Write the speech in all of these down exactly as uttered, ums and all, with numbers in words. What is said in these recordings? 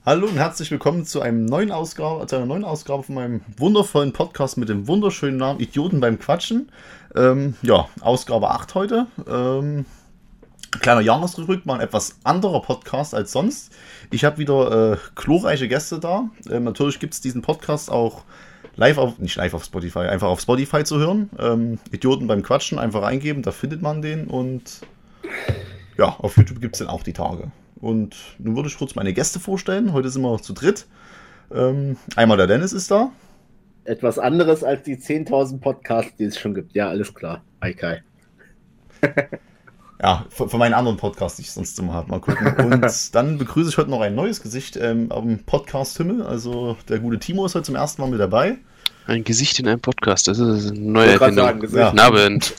Hallo und herzlich willkommen zu einem neuen Ausgabe, zu einer neuen Ausgabe von meinem wundervollen Podcast mit dem wunderschönen Namen Idioten beim Quatschen. Ähm, ja, Ausgabe acht heute. Ähm, kleiner Jahresrückblick, mal ein etwas anderer Podcast als sonst. Ich habe wieder äh, glorreiche Gäste da. Ähm, natürlich gibt es diesen Podcast auch live auf, nicht live auf Spotify, einfach auf Spotify zu hören. Ähm, Idioten beim Quatschen, einfach eingeben, da findet man den und ja, auf YouTube gibt es den auch die Tage. Und nun würde ich kurz meine Gäste vorstellen. Heute sind wir zu dritt. Ähm, einmal der Dennis ist da. Etwas anderes als die zehntausend Podcasts, die es schon gibt. Ja, alles klar. Hi Kai. Ja, von, von meinen anderen Podcasts, die ich sonst immer habe. Mal gucken. Und dann begrüße ich heute noch ein neues Gesicht ähm, am Podcast-Himmel. Also der gute Timo ist heute zum ersten Mal mit dabei. Ein Gesicht in einem Podcast, das ist eine neue Erfindung. Ja. Guten Abend.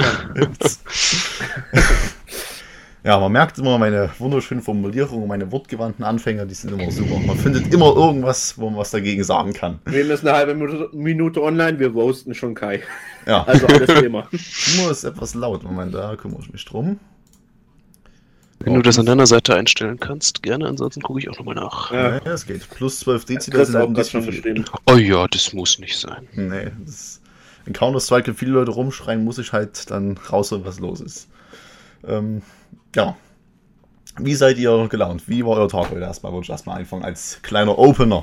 Ja, man merkt immer meine wunderschönen Formulierungen und meine wortgewandten Anfänger, die sind immer super. Man findet immer irgendwas, wo man was dagegen sagen kann. Wir müssen eine halbe Minute, Minute online, wir roasten schon Kai. Ja. Also alles Thema. Timo ist etwas laut, Moment, da kümmere ich mich drum. Wenn du das an deiner Seite einstellen kannst, gerne, ansonsten gucke ich auch nochmal nach. Ja, ja, es geht. Plus zwölf Dezibel sind auch ein das bisschen schon viel. Oh ja, das muss nicht sein. Nee, das, in Counter-Strike, wenn viele Leute rumschreien, muss ich halt dann rausholen, was los ist. Ähm, ja. Wie seid ihr gelaunt? Wie war euer Tag heute erstmal? Wollte ich erstmal anfangen als kleiner Opener.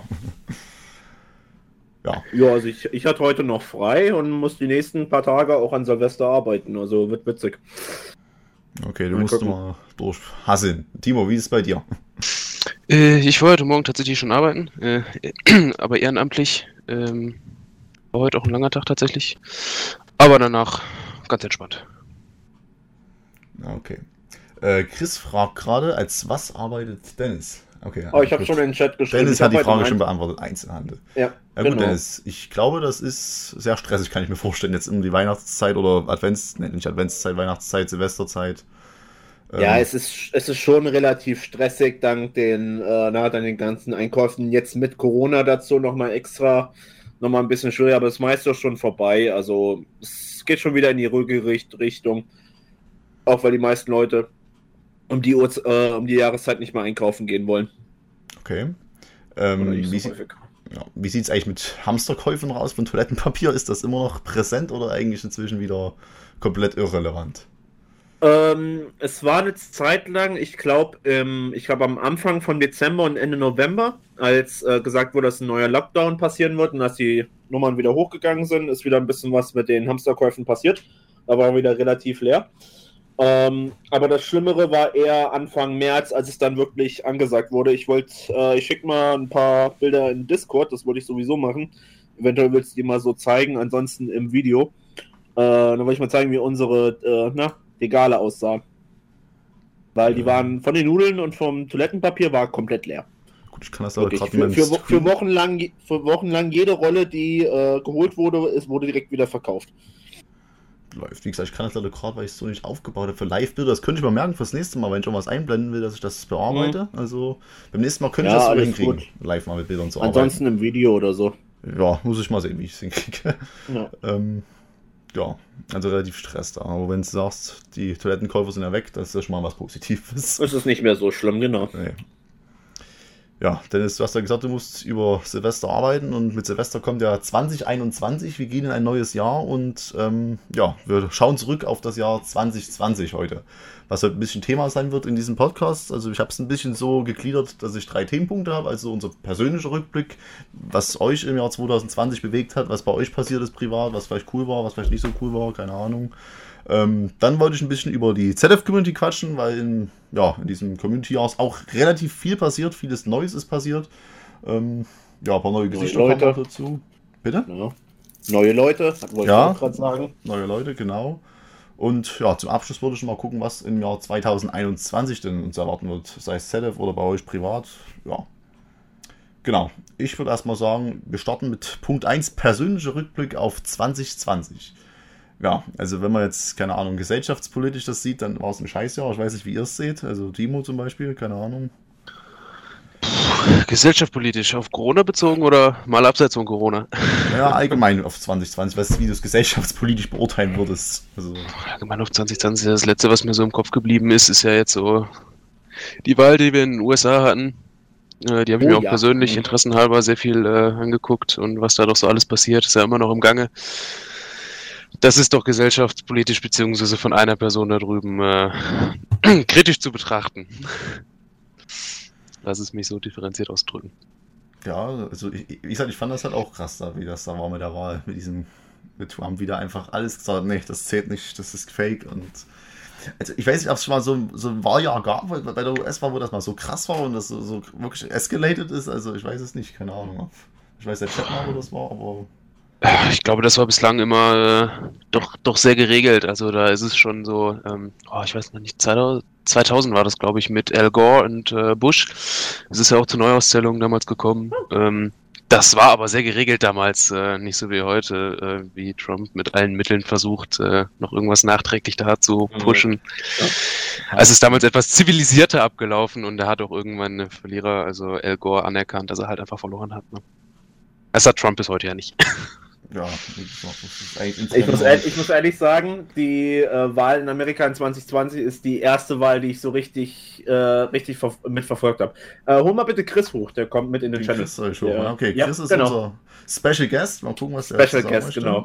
Ja. Ja, also ich, ich hatte heute noch frei und muss die nächsten paar Tage auch an Silvester arbeiten, also wird witzig. Okay, du Mal musst gucken. mal durchhasseln. Timo, wie ist es bei dir? Äh, ich war heute Morgen tatsächlich schon arbeiten, äh, aber ehrenamtlich. Ähm, war heute auch ein langer Tag tatsächlich. Aber danach ganz entspannt. Okay. Äh, Chris fragt gerade, als was arbeitet Dennis? Okay. Oh, ich habe gut. schon in den Chat geschrieben. Dennis Ich hat hab die heute Frage meinen- schon beantwortet. Einzelhandel. Ja, Ja gut, genau. Dennis, ich glaube, das ist sehr stressig, kann ich mir vorstellen. Jetzt um die Weihnachtszeit oder Advents, ne, nicht Adventszeit, Weihnachtszeit, Silvesterzeit. Ja, Ähm, es ist, es ist schon relativ stressig, dank den, äh, na, dann den ganzen Einkäufen. Jetzt mit Corona dazu nochmal extra, nochmal ein bisschen schwieriger, aber das meiste ist schon vorbei. Also es geht schon wieder in die ruhige Richt- Richtung. Auch weil die meisten Leute um die, Uhr, äh, um die Jahreszeit nicht mehr einkaufen gehen wollen. okay. Oder Ähm, nicht wie so sie- häufig. ja, wie sieht es eigentlich mit Hamsterkäufen raus von Toilettenpapier? Ist das immer noch präsent oder eigentlich inzwischen wieder komplett irrelevant? Ähm, es war eine Zeit lang, ich glaube, ähm, ich glaube am Anfang von Dezember und Ende November, als äh, gesagt wurde, dass ein neuer Lockdown passieren wird und dass die Nummern wieder hochgegangen sind, ist wieder ein bisschen was mit den Hamsterkäufen passiert. Da war wieder relativ leer. Ähm, aber das Schlimmere war eher Anfang März, als es dann wirklich angesagt wurde. Ich wollte, äh, ich schicke mal ein paar Bilder in Discord, das wollte ich sowieso machen. Eventuell willst du die mal so zeigen, ansonsten im Video. Äh, dann wollte ich mal zeigen, wie unsere, äh, na, Regale aussahen. Weil die Ja. waren von den Nudeln und vom Toilettenpapier war komplett leer. Gut, ich kann das aber Wirklich. gerade in Für, meinem für, wo- für, Stream- Wochen lang, für Wochen lang jede Rolle, die äh, geholt wurde, es wurde direkt wieder verkauft. läuft. Wie gesagt, ich kann das leider gerade, weil ich es so nicht aufgebaut habe, für Live-Bilder. Das könnte ich mal merken fürs nächste Mal, wenn ich irgendwas einblenden will, dass ich das bearbeite. Also beim nächsten Mal könnte ich Ja, das sogar alles hinkriegen, gut. live mal mit Bildern zu Ansonsten im Video oder so. arbeiten. Ja, muss ich mal sehen, wie ich es hinkriege. Ja. ähm, ja, also relativ Stress da. Aber wenn du sagst, die Toilettenkäufer sind ja weg, das ist ja schon mal was Positives. Es ist nicht mehr so schlimm, genau. Nee. Ja, Dennis, du hast ja gesagt, du musst über Silvester arbeiten und mit Silvester kommt ja zwanzig einundzwanzig. Wir gehen in ein neues Jahr und ähm, ja, wir schauen zurück auf das Jahr zwanzig zwanzig heute. Was heute ein bisschen Thema sein wird in diesem Podcast. Also ich habe es ein bisschen so gegliedert, dass ich drei Themenpunkte habe. Also unser persönlicher Rückblick, was euch im Jahr zwanzig zwanzig bewegt hat, was bei euch passiert ist privat, was vielleicht cool war, was vielleicht nicht so cool war, keine Ahnung. Ähm, dann wollte ich ein bisschen über die Z F-Community quatschen, weil in, ja, in diesem Community-Jahr ist auch relativ viel passiert, vieles Neues ist passiert. Ähm, ja, ein paar neue Gesichter kommen Leute. noch dazu. Bitte? Ja. Neue Leute, das wollte Ja. ich auch gerade sagen. Neue Leute, genau. Und ja, zum Abschluss würde ich mal gucken, was im Jahr zwanzig einundzwanzig denn uns erwarten wird, sei es Z F oder bei euch privat. Ja. Genau. Ich würde erstmal sagen, wir starten mit Punkt eins, persönlicher Rückblick auf zwanzig zwanzig. Ja, also wenn man jetzt, keine Ahnung, gesellschaftspolitisch das sieht, dann war es ein Scheißjahr. Ich weiß nicht, wie ihr es seht. Also Timo zum Beispiel, keine Ahnung. Gesellschaftspolitisch auf Corona bezogen oder mal abseits von Corona? Ja, allgemein auf zwanzig zwanzig, was, wie du es gesellschaftspolitisch beurteilen würdest. Also, Allgemein auf zwanzig zwanzig, das letzte, was mir so im Kopf geblieben ist, ist ja jetzt so die Wahl, die wir in den U S A hatten. Äh, die habe ich Oh, mir auch ja. persönlich Mhm. interessenhalber sehr viel äh, angeguckt und was da doch so alles passiert, ist ja immer noch im Gange. Das ist doch gesellschaftspolitisch beziehungsweise von einer Person da drüben äh, kritisch zu betrachten. Lass es mich so differenziert ausdrücken. Ja, also ich, wie gesagt, ich fand das halt auch krass, da, wie das da war mit der Wahl, mit diesem, mit Trump wieder einfach alles gesagt, nee, das zählt nicht, das ist fake und also ich weiß nicht, ob es schon mal so, so ein Wahljahr gab bei der U S-Wahl, wo das mal so krass war und das so, so wirklich escalated ist, also ich weiß es nicht, keine Ahnung. Ob, ich weiß der Chat mal, wo das war, aber Ich glaube, das war bislang immer äh, doch, doch sehr geregelt. Also da ist es schon so, ähm, oh, ich weiß noch nicht, zweitausend war das, glaube ich, mit Al Gore und äh, Bush. Es ist ja auch zur Neuauszählung damals gekommen. Ähm, das war aber sehr geregelt damals, äh, nicht so wie heute, äh, wie Trump mit allen Mitteln versucht, äh, noch irgendwas nachträglich da zu pushen. Ja. Also es ist damals etwas zivilisierter abgelaufen und er hat auch irgendwann einen Verlierer, also Al Gore, anerkannt, dass er halt einfach verloren hat. Ne? Das hat Trump bis heute ja nicht. ja, wie gesagt, das ist eigentlich Ich muss, ehrlich, ich muss ehrlich sagen, die äh, Wahl in Amerika in zwanzig zwanzig ist die erste Wahl, die ich so richtig, äh, richtig ver mitverfolgt habe. Äh, hol mal bitte Chris hoch, der kommt mit in den Den Channel. Chris soll ich hoch, Ja. ne? Okay, Ja, Chris ist genau. unser Special Guest. Mal gucken, was der Special sagen Guest, möchte. genau.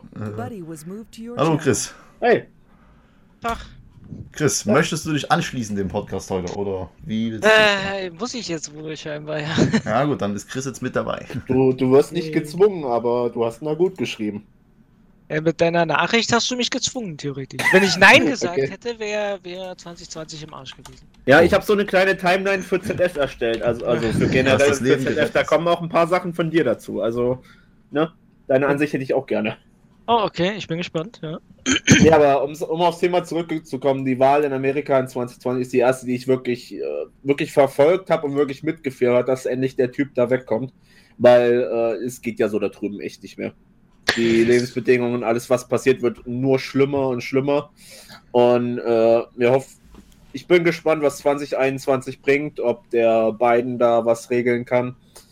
Äh, hallo Chris. Hey, Tag. Chris, Ja. möchtest du dich anschließen dem Podcast heute oder wie willst du? Äh, muss ich jetzt wohl scheinbar, ja. Ja gut, dann ist Chris jetzt mit dabei. du, du wirst nicht Nee. gezwungen, aber du hast na gut geschrieben. Äh, mit deiner Nachricht hast du mich gezwungen, theoretisch. Wenn ich Nein gesagt Okay. hätte, wäre wär zwanzig zwanzig im Arsch gewesen. Ja, ich habe so eine kleine Timeline für Z F erstellt, also, also für Hast generell das für Leben Z F. gerettet. Da kommen auch ein paar Sachen von dir dazu. Also, ne? Deine Ansicht hätte ich auch gerne. Oh, okay, ich bin gespannt, ja. Ja, aber um, um aufs Thema zurückzukommen, die Wahl in Amerika in zwanzig zwanzig ist die erste, die ich wirklich, äh, wirklich verfolgt habe und wirklich mitgeführt habe, dass endlich der Typ da wegkommt. Weil äh, es geht ja so da drüben echt nicht mehr. Die Lebensbedingungen, alles was passiert, wird nur schlimmer und schlimmer. Und äh, wir hoffen, ich bin gespannt, was zwanzig einundzwanzig bringt, ob der Biden da was regeln kann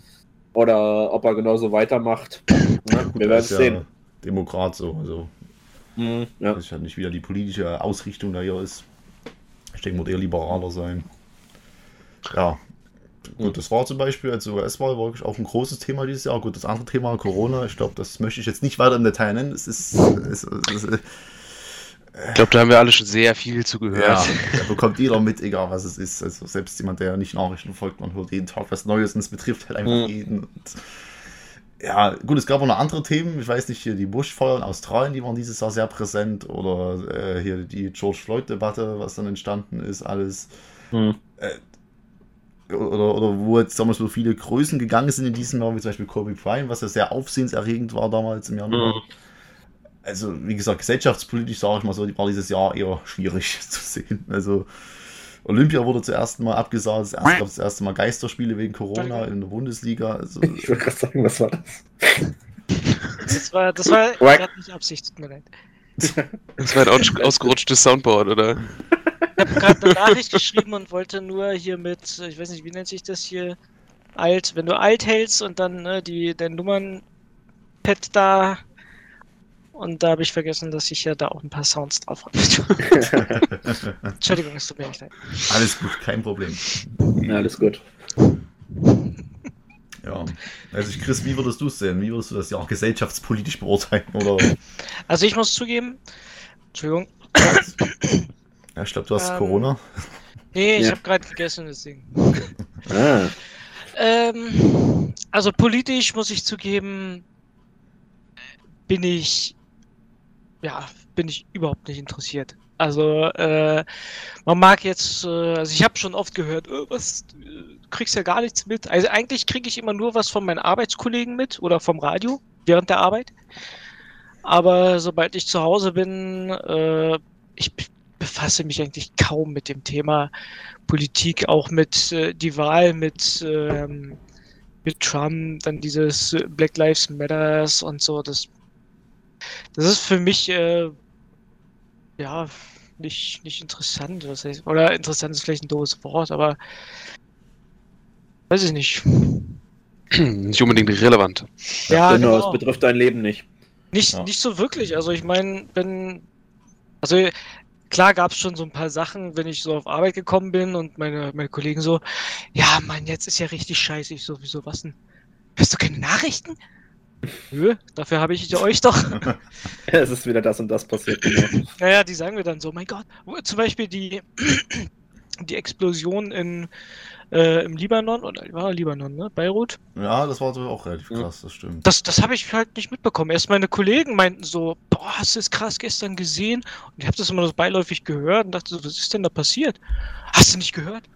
oder ob er genauso weitermacht. Ja, Gut, wir er werden ist es ja sehen. Demokrat so, also Mhm, ja. das ist ja nicht wieder die politische Ausrichtung da hier ist. Ich denke, wird eher liberaler sein. Ja. Gut, das war zum Beispiel, also U S-Wahl war wirklich auch ein großes Thema dieses Jahr. Gut, das andere Thema, Corona, ich glaube, das möchte ich jetzt nicht weiter im Detail nennen. Es ist, es, es, es, Ich glaube, da haben wir alle schon sehr viel zu gehört. ja, da bekommt jeder mit, egal was es ist. Also selbst jemand, der nicht Nachrichten folgt, man hört jeden Tag was Neues und es betrifft halt einfach Mhm. jeden. Und ja, gut, es gab auch noch andere Themen. Ich weiß nicht, hier die Bushfeuer in Australien, die waren dieses Jahr sehr präsent. Oder äh, hier die George Floyd-Debatte, was dann entstanden ist, alles. Mhm. Oder, oder wo jetzt damals so viele Größen gegangen sind in diesem Jahr, wie zum Beispiel Kobe Bryant, was ja sehr aufsehenserregend war damals im Januar. Mhm. Also, wie gesagt, gesellschaftspolitisch, sage ich mal so, war dieses Jahr eher schwierig zu sehen. Also, Olympia wurde zuerst mal abgesagt, das erste, gab es das erste Mal Geisterspiele wegen Corona in der Bundesliga. Also, Ich wollte gerade sagen, was war das? Das war, das war Quack. gerade nicht Absicht, tut mir leid. Das war ein aus- ausgerutschtes Soundboard, oder? Ich habe gerade eine Nachricht geschrieben und wollte nur hier mit, ich weiß nicht, wie nennt sich das hier, alt, wenn du alt hältst und dann ne, die, dein Nummernpad da und da habe ich vergessen, dass ich ja da auch ein paar Sounds drauf habe. Entschuldigung, es tut mir echt leid. alles gut, kein Problem. Ja, alles gut. Ja. Also, ich, Chris, wie würdest du es sehen? Wie würdest du das Jahr gesellschaftspolitisch beurteilen? Oder? Also ich muss zugeben, Entschuldigung, Ja, ich glaube, du hast Ähm, Corona. nee, ich Ja. habe gerade gegessen, deswegen. Ah. Ähm, also politisch muss ich zugeben, bin ich, ja, bin ich überhaupt nicht interessiert. Also, äh, man mag jetzt, äh, also ich habe schon oft gehört, äh, was, äh, du kriegst ja gar nichts mit. Also eigentlich kriege ich immer nur was von meinen Arbeitskollegen mit oder vom Radio während der Arbeit. Aber sobald ich zu Hause bin, äh, ich be- befasse mich eigentlich kaum mit dem Thema Politik, auch mit äh, die Wahl mit, ähm, mit Trump, dann dieses äh, Black Lives Matters und so. Das, das ist für mich äh, ja nicht, nicht interessant. Was heißt, oder interessant ist vielleicht ein doofes Wort, aber weiß ich nicht. Nicht unbedingt relevant. Ja, genau, genau. es betrifft dein Leben nicht. Nicht, Ja. nicht so wirklich. Also ich meine, wenn. Also klar gab es schon so ein paar Sachen, wenn ich so auf Arbeit gekommen bin und meine, meine Kollegen so, ja, Mann, jetzt ist ja richtig scheiße. Ich so, wieso, was denn? Hörst du keine Nachrichten? Nö, dafür habe ich euch doch. Es ist wieder das und das passiert. Genau. Naja, die sagen mir dann so, mein Gott. Zum Beispiel die, die Explosion in, äh, im Libanon, oder war Libanon, ne? Beirut. Ja, das war so auch relativ krass, das stimmt. Das, das habe ich halt nicht mitbekommen. Erst meine Kollegen meinten so, boah, hast du das krass gestern gesehen? Und ich habe das immer so beiläufig gehört und dachte so, was ist denn da passiert? Hast du nicht gehört?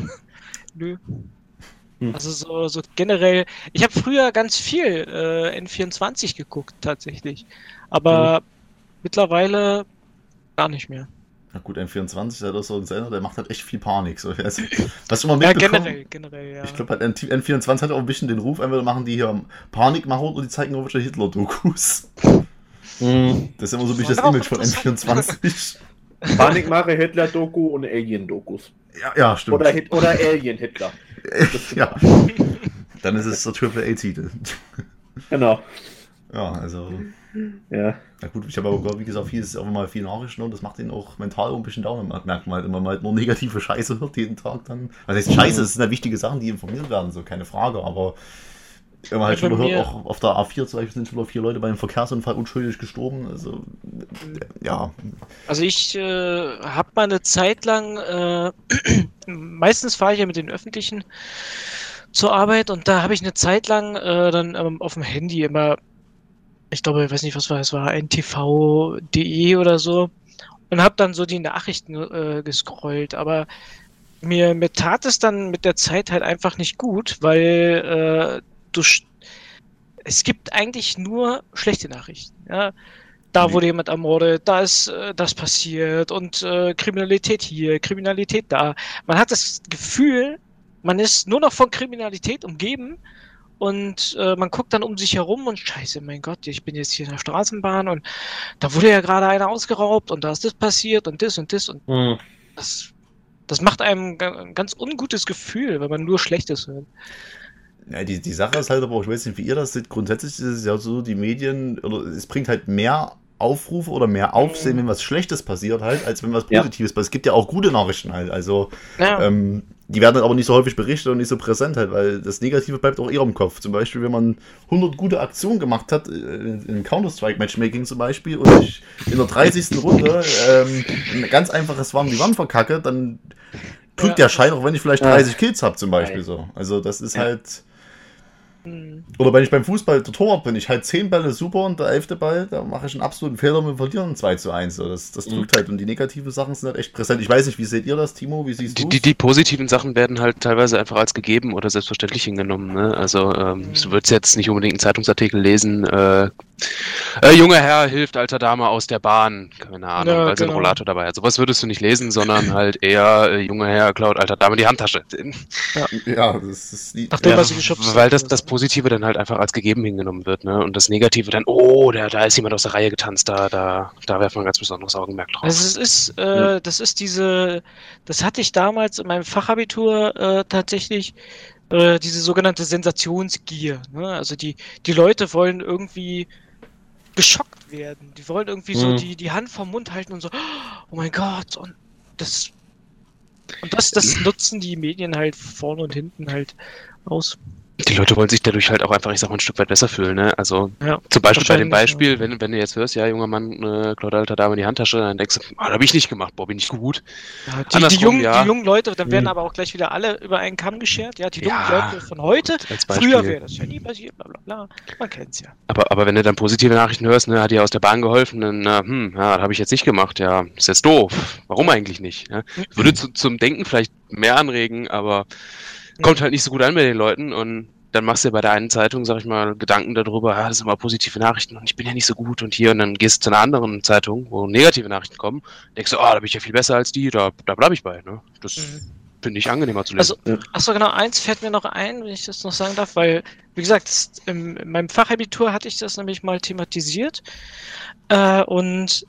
Nö. Hm. Also so, so generell, ich habe früher ganz viel äh, N vierundzwanzig geguckt, tatsächlich. Aber Hm. mittlerweile gar nicht mehr. Na gut, N vierundzwanzig, der ist so ein Sender, der macht halt echt viel Panik. So. Also, was du immer Ja, mitbekommen, generell, generell, ja. ich glaube, halt N vierundzwanzig hat auch ein bisschen den Ruf, entweder machen die hier Panikmacher oder die zeigen irgendwelche Hitler-Dokus. Hm. Das ist immer so ein bisschen das Auch Image von N interessant. vierundzwanzig. Panikmache, Hitler-Doku und Alien-Dokus. Ja, ja, stimmt. Oder, Hit oder Alien-Hitler. Ja. Dann ist es der Triple A-Titel. Genau. Ja, also. Ja. Na gut, ich habe aber gehört, wie gesagt, viel ist auch mal viel Nachrichten und das macht ihn auch mental ein bisschen down. Man merkt mal, wenn man halt nur negative Scheiße hört jeden Tag, dann. Was heißt Scheiße? Das sind ja wichtige Sachen, die informiert werden, so keine Frage, aber. Wenn man halt Ja, schon bei hört, mir- auch auf der A vier zum Beispiel sind schon wieder vier Leute bei einem Verkehrsunfall unschuldig gestorben. Also, ja. Also ich äh, habe mal eine Zeit lang, äh, meistens fahre ich ja mit den Öffentlichen zur Arbeit und da habe ich eine Zeit lang äh, dann ähm, auf dem Handy immer, ich glaube, ich weiß nicht, was war es, war N T V punkt de oder so und habe dann so die Nachrichten äh, gescrollt, aber mir, mir tat es dann mit der Zeit halt einfach nicht gut, weil äh, du sch- es gibt eigentlich nur schlechte Nachrichten, ja. Da Wie- wurde jemand ermordet, da ist äh, das passiert und äh, Kriminalität hier, Kriminalität da. Man hat das Gefühl, man ist nur noch von Kriminalität umgeben und äh, man guckt dann um sich herum und scheiße, mein Gott, ich bin jetzt hier in der Straßenbahn und da wurde ja gerade einer ausgeraubt und da ist das passiert und das und das und Hm. das, das macht einem ga- ein ganz ungutes Gefühl, wenn man nur Schlechtes hört. Ja, die, die Sache ist halt aber auch, ich weiß nicht, wie ihr das seht, grundsätzlich ist es ja so, die Medien, oder es bringt halt mehr Aufrufe oder mehr Aufsehen, wenn was Schlechtes passiert halt, als wenn was Ja. Positives passiert. Es gibt ja auch gute Nachrichten halt, also Ja. ähm, die werden dann aber nicht so häufig berichtet und nicht so präsent halt, weil das Negative bleibt auch eher im Kopf. Zum Beispiel, wenn man hundert gute Aktionen gemacht hat, äh, in Counter-Strike-Matchmaking zum Beispiel, und ich in der dreißigsten Runde ähm, ein ganz einfaches Warm die Wand verkacke, dann drückt Ja. der Schein, auch wenn ich vielleicht Ja. dreißig Kills habe zum Beispiel Nein. so. Also das ist Ja. halt... Hm. Oder wenn ich beim Fußball der Torwart bin, ich halt zehn Bälle super und der elfte Ball, da mache ich einen absoluten Fehler und wir verlieren zwei zu eins. So, das, das Mhm. drückt halt und die negativen Sachen sind halt echt präsent. Ich weiß nicht, wie seht ihr das, Timo? Wie siehst Die, du die, die positiven Sachen werden halt teilweise einfach als gegeben oder selbstverständlich hingenommen. Ne? Also ähm, du würdest jetzt nicht unbedingt einen Zeitungsartikel lesen, äh, äh, junger Herr hilft alter Dame aus der Bahn, keine Ahnung, Ja, weil sie einen genau. Rollator dabei hat. Sowas würdest du nicht lesen, sondern halt eher äh, junger Herr klaut alter Dame die Handtasche. Ja, das ist die, Nachdem Ja, er sie geschubst weil hat das, oder das so. Positive dann halt einfach als gegeben hingenommen wird, ne? Und das Negative dann, oh, da, da ist jemand aus der Reihe getanzt, da, da, da werfen wir ein ganz besonderes Augenmerk drauf. Also es ist, äh, Ja. das ist diese, das hatte ich damals in meinem Fachabitur äh, tatsächlich, äh, diese sogenannte Sensationsgier. Ne? Also die, die Leute wollen irgendwie geschockt werden. Die wollen irgendwie so Mhm. die, die Hand vom Mund halten und so, oh mein Gott, und das, und das, das nutzen die Medien halt vorne und hinten halt aus. Die Leute wollen sich dadurch halt auch einfach, ich sag mal, ein Stück weit besser fühlen, ne? Also Ja, zum Beispiel bei dem wahrscheinlich, Beispiel, wenn, wenn du jetzt hörst, ja, junger Mann, äh, klaut alter Dame in die Handtasche, dann denkst du, ah, hab ich nicht gemacht, boah, bin ich gut. Ja, die, die, Andersrum, jungen, ja. die jungen Leute, dann werden Mhm. aber auch gleich wieder alle über einen Kamm geschert. Ja, die jungen Ja, Leute von heute, als Beispiel. früher wäre das ja nie passiert, bla bla bla. Man kennt's ja. Aber, aber wenn du dann positive Nachrichten hörst, ne, hat dir aus der Bahn geholfen, dann, na, hm, ja, das habe ich jetzt nicht gemacht, ja, ist jetzt doof. Warum eigentlich nicht? Ja? Würde zu, zum Denken vielleicht mehr anregen, aber kommt halt nicht so gut an bei den Leuten und dann machst du dir bei der einen Zeitung, sag ich mal, Gedanken darüber, ja, das sind immer positive Nachrichten und ich bin ja nicht so gut und hier und dann gehst du zu einer anderen Zeitung, wo negative Nachrichten kommen, denkst du, ah, da bin ich ja viel besser als die, da, da bleibe ich bei, ne? Das Mhm. finde ich angenehmer zu lesen. Also, achso, genau, eins fällt mir noch ein, wenn ich das noch sagen darf, weil, wie gesagt, das, im, in meinem Fachabitur hatte ich das nämlich mal thematisiert äh, und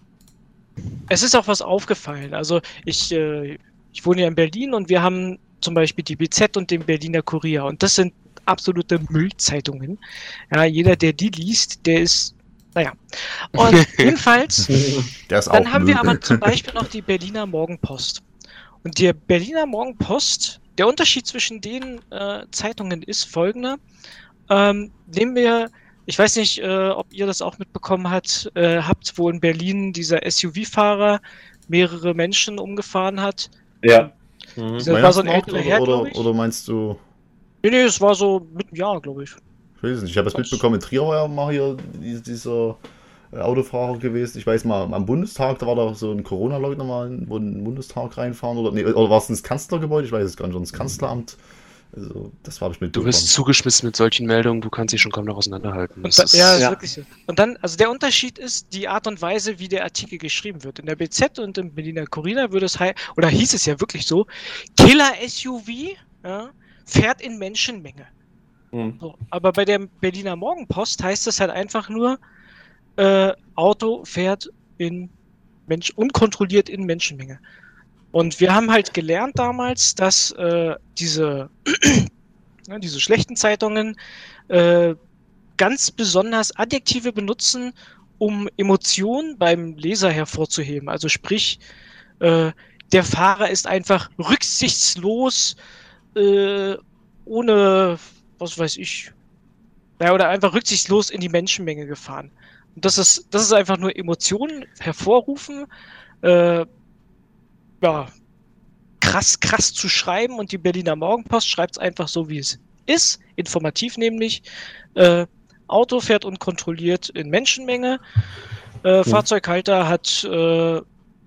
es ist auch was aufgefallen. Also ich, äh, ich wohne ja in Berlin und wir haben zum Beispiel die B Z und den Berliner Kurier und das sind absolute Müllzeitungen. Ja, jeder, der die liest, der ist Naja. Und jedenfalls, Der ist dann auch haben Müll. wir aber zum Beispiel noch die Berliner Morgenpost. Und die Berliner Morgenpost, der Unterschied zwischen den äh, Zeitungen ist folgender. Ähm, nehmen wir, ich weiß nicht, äh, ob ihr das auch mitbekommen habt, äh, habt, wo in Berlin dieser S U V-Fahrer mehrere Menschen umgefahren hat. Ja. Mhm. Das war so ein Weihnachtsmarkt älterer oder, Herr, oder, glaube ich. oder meinst du, Nee, nee, es war so mit einem Jahr, glaube ich. ich weiß es nicht, ich habe das Was? mitbekommen, in Trier war ja mal hier die- dieser äh, Autofahrer gewesen. Ich weiß mal, am Bundestag, da war da so ein Corona-Leugner mal, wo in den Bundestag reinfahren. Oder, nee, oder war es ins Kanzlergebäude? Ich weiß es gar nicht, oder ins Kanzleramt. Also, das habe ich Du mitbekommen. wirst zugeschmissen mit solchen Meldungen, du kannst sie schon kaum noch auseinanderhalten. Und Das da, ist, ja, ist ja. wirklich so. Und dann, also der Unterschied ist die Art und Weise, wie der Artikel geschrieben wird. In der B Z und im Berliner Kurier würde es hei- oder hieß es ja wirklich so: Killer-S U V, ja, fährt in Menschenmenge. Mhm. So, aber bei der Berliner Morgenpost heißt es halt einfach nur, äh, Auto fährt in Mensch unkontrolliert in Menschenmenge. Und wir haben halt gelernt damals, dass äh, diese, ja, diese schlechten Zeitungen äh, ganz besonders Adjektive benutzen, um Emotionen beim Leser hervorzuheben. Also sprich, äh, der Fahrer ist einfach rücksichtslos, äh, ohne, was weiß ich, ja, oder einfach rücksichtslos in die Menschenmenge gefahren. Und das ist, das ist einfach nur Emotionen hervorrufen, äh, ja, krass, krass zu schreiben, und die Berliner Morgenpost schreibt es einfach so, wie es ist, informativ nämlich. Äh, Auto fährt unkontrolliert in Menschenmenge, äh, Fahrzeughalter hat, äh,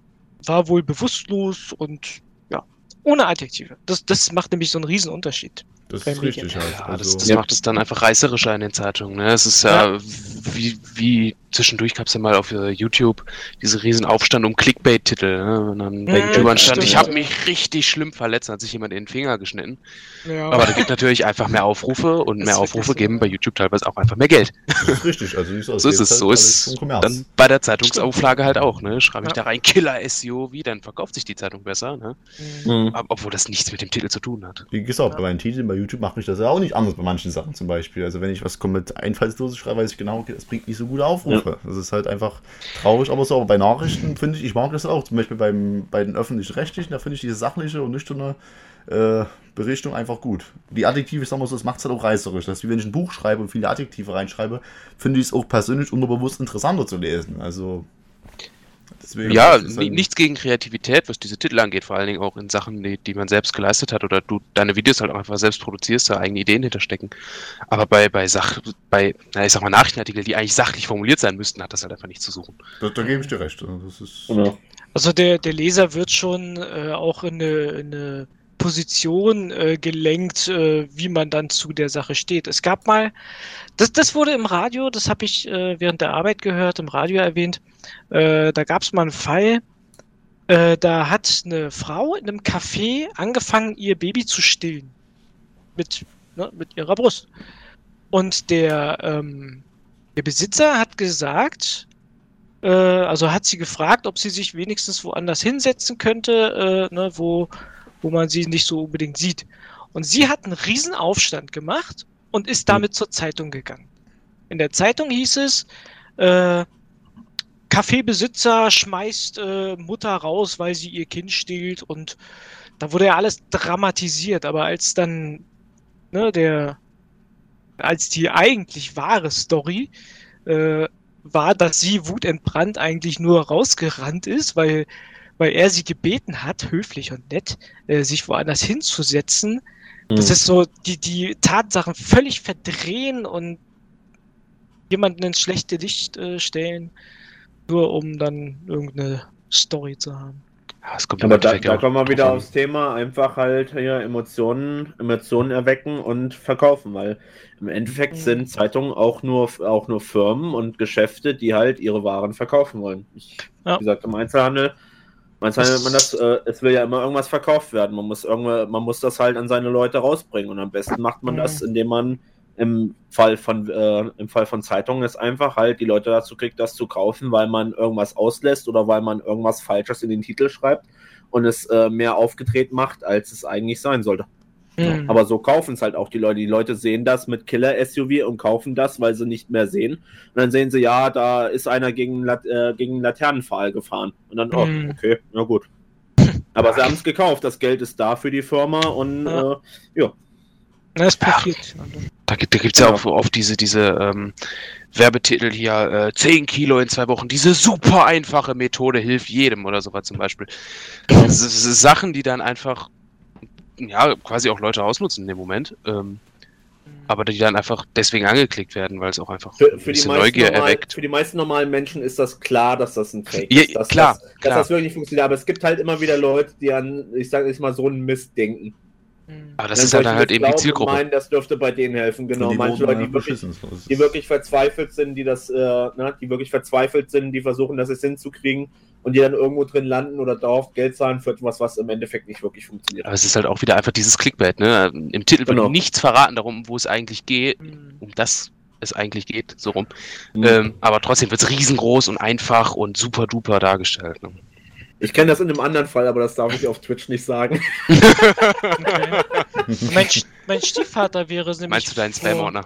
war wohl bewusstlos und ja, ohne Adjektive. Das, das macht nämlich so einen riesen Unterschied. Das beim ist richtig Medien. halt. ja, Also, das, das Ja. macht es dann einfach reißerischer in den Zeitungen. Ne? Es ist ja, wie, wie zwischendurch gab es ja mal auf äh, YouTube diese riesen Aufstand um Clickbait-Titel. Ne? Und dann bei Mhm, YouTubern das stand, stimmt. ich habe mich richtig schlimm verletzt, hat sich jemand in den Finger geschnitten. Ja, Aber da gibt natürlich einfach mehr Aufrufe und Das mehr ist Aufrufe wirklich so, geben ja. bei YouTube teilweise auch einfach mehr Geld. das ist richtig. Also, wie So ist es. So ist dann bei der Zeitungsauflage halt auch. Ne? Schreibe ich Ja. da rein Killer-S U V, dann verkauft sich die Zeitung besser. Ne? Mhm. Ob- Obwohl das nichts mit dem Titel zu tun hat. Wie gesagt, Ja. bei meinen Titeln bei YouTube mache ich das ja auch nicht anders bei manchen Sachen zum Beispiel. Also wenn ich was komplett Einfallsloses schreibe, weiß ich genau, okay, das bringt nicht so gute Aufrufe. Das ist halt einfach traurig, aber so. Aber bei Nachrichten finde ich, ich mag das auch. Zum Beispiel beim, bei den Öffentlich-Rechtlichen, da finde ich diese sachliche und nüchterne äh, Berichtung einfach gut. Die Adjektive, ich sag mal so, das macht es halt auch reißerisch. Das ist wie wenn ich ein Buch schreibe und viele Adjektive reinschreibe, finde ich es auch persönlich unterbewusst interessanter zu lesen. Also deswegen, Ja, das ist ni- halt- nichts gegen Kreativität, was diese Titel angeht, vor allen Dingen auch in Sachen, die, die man selbst geleistet hat oder du deine Videos halt auch einfach selbst produzierst, da eigene Ideen hinterstecken. Aber bei, bei Sach, bei, na, ich sag mal, Nachrichtenartikel, die eigentlich sachlich formuliert sein müssten, hat das halt einfach nicht zu suchen. Da, da gebe ich dir recht. Also das ist, Genau. Also der, der Leser wird schon äh, auch in eine, in eine Position äh, gelenkt, äh, wie man dann zu der Sache steht. Es gab mal, das, das wurde im Radio, das habe ich äh, während der Arbeit gehört, im Radio erwähnt, äh, da gab es mal einen Fall, äh, da hat eine Frau in einem Café angefangen, ihr Baby zu stillen. Mit, ne, mit ihrer Brust. Und der, ähm, der Besitzer hat gesagt, äh, also hat sie gefragt, ob sie sich wenigstens woanders hinsetzen könnte, äh, ne, wo, wo man sie nicht so unbedingt sieht. Und sie hat einen riesen Aufstand gemacht und ist damit zur Zeitung gegangen. In der Zeitung hieß es, äh, Kaffeebesitzer schmeißt äh, Mutter raus, weil sie ihr Kind stillt, und da wurde ja alles dramatisiert, aber als dann ne, der als die eigentlich wahre Story äh, war, dass sie wutentbrannt eigentlich nur rausgerannt ist, weil, weil er sie gebeten hat, höflich und nett, äh, sich woanders hinzusetzen. Das ist so, die, die Tatsachen völlig verdrehen und jemanden ins schlechte Licht äh, stellen, nur um dann irgendeine Story zu haben. Ja, es kommt im Aber da, Endeffekt da auch kommen wir wieder drauf an. aufs Thema, einfach halt hier Emotionen, Emotionen erwecken und verkaufen, weil im Endeffekt Mhm. sind Zeitungen auch nur, auch nur Firmen und Geschäfte, die halt ihre Waren verkaufen wollen. Ich, Ja. Wie gesagt, im Einzelhandel, im Einzelhandel nennt man das, äh, es will ja immer irgendwas verkauft werden. Man muss, irgendwo, man muss das halt an seine Leute rausbringen, und am besten macht man Mhm. das, indem man im Fall von äh, im Fall von Zeitungen es einfach halt die Leute dazu kriegt, das zu kaufen, weil man irgendwas auslässt oder weil man irgendwas Falsches in den Titel schreibt und es äh, mehr aufgedreht macht, als es eigentlich sein sollte. Hm. Aber so kaufen es halt auch die Leute. Die Leute sehen das mit Killer-S U V und kaufen das, weil sie nicht mehr sehen. Und dann sehen sie, ja, da ist einer gegen, Lat äh, gegen einen Laternenpfahl gefahren. Und dann, oh, Hm. okay, na gut. Aber sie haben es gekauft. Das Geld ist da für die Firma und Ja. äh, ja. Das passiert. Da gibt es ja Genau. auch oft diese, diese ähm, Werbetitel hier, äh, zehn Kilo in zwei Wochen, diese super einfache Methode hilft jedem oder sowas zum Beispiel. Das ist, das ist Sachen, die dann einfach, ja, quasi auch Leute ausnutzen in dem Moment, ähm, aber die dann einfach deswegen angeklickt werden, weil es auch einfach Für, ein für, die bisschen meisten Neugier normal, erweckt. für die meisten normalen Menschen ist das klar, dass das ein Fake Ja, ist. Dass, klar, dass, klar. dass das wirklich nicht funktioniert. Aber es gibt halt immer wieder Leute, die an, ich sage jetzt mal, so einen Mist denken. Aber das Dann ist halt solche dann halt Mist eben die glauben und Zielgruppe. meinen, das dürfte bei denen helfen. Genau, Und die manche wurden Leute, halt die wirklich, beschissen. Das ist- die wirklich verzweifelt sind, die das, äh, ne, die wirklich verzweifelt sind, die versuchen, das jetzt hinzukriegen und die dann irgendwo drin landen oder darauf Geld zahlen für etwas, was im Endeffekt nicht wirklich funktioniert. Aber es ist halt auch wieder einfach dieses Clickbait, ne? Im Titel wird Genau. nichts verraten darum, wo es eigentlich geht, Hm. um das es eigentlich geht, so rum. Mhm. Ähm, aber trotzdem wird es riesengroß und einfach und super duper dargestellt. Ne? Ich kenne das in einem anderen Fall, aber das darf ich auf Twitch nicht sagen. Okay. mein, Sch- mein Stiefvater wäre nämlich. Meinst du deinen vor- Spam-Ordner?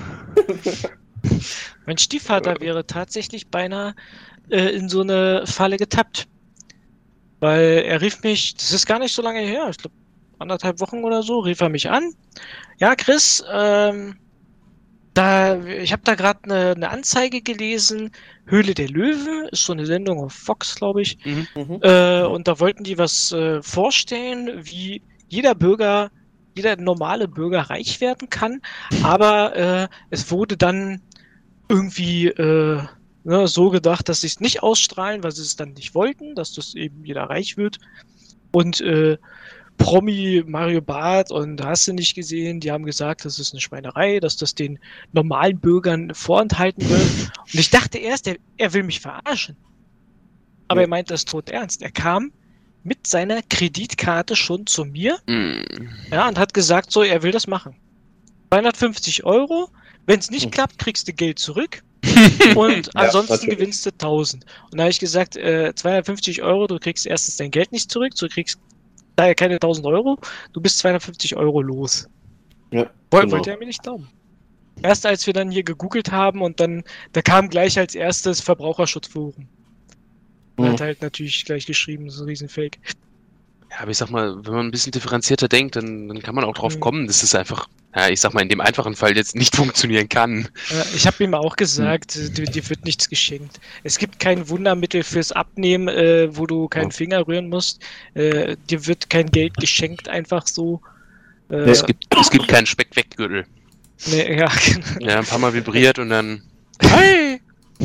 Mein Stiefvater wäre tatsächlich beinahe äh, in so eine Falle getappt. Weil er rief mich, das ist gar nicht so lange her, ich glaube anderthalb Wochen oder so, rief er mich an. Ja, Chris, ähm, da, ich habe da gerade eine, eine Anzeige gelesen, Höhle der Löwen, ist so eine Sendung auf Fox, glaube ich. Mhm. Mhm. Äh, und da wollten die was äh, vorstellen, wie jeder Bürger, jeder normale Bürger reich werden kann. Aber äh, es wurde dann irgendwie äh, ne, so gedacht, dass sie es nicht ausstrahlen, weil sie es dann nicht wollten, dass das eben jeder reich wird. Und äh, Promi, Mario Barth und hast du nicht gesehen, die haben gesagt, das ist eine Schweinerei, dass das den normalen Bürgern vorenthalten wird. Und ich dachte erst, er, er will mich verarschen. Aber Ja. er meint das tot ernst. Er kam mit seiner Kreditkarte schon zu mir, Mhm. ja, und hat gesagt, so, er will das machen. zweihundertfünfzig Euro, wenn es nicht Hm. klappt, kriegst du Geld zurück und ansonsten natürlich. gewinnst du tausend. Und da habe ich gesagt, äh, zweihundertfünfzig Euro, du kriegst erstens dein Geld nicht zurück, du kriegst daher keine tausend Euro, du bist zweihundertfünfzig Euro los. Ja, Woll, genau. Wollte er mir nicht glauben. Erst als wir dann hier gegoogelt haben und dann, da kam gleich als erstes Verbraucherschutzforum. Und Mhm. hat halt natürlich gleich geschrieben, so ein Riesenfake. Ja, aber ich sag mal, wenn man ein bisschen differenzierter denkt, dann, dann kann man auch drauf Mhm. kommen, dass es einfach, ja, ich sag mal, in dem einfachen Fall jetzt nicht funktionieren kann. Äh, Ich habe ihm auch gesagt, äh, dir, dir wird nichts geschenkt. Es gibt kein Wundermittel fürs Abnehmen, äh, wo du keinen Ja. Finger rühren musst. Äh, dir wird kein Geld geschenkt, einfach so. Äh, Es gibt, es gibt keinen Speck-Weg-Gürtel. nee, ja, genau. Ja, ein paar Mal vibriert und dann, hey!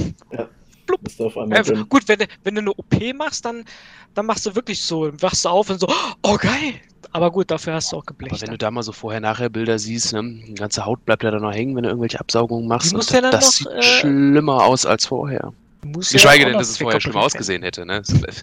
Ist auf einmal Äh, drin. gut, wenn du, wenn du eine O P machst, dann, dann machst du wirklich so, wachst du auf und so, oh geil! Aber gut, dafür hast du auch Aber geblecht. wenn du da mal so Vorher-Nachher-Bilder siehst, ne, die ganze Haut bleibt ja dann noch hängen, wenn du irgendwelche Absaugungen machst. Die muss Und ja dann das noch, sieht äh, schlimmer aus als vorher. Du musst Geschweige ja denn, auch dass noch es vorher schlimm wegkoppeln ausgesehen hätte. Ne?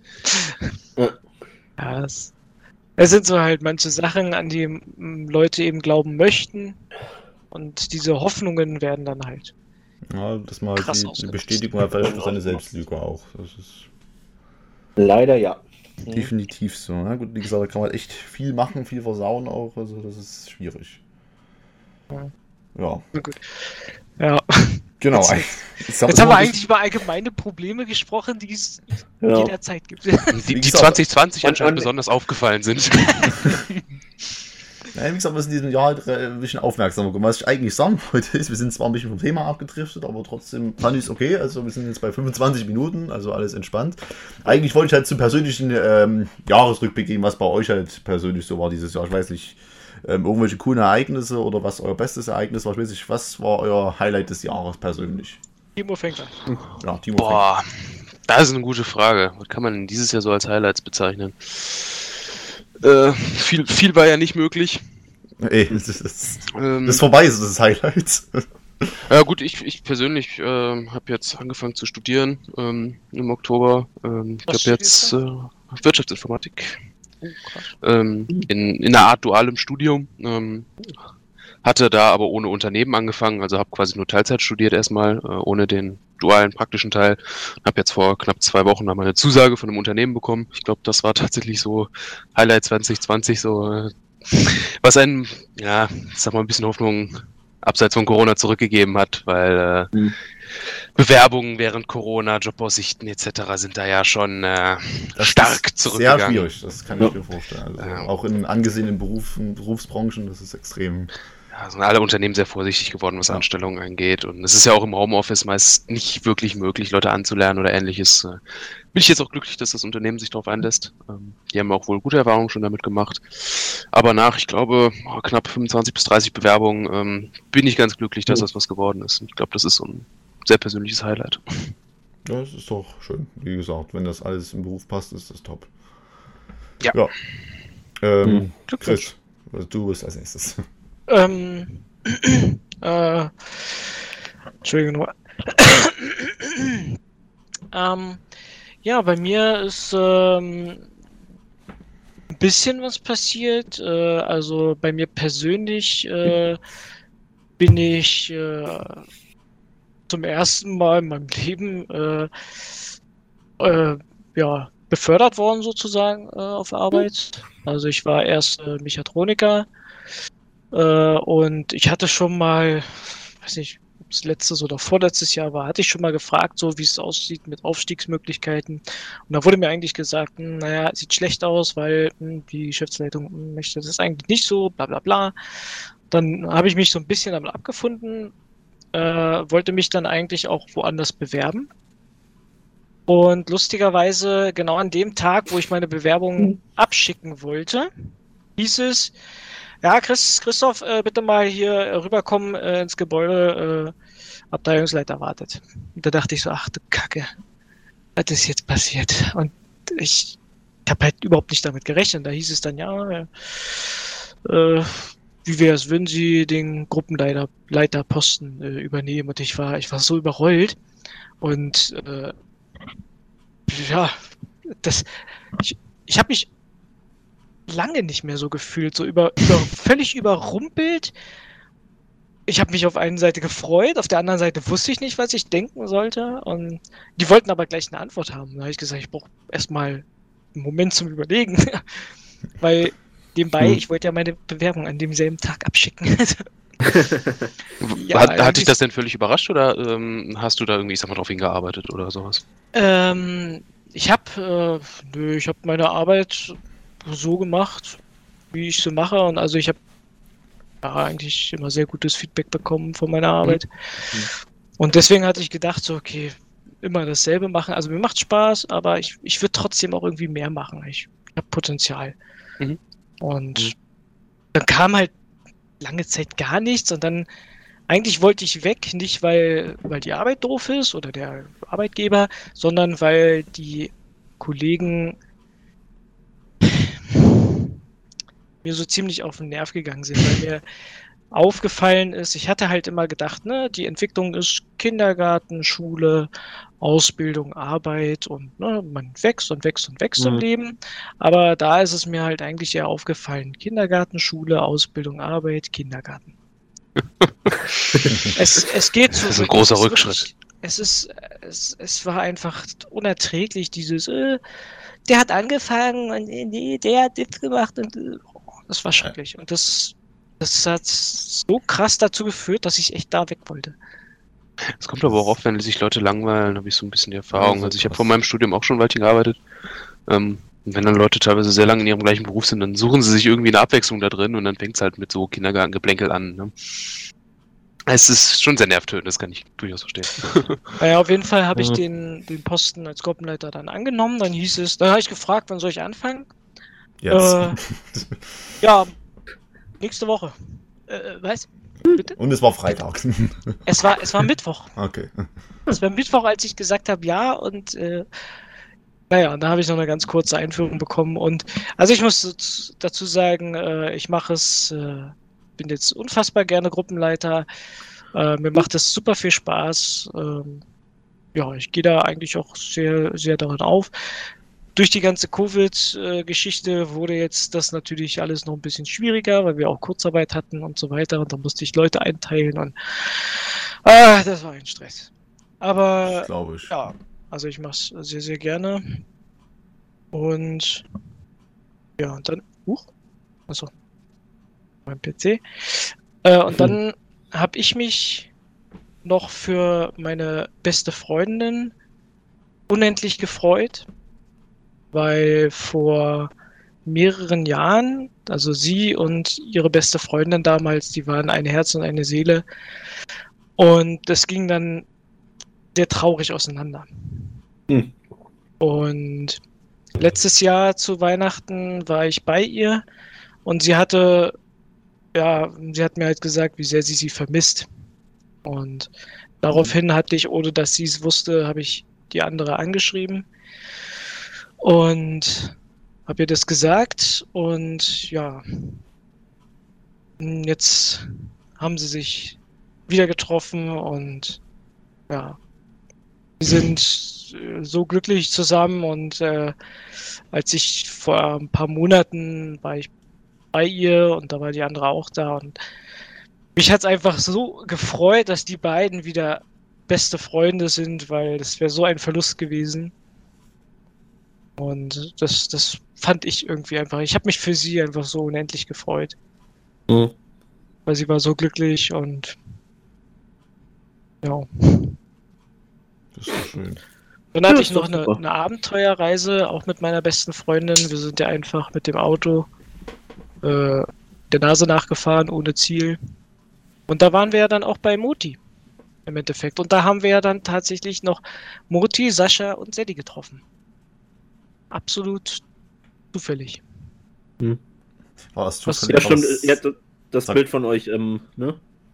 Ja, das, es sind so halt manche Sachen, an die mm, Leute eben glauben möchten. Und diese Hoffnungen werden dann halt. Ja, das mal Krass die, die ausgenutzt. Bestätigung hat vielleicht für seine Selbstlüge auch. Das ist Leider ja. Mhm. definitiv so. Na gut, wie gesagt, da kann man echt viel machen, viel versauen auch. Also das ist schwierig. Ja. Ja, Na gut. Ja. genau. Jetzt- Ich sag Jetzt immer haben wir ein eigentlich über allgemeine Probleme gesprochen, die es Ja. jederzeit gibt. Die, Wie die gesagt, zwanzig zwanzig an- anscheinend an- besonders aufgefallen sind. Ja, wie gesagt, wir sind in diesem Jahr halt ein bisschen aufmerksamer geworden. Was ich eigentlich sagen wollte, ist, wir sind zwar ein bisschen vom Thema abgedriftet, aber trotzdem fand ich es okay. Also wir sind jetzt bei fünfundzwanzig Minuten, also alles entspannt. Eigentlich wollte ich halt zum persönlichen ähm, Jahresrückblick gehen, was bei euch halt persönlich so war dieses Jahr. Ich weiß nicht, ähm, irgendwelche coolen Ereignisse oder was euer bestes Ereignis war. Ich weiß nicht, was war euer Highlight des Jahres persönlich? Timo fängt an. Ja, Timo. Boah, das ist eine gute Frage. Was kann man denn dieses Jahr so als Highlights bezeichnen? Äh, viel, viel war ja nicht möglich. fängt. Ey, das ist, das Ähm, ist vorbei, das ist das Highlight. Ja gut, ich, ich persönlich ähm, habe jetzt angefangen zu studieren ähm, im Oktober. Ähm, ich Was habe jetzt äh, Wirtschaftsinformatik ähm, in, in einer Art dualem Studium. Ähm, hatte da aber ohne Unternehmen angefangen, also habe quasi nur Teilzeit studiert erstmal, äh, ohne den dualen praktischen Teil. Habe jetzt vor knapp zwei Wochen mal eine Zusage von einem Unternehmen bekommen. Ich glaube, das war tatsächlich so Highlight zwanzig zwanzig, so äh, Was einen, ja, ich sag mal, ein bisschen Hoffnung abseits von Corona zurückgegeben hat, weil äh, Hm. Bewerbungen während Corona, Jobaussichten et cetera sind da ja schon äh, Das stark ist zurückgegangen. sehr schwierig, das kann Ja. ich mir vorstellen. Also Ja. auch in angesehenen Berufen, Berufsbranchen, das ist extrem. Ja, sind alle Unternehmen sehr vorsichtig geworden, was Ja. Anstellungen angeht. Und es ist ja auch im Homeoffice meist nicht wirklich möglich, Leute anzulernen oder ähnliches. Äh, Bin ich jetzt auch glücklich, dass das Unternehmen sich darauf einlässt. Ähm, Die haben auch wohl gute Erfahrungen schon damit gemacht. Aber nach, ich glaube, oh, knapp fünfundzwanzig bis dreißig Bewerbungen ähm, bin ich ganz glücklich, dass Mhm. das was geworden ist. Und ich glaube, das ist so ein sehr persönliches Highlight. Ja, das ist doch schön. Wie gesagt, wenn das alles im Beruf passt, ist das top. Ja. ja. Ähm, Mhm. Chris, du bist als nächstes. Ähm, äh, Entschuldigung nur. ähm, ja, bei mir ist ähm, ein bisschen was passiert. Äh, also bei mir persönlich äh, bin ich äh, zum ersten Mal in meinem Leben äh, äh, ja, befördert worden sozusagen äh, auf Arbeit. Also ich war erst äh, Mechatroniker. Äh, und ich hatte schon mal, weiß nicht, ob es letztes oder vorletztes Jahr war, hatte ich schon mal gefragt, so wie es aussieht mit Aufstiegsmöglichkeiten. Und da wurde mir eigentlich gesagt, hm, naja, sieht schlecht aus, weil hm, die Geschäftsleitung hm, möchte das eigentlich nicht so, bla bla bla. Dann habe ich mich so ein bisschen damit abgefunden, äh, wollte mich dann eigentlich auch woanders bewerben. Und lustigerweise, genau an dem Tag, wo ich meine Bewerbung abschicken wollte, hieß es, ja, Chris, Christoph, äh, bitte mal hier rüberkommen äh, ins Gebäude, äh, Abteilungsleiter wartet. Und da dachte ich so, ach du Kacke, was ist jetzt passiert? Und ich habe halt überhaupt nicht damit gerechnet. Da hieß es dann, ja, äh, wie wäre es, wenn Sie den Gruppenleiter Leiterposten äh, übernehmen? Und ich war, ich war so überrollt. Und äh, ja, das, ich, ich habe mich lange nicht mehr so gefühlt, so über, über völlig überrumpelt. Ich habe mich auf einer Seite gefreut, auf der anderen Seite wusste ich nicht, was ich denken sollte. Und die wollten aber gleich eine Antwort haben. Da habe ich gesagt, ich brauche erstmal einen Moment zum Überlegen. Weil nebenbei, Hm. ich wollte ja meine Bewerbung an demselben Tag abschicken. Ja, hat, hat dich eigentlich- das denn völlig überrascht oder ähm, hast du da irgendwie, ich sag mal, drauf hingearbeitet oder sowas? Ähm, ich habe, äh, nö, ich habe meine Arbeit so gemacht, wie ich sie mache. Und also ich habe ja, eigentlich immer sehr gutes Feedback bekommen von meiner Arbeit. Mhm. Und deswegen hatte ich gedacht, so, okay, immer dasselbe machen. Also mir macht Spaß, aber ich, ich würde trotzdem auch irgendwie mehr machen. Ich habe Potenzial. Mhm. Und Mhm. dann kam halt lange Zeit gar nichts und dann eigentlich wollte ich weg, nicht weil, weil die Arbeit doof ist oder der Arbeitgeber, sondern weil die Kollegen mir so ziemlich auf den Nerv gegangen sind, weil mir aufgefallen ist, ich hatte halt immer gedacht, ne, die Entwicklung ist Kindergarten, Schule, Ausbildung, Arbeit und ne, man wächst und wächst und wächst im Mhm. Leben. Aber da ist es mir halt eigentlich eher aufgefallen, Kindergarten, Schule, Ausbildung, Arbeit, Kindergarten. es, es geht so. Das ist ein wirklich, großer es ist Rückschritt. Wirklich, es ist, es, es war einfach unerträglich, dieses, äh, der hat angefangen und äh, nee, der hat das gemacht und äh, oh, das war schrecklich. Und das, das hat so krass dazu geführt, dass ich echt da weg wollte. Es kommt aber auch oft, wenn sich Leute langweilen, habe ich so ein bisschen die Erfahrung. Ja, so Also ich habe krass. vor meinem Studium auch schon ein Weilchen gearbeitet. Ähm, und wenn dann Leute teilweise sehr lange in ihrem gleichen Beruf sind, dann suchen sie sich irgendwie eine Abwechslung da drin und dann fängt es halt mit so Kindergartengeplänkel an. Ne? Es ist schon sehr nervtötend, das kann ich durchaus verstehen. Naja, auf jeden Fall habe ich Mhm. den, den Posten als Gruppenleiter dann angenommen. Dann hieß es, dann habe ich gefragt, wann soll ich anfangen? Jetzt. Äh, Ja, nächste Woche. Äh, was? Bitte? Und es war Freitag. Es war, es war Mittwoch. Okay. Es war Mittwoch, als ich gesagt habe, ja, und äh, naja, und da habe ich noch eine ganz kurze Einführung bekommen. Und also ich muss dazu- dazu sagen, äh, ich mache es, äh, bin jetzt unfassbar gerne Gruppenleiter. Äh, mir macht es super viel Spaß. Ähm, ja, ich gehe da eigentlich auch sehr, sehr darin auf. Durch die ganze Covid-Geschichte wurde jetzt das natürlich alles noch ein bisschen schwieriger, weil wir auch Kurzarbeit hatten und so weiter. Und da musste ich Leute einteilen und ah, das war ein Stress. Aber Glaube ich. ja, also ich mache es sehr, sehr gerne. Und ja, und dann. Huch. Achso. Mein P C. Äh, und dann habe ich mich noch für meine beste Freundin unendlich gefreut, weil vor mehreren Jahren, also sie und ihre beste Freundin damals, die waren ein Herz und eine Seele. Und das ging dann sehr traurig auseinander. Hm. Und letztes Jahr zu Weihnachten war ich bei ihr und sie hatte, ja, sie hat mir halt gesagt, wie sehr sie sie vermisst. Und daraufhin hatte ich, ohne dass sie es wusste, habe ich die andere angeschrieben und habe ihr das gesagt. Und ja, jetzt haben sie sich wieder getroffen und ja, wir sind so glücklich zusammen. Und äh, als ich vor ein paar Monaten war ich bei ihr und da war die andere auch da und mich hat es einfach so gefreut, dass die beiden wieder beste Freunde sind, weil das wäre so ein Verlust gewesen. Und das, das fand ich irgendwie einfach. Ich habe mich für sie einfach so unendlich gefreut. Mhm. Weil sie war so glücklich und ja. Das ist doch schön. Dann hatte Ja, ich ist noch doch eine, super. eine Abenteuerreise, auch mit meiner besten Freundin. Wir sind ja einfach mit dem Auto äh, der Nase nachgefahren, ohne Ziel. Und da waren wir ja dann auch bei Moti im Endeffekt. Und da haben wir ja dann tatsächlich noch Moti, Sascha und Sadie getroffen. Absolut zufällig. War das Was- zufällig? Ja, stimmt. aus- Ihr habt das Sag- Bild von euch, ähm, ne?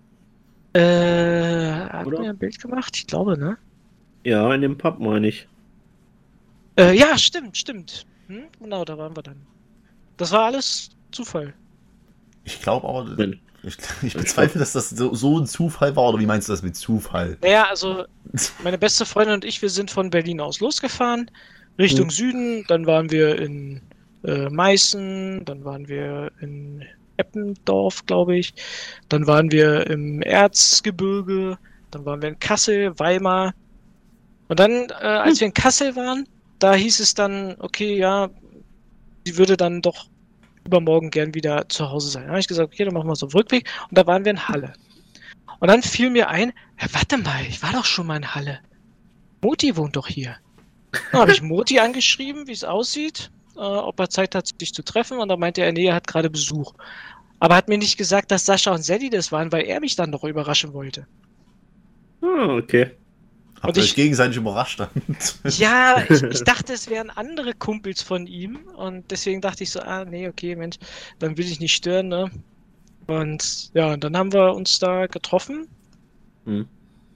Äh, hat Oder? mir ein Bild gemacht? Ich glaube, ne? Ja, in dem Pub meine ich. Äh, ja, stimmt, stimmt. Hm? Genau, da waren wir dann. Das war alles Zufall. Ich glaube aber, Wenn- ich, ich bezweifle, dass das so, so ein Zufall war. Oder wie meinst du das mit Zufall? Naja, also meine beste Freundin und ich, wir sind von Berlin aus losgefahren, Richtung Hm. Süden. Dann waren wir in äh, Meißen, dann waren wir in Eppendorf, glaube ich. Dann waren wir im Erzgebirge, dann waren wir in Kassel, Weimar. Und dann, äh, als wir in Kassel waren, da hieß es dann, okay, ja, sie würde dann doch übermorgen gern wieder zu Hause sein. Da habe ich gesagt, okay, dann machen wir es auf Rückweg. Und da waren wir in Halle. Und dann fiel mir ein, ja, warte mal, ich war doch schon mal in Halle. Moti wohnt doch hier. Dann habe ich Moti angeschrieben, wie es aussieht, äh, ob er Zeit hat, sich zu treffen. Und dann meinte er, nee, er hat gerade Besuch. Aber hat mir nicht gesagt, dass Sascha und Sadie das waren, weil er mich dann noch überraschen wollte. Ah, okay. Habt Und ihr ich- euch gegenseitig überrascht dann? Ja, ich, ich dachte, es wären andere Kumpels von ihm. Und deswegen dachte ich so, ah, nee, okay, Mensch, dann will ich nicht stören, ne? Und ja, dann haben wir uns da getroffen. Hm.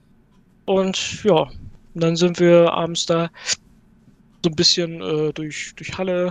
Und ja, und dann sind wir abends da so ein bisschen äh, durch, durch Halle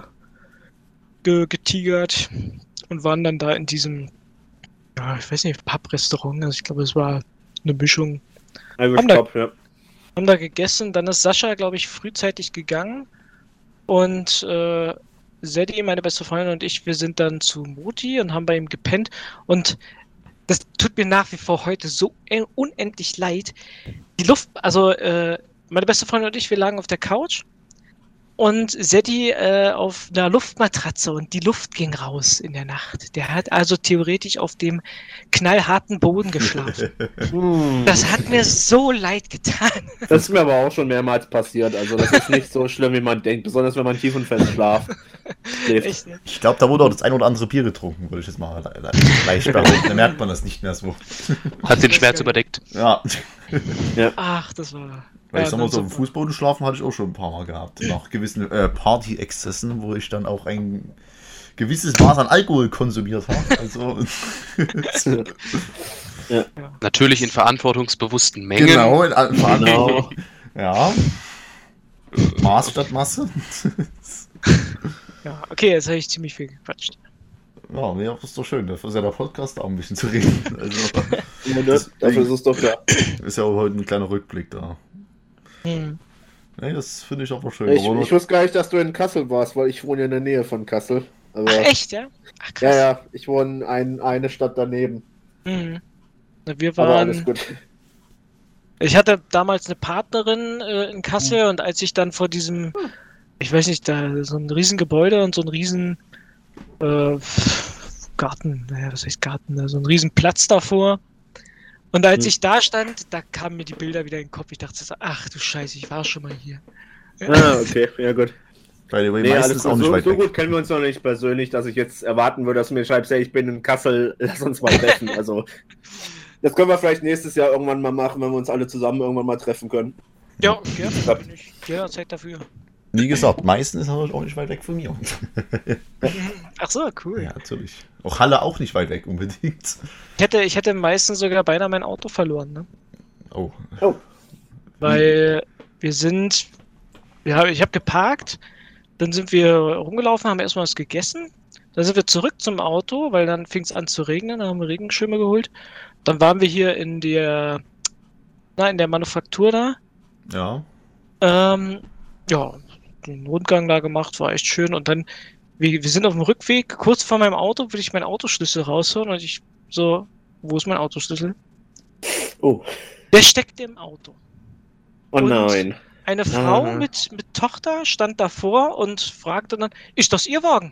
ge getigert und waren dann da in diesem, ja, ich weiß nicht, Pub-Restaurant. Also ich glaube, es war eine Mischung. Irish Haben da- Pub, ja. Haben da gegessen, dann ist Sascha, glaube ich, frühzeitig gegangen und äh, Sadie, meine beste Freundin und ich, wir sind dann zu Moti und haben bei ihm gepennt und das tut mir nach wie vor heute so en- unendlich leid. Die Luft, also äh, meine beste Freundin und ich, wir lagen auf der Couch und Sadie äh, auf einer Luftmatratze und die Luft ging raus in der Nacht. Der hat also theoretisch auf dem knallharten Boden geschlafen. Das hat mir so leid getan. Das ist mir aber auch schon mehrmals passiert. Also das ist nicht so schlimm, wie man denkt. Besonders wenn man tief und fest schlaft. schläft. Echt, ne? Ich glaube, da wurde auch das ein oder andere Bier getrunken, würde ich jetzt mal le- le- leicht behaupten. Da merkt man das nicht mehr so. Hat den Das Schmerz kann- überdeckt. Ja, Ach, das war. weil ich ja, sag mal, dann so auf dem super. Fußboden schlafen hatte ich auch schon ein paar Mal gehabt. Nach gewissen äh, Party-Exzessen, wo ich dann auch ein gewisses Maß an Alkohol konsumiert habe. Also, Natürlich in verantwortungsbewussten Mengen. genau, in allen Genau. Verantwortung. Ja. Maß statt Masse. Ja, okay, jetzt habe ich ziemlich viel gequatscht. Ja, nee, das ist doch schön. Dafür ist ja der Podcast auch ein bisschen zu reden. Also, Ja, ne? Dafür ist es doch da. ist ja auch heute ein kleiner Rückblick da. Hm. Nee, das finde ich aber schön. Ich, Aber ich wusste gar nicht, dass du in Kassel warst, weil ich wohne ja in der Nähe von Kassel. Aber, Ach, echt, ja? Ach, ja, krass. ja, ich wohne ein, eine Stadt daneben. Mhm. Na, wir Aber alles waren. gut. Ich hatte damals eine Partnerin äh, in Kassel und als ich dann vor diesem, ich weiß nicht, da so ein Riesengebäude und so ein riesen, äh, Garten, naja, was heißt Garten, da so ein riesen Platz davor. Und als Hm. ich da stand, da kamen mir die Bilder wieder in den Kopf. Ich dachte so, ach du Scheiße, ich war schon mal hier. Ah, okay, ja gut. By the way, Nee, meistens alles auch gut. nicht So, weit so weg. gut kennen wir uns noch nicht persönlich, dass ich jetzt erwarten würde, dass du mir schreibst, hey, ich bin in Kassel, lass uns mal treffen. Also, das können wir vielleicht nächstes Jahr irgendwann mal machen, wenn wir uns alle zusammen irgendwann mal treffen können. Ja, gerne, da bin ich jederzeit dafür. Wie gesagt, meistens ist er auch nicht weit weg von mir. Ach so, cool. Ja, natürlich. Auch Halle auch nicht weit weg unbedingt. Ich hätte, ich hätte meistens sogar beinahe mein Auto verloren, ne? Oh. Oh. Weil wir sind, ja, ich habe geparkt, dann sind wir rumgelaufen, haben erstmal was gegessen, dann sind wir zurück zum Auto, weil dann fing es an zu regnen, dann haben wir Regenschirme geholt. Dann waren wir hier in der, na, in der Manufaktur da. Ja. Ähm, ja, den Rundgang da gemacht, war echt schön. Und dann, wir, wir sind auf dem Rückweg, kurz vor meinem Auto, will ich meinen Autoschlüssel rausholen und ich so, wo ist mein Autoschlüssel? Oh. Der steckte im Auto. Oh Und- nein. Eine Frau Aha. mit, mit Tochter stand davor und fragte dann, ist das Ihr Wagen?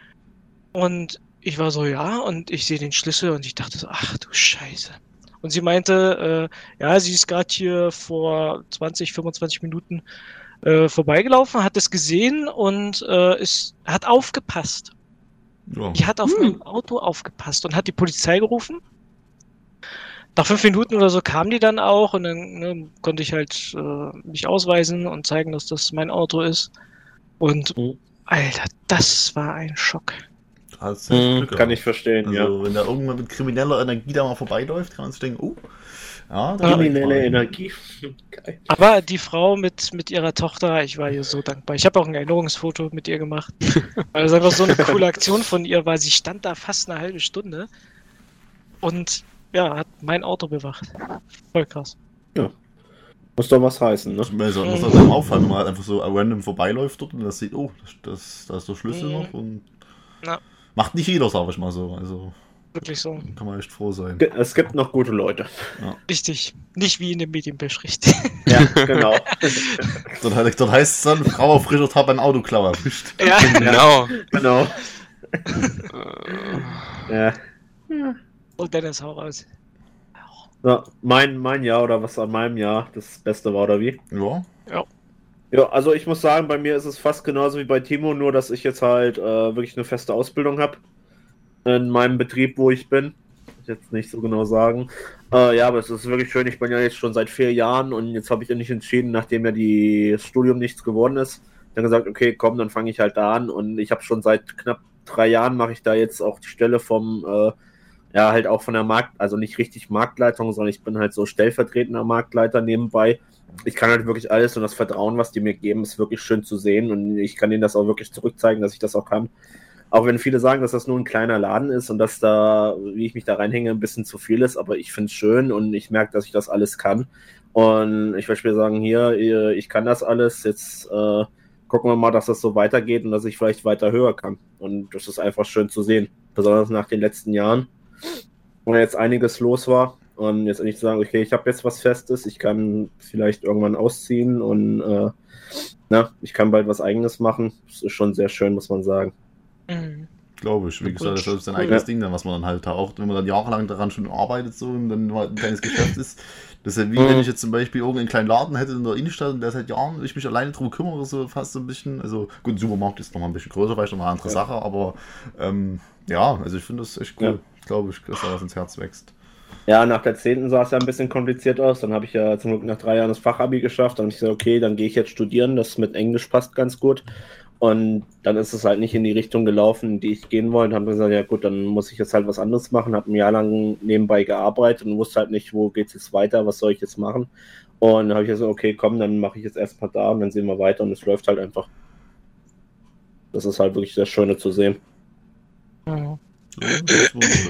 Und ich war so, ja, und ich sehe den Schlüssel und ich dachte so, ach du Scheiße. Und sie meinte, äh, ja, sie ist gerade hier vor zwanzig, fünfundzwanzig Minuten äh, vorbeigelaufen, hat es gesehen und äh, ist, hat aufgepasst. Ja. Die hat auf Hm. mein Auto aufgepasst und hat die Polizei gerufen. Nach fünf Minuten oder so kam die dann auch und dann ne, konnte ich halt äh, mich ausweisen und zeigen, dass das mein Auto ist. Und Hm. Alter, das war ein Schock. Du hast echt Hm, Glück kann gehabt. ich verstehen, Also, ja. wenn da irgendwann mit krimineller Energie da mal vorbeiläuft, kann man sich denken, oh, ja, da Kriminelle Energie. Geil. Aber die Frau mit, mit ihrer Tochter, ich war ihr so dankbar. Ich habe auch ein Erinnerungsfoto mit ihr gemacht. Weil das einfach so eine coole Aktion von ihr war. Sie stand da fast eine halbe Stunde und ja, hat mein Auto bewacht. Voll krass. Muss doch was heißen, ne? Also, muss das einem auffallen, wenn man halt einfach so random vorbeiläuft dort und das sieht, oh, das, das, da ist der Schlüssel Mhm. noch und Ja. macht nicht jeder, sag ich mal so. Also Wirklich so. kann man echt froh sein. Ge- Es gibt noch gute Leute. Richtig. Nicht wie in dem Medienbericht. Ja, genau. Dort, halt- dort heißt es dann, Frau auf frischer Tat ein Autoklau erwischt. ja. Genau. Genau. Äh, Ja. Und Dennis, hau raus. So, mein, mein Jahr oder was an meinem Jahr das Beste war, oder wie? Ja, Ja, also ich muss sagen, bei mir ist es fast genauso wie bei Timo, nur dass ich jetzt halt äh, wirklich eine feste Ausbildung habe in meinem Betrieb, wo ich bin. Muss ich jetzt nicht so genau sagen. Äh, ja, aber es ist wirklich schön. Ich bin ja jetzt schon seit vier Jahren und jetzt habe ich ja nicht entschieden, nachdem ja die das Studium nichts geworden ist, dann gesagt, okay, komm, dann fange ich halt da an und ich habe schon seit knapp drei Jahren mache ich da jetzt auch die Stelle vom äh, ja, halt auch von der Markt, also nicht richtig Marktleitung, sondern ich bin halt so stellvertretender Marktleiter nebenbei. Ich kann halt wirklich alles und das Vertrauen, was die mir geben, ist wirklich schön zu sehen und ich kann ihnen das auch wirklich zurückzeigen, dass ich das auch kann. Auch wenn viele sagen, dass das nur ein kleiner Laden ist und dass da, wie ich mich da reinhänge, ein bisschen zu viel ist, aber ich finde es schön und ich merke, dass ich das alles kann. Und ich möchte mir sagen, hier, ich kann das alles, jetzt äh, gucken wir mal, dass das so weitergeht und dass ich vielleicht weiter höher kann. Und das ist einfach schön zu sehen, besonders nach den letzten Jahren, wo jetzt einiges los war. Und jetzt nicht zu sagen, okay, ich habe jetzt was Festes, ich kann vielleicht irgendwann ausziehen und äh, na, ich kann bald was Eigenes machen. Das ist schon sehr schön, muss man sagen. Mhm. glaube ich. Wie gesagt, das ist sein Cool. eigenes Ja. Ding, dann, was man dann halt auch, wenn man dann jahrelang daran schon arbeitet so und dann mal ein kleines Geschäft ist. Das ist ja wie Mhm. wenn ich jetzt zum Beispiel irgendeinen kleinen Laden hätte in der Innenstadt und der seit Jahren ich mich alleine drum kümmere, so fast so ein bisschen. Also gut, ein Supermarkt ist nochmal ein bisschen größer, vielleicht nochmal eine andere Ja. Sache, aber ähm, ja, also ich finde das echt cool. Ja. Glaube ich, dass da was ins Herz wächst. Ja, nach der zehnten sah es ja ein bisschen kompliziert aus. Dann habe ich ja zum Glück nach drei Jahren das Fachabi geschafft. Dann habe ich gesagt, okay, dann gehe ich jetzt studieren. Das mit Englisch passt ganz gut. Und dann ist es halt nicht in die Richtung gelaufen, in die ich gehen wollte. Dann habe ich gesagt, ja gut, dann muss ich jetzt halt was anderes machen. Habe ein Jahr lang nebenbei gearbeitet und wusste halt nicht, wo geht es jetzt weiter, was soll ich jetzt machen. Und dann habe ich gesagt, okay, komm, dann mache ich jetzt erstmal da und dann sehen wir weiter und es läuft halt einfach. Das ist halt wirklich das Schöne zu sehen. Mhm. So, das ist wunderschön.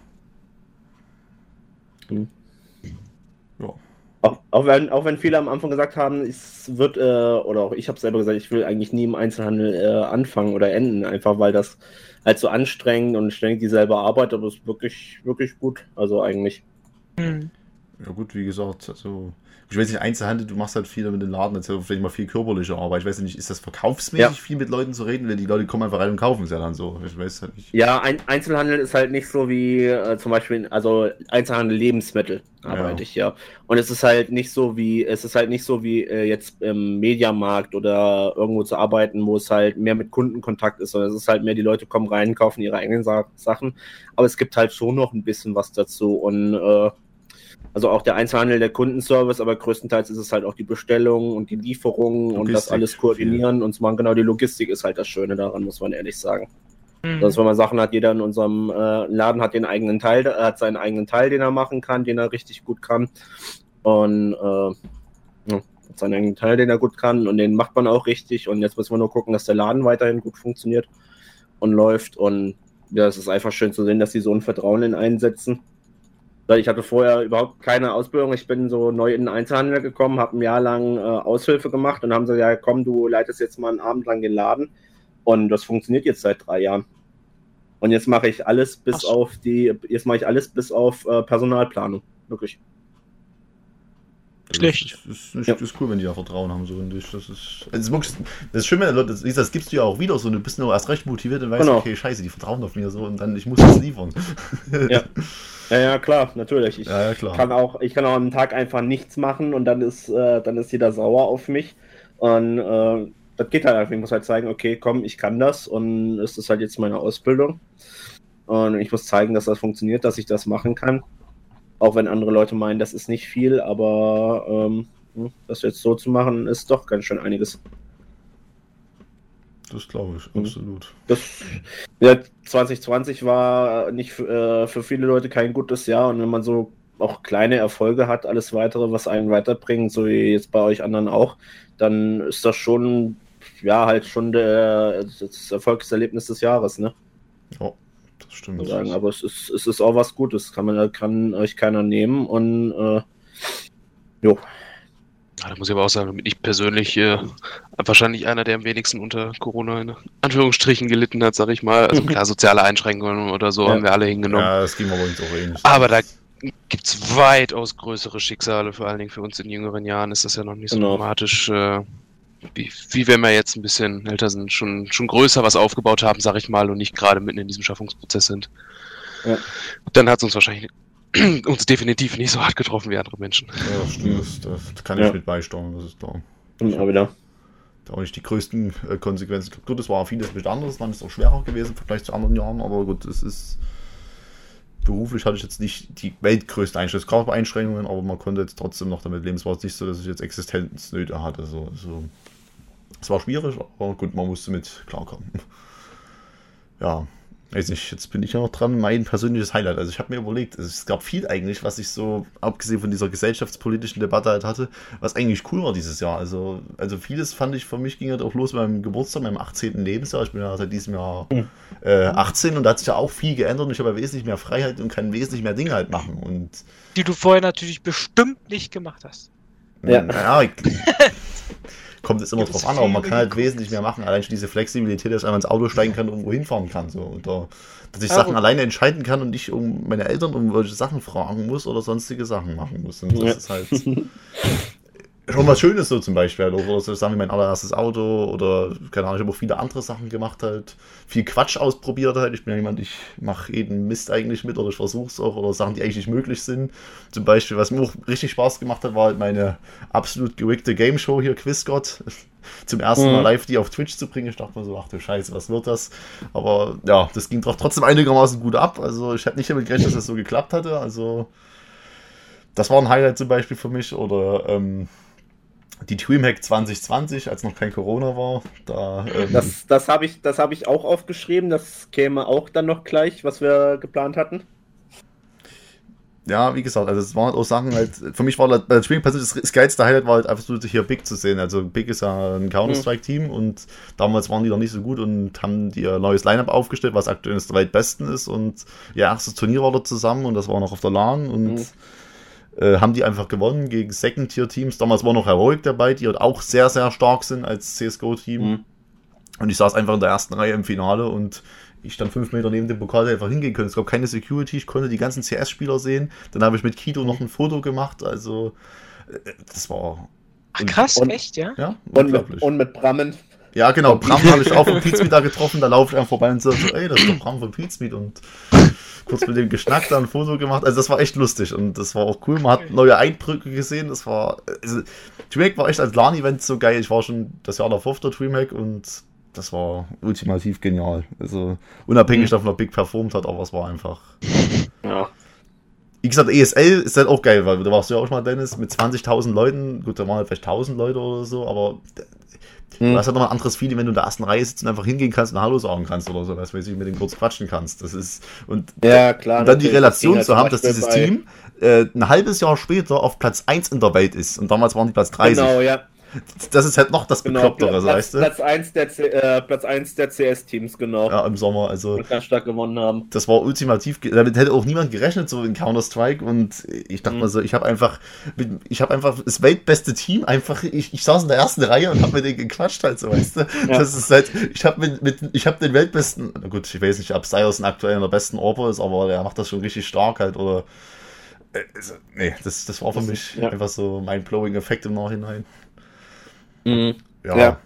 Mhm. Ja. Auch, auch, wenn, auch wenn viele am Anfang gesagt haben, es wird, äh, oder auch ich habe selber gesagt, ich will eigentlich nie im Einzelhandel äh, anfangen oder enden, einfach weil das halt so anstrengend und ständig dieselbe Arbeit, aber es ist wirklich, wirklich gut. Also eigentlich. Mhm. Ja gut, wie gesagt, also ich weiß nicht, Einzelhandel, du machst halt viel mit dem Laden, also vielleicht mal viel körperliche Arbeit. Ich weiß nicht, ist das verkaufsmäßig Ja. viel mit Leuten zu reden, weil die Leute kommen einfach rein und kaufen es ja dann so. Ich weiß halt nicht. Ja, ein Einzelhandel ist halt nicht so wie äh, zum Beispiel, also Einzelhandel Lebensmittel arbeite Ja. ich ja. Und es ist halt nicht so wie, es ist halt nicht so wie äh, jetzt im Mediamarkt oder irgendwo zu arbeiten, wo es halt mehr mit Kundenkontakt ist, sondern es ist halt mehr, die Leute kommen rein, kaufen ihre eigenen Sa- Sachen. Aber es gibt halt schon noch ein bisschen was dazu. Und äh, also auch der Einzelhandel, der Kundenservice, aber größtenteils ist es halt auch die Bestellung und die Lieferung und das Logistik alles koordinieren und so machen. Genau, die Logistik ist halt das Schöne daran, muss man ehrlich sagen. Mhm. Das ist, wenn man Sachen hat, jeder in unserem äh, Laden hat den eigenen Teil, er hat seinen eigenen Teil, den er machen kann, den er richtig gut kann. Und äh, ja, hat seinen eigenen Teil, den er gut kann und den macht man auch richtig. Und jetzt müssen wir nur gucken, dass der Laden weiterhin gut funktioniert und läuft. Und ja, es ist einfach schön zu sehen, dass sie so ein Vertrauen in einen setzen. Weil ich hatte vorher überhaupt keine Ausbildung. Ich bin so neu in den Einzelhandel gekommen, habe ein Jahr lang äh, Aushilfe gemacht und haben sie gesagt, ja komm, du leitest jetzt mal einen Abend lang den Laden. Und das funktioniert jetzt seit drei Jahren. Und jetzt mache ich alles bis Ach. auf die, jetzt mache ich alles bis auf äh, Personalplanung. Wirklich. Schlecht. Das ist, nicht, Ja. das ist cool, wenn die da Vertrauen haben. So. Und ich, das, ist, das, ist wirklich, das ist schön, wenn Leute, das, das gibst du ja auch wieder so. Du bist nur erst recht motiviert und weißt, Genau. okay, scheiße, die vertrauen auf mir so und dann, ich muss das liefern. Ja. Ja, ja, klar, natürlich. Ich Ja, ja, klar. kann auch, ich kann auch am Tag einfach nichts machen und dann ist, äh, dann ist jeder sauer auf mich. Und äh, das geht halt einfach. Ich muss halt zeigen, okay, komm, ich kann das und es ist halt jetzt meine Ausbildung. Und ich muss zeigen, dass das funktioniert, dass ich das machen kann. Auch wenn andere Leute meinen, das ist nicht viel, aber ähm, das jetzt so zu machen, ist doch ganz schön einiges. Das glaube ich, Mhm. absolut. Das ja, zwanzig zwanzig war nicht für, äh, für viele Leute kein gutes Jahr und wenn man so auch kleine Erfolge hat, alles weitere, was einen weiterbringt, so wie jetzt bei euch anderen auch, dann ist das schon, ja, halt schon der, das Erfolgserlebnis des Jahres, ne? Ja, das stimmt. Sagen. Aber es ist, es ist auch was Gutes, kann man kann euch keiner nehmen und äh, jo. Ja, da muss ich aber auch sagen, bin ich persönlich äh, wahrscheinlich einer, der am wenigsten unter Corona in Anführungsstrichen gelitten hat, sag ich mal. Also klar, soziale Einschränkungen oder so Ja. haben wir alle hingenommen. Ja, das ging aber uns auch ähnlich. Aber da gibt es weitaus größere Schicksale, vor allen Dingen für uns in jüngeren Jahren ist das ja noch nicht so Genau. dramatisch, äh, wie, wie wenn wir jetzt ein bisschen älter sind, schon, schon größer was aufgebaut haben, sag ich mal, und nicht gerade mitten in diesem Schaffungsprozess sind. Ja. Dann hat es uns wahrscheinlich uns definitiv nicht so hart getroffen wie andere Menschen. Ja, das stimmt. Das, das kann ich Ja. mit beisteuern, das ist klar. Und auch wieder. Da auch nicht die größten äh, Konsequenzen. Gut, es war vieles mit anderes, dann ist es auch schwerer gewesen im Vergleich zu anderen Jahren, aber gut, es ist. Beruflich hatte ich jetzt nicht die weltgrößte Einschränkung. Es gab Einschränkungen, aber man konnte jetzt trotzdem noch damit leben. Es war jetzt nicht so, dass ich jetzt Existenznöte hatte. So, so. Es war schwierig, aber gut, man musste mit klarkommen. Ja, weiß nicht, jetzt bin ich ja noch dran, mein persönliches Highlight. Also ich habe mir überlegt, es gab viel eigentlich, was ich so, abgesehen von dieser gesellschaftspolitischen Debatte halt hatte, was eigentlich cool war dieses Jahr. Also, also vieles fand ich, für mich ging halt auch los mit meinem Geburtstag, meinem achtzehnten Lebensjahr. Ich bin ja seit diesem Jahr äh, achtzehn und da hat sich ja auch viel geändert und ich habe ja wesentlich mehr Freiheit und kann wesentlich mehr Dinge halt machen. Und Die du vorher natürlich bestimmt nicht gemacht hast. Ja. naja, ich, kommt es immer Gibt's drauf an, aber man viele kann halt Gründe. wesentlich mehr machen. Allein schon diese Flexibilität, dass ich einmal ins Auto steigen kann und irgendwo hinfahren kann. So. Oder dass ich Ja, Sachen gut. alleine entscheiden kann und nicht um meine Eltern um welche Sachen fragen muss oder sonstige Sachen machen muss. Und das Ja. ist halt schon was Schönes so zum Beispiel. Oder so Sachen wie mein allererstes Auto oder, keine Ahnung, ich habe auch viele andere Sachen gemacht halt. Viel Quatsch ausprobiert halt. Ich bin ja jemand, ich mache jeden Mist eigentlich mit oder ich versuche es auch oder Sachen, die eigentlich nicht möglich sind. Zum Beispiel, was mir auch richtig Spaß gemacht hat, war halt meine absolut gewickte Game Show hier, Quizgott. Zum ersten Mhm. Mal live die auf Twitch zu bringen. Ich dachte mir so, ach du Scheiße, was wird das? Aber ja, das ging doch trotzdem einigermaßen gut ab. Also ich hätte nicht damit gerechnet, dass das so geklappt hatte. Also das war ein Highlight zum Beispiel für mich. Oder ähm, die Dreamhack zwanzig zwanzig, als noch kein Corona war. Da, ähm, Das, das habe ich, das hab ich auch aufgeschrieben. Das käme auch dann noch gleich, was wir geplant hatten. ja, wie gesagt, also es waren halt auch Sachen halt, für mich war halt, bei der Dreamhack persönlich das, das geilste Highlight war halt einfach so hier Big zu sehen. Also Big ist ja ein Counter-Strike-Team und damals waren die noch nicht so gut und haben ihr neues Line-Up aufgestellt, was aktuell das zweitbesten ist und ihr erstes Turnier war dort zusammen und das war noch auf der LAN und Mhm. äh, haben die einfach gewonnen gegen Second-Tier-Teams. Damals war noch Heroic dabei, die halt auch sehr, sehr stark sind als C S G O-Team. Mhm. Und ich saß einfach in der ersten Reihe im Finale und ich stand fünf Meter neben dem Pokal einfach hingehen können. Es gab keine Security, ich konnte die ganzen C S-Spieler sehen. Dann habe ich mit Kido noch ein Foto gemacht, also das war... Ach krass, und, echt, ja? Ja, und mit, und mit Brammen. Ja, genau, Bram habe ich auch von Pizmeet da getroffen, da laufe ich einfach vorbei und so, ey, das ist doch Bram von Pizmeet und kurz mit dem geschnackt, dann ein Foto gemacht, also das war echt lustig und das war auch cool, man hat neue Eindrücke gesehen, das war, also DreamHack war echt als LAN-Event so geil, ich war schon das Jahr davor auf der DreamHack und das war ultimativ genial, also unabhängig davon, ob Big performt hat, aber es war einfach... Ja. Wie gesagt, E S L ist halt auch geil, weil da warst du ja auch schon mal, Dennis, mit zwanzigtausend Leuten, gut, da waren halt vielleicht tausend Leute oder so, aber hm. du hast halt noch ein anderes Feeling, wenn du in der ersten Reihe sitzt und einfach hingehen kannst und Hallo sagen kannst oder so, was weiß ich, mit denen kurz quatschen kannst. Das ist, und, ja, klar, und dann die Relation zu haben, dass dieses bei... Team äh, ein halbes Jahr später auf Platz eins in der Welt ist und damals waren die Platz dreißig. Genau, ja. Das ist halt noch das genau, Beklopptere, Platz, weißt du? Platz eins der, C- äh, Platz eins der C S-Teams, genau. Ja, im Sommer, also. Und ganz stark gewonnen haben. Das war ultimativ, damit hätte auch niemand gerechnet, so in Counter-Strike und ich dachte mhm. mal so, ich habe einfach, ich habe einfach das weltbeste Team, einfach, ich, ich saß in der ersten Reihe und habe mit denen gequatscht halt so, weißt du? Ja. Das ist halt, ich habe mit, mit, ich habe den weltbesten, na gut, ich weiß nicht, ob Styles aktuell in der besten Orber ist, aber der macht das schon richtig stark halt, oder, also, nee, das, das war für das mich ist, ja. einfach so mind-blowing Effekt im Nachhinein. Mhm. Ja, ja,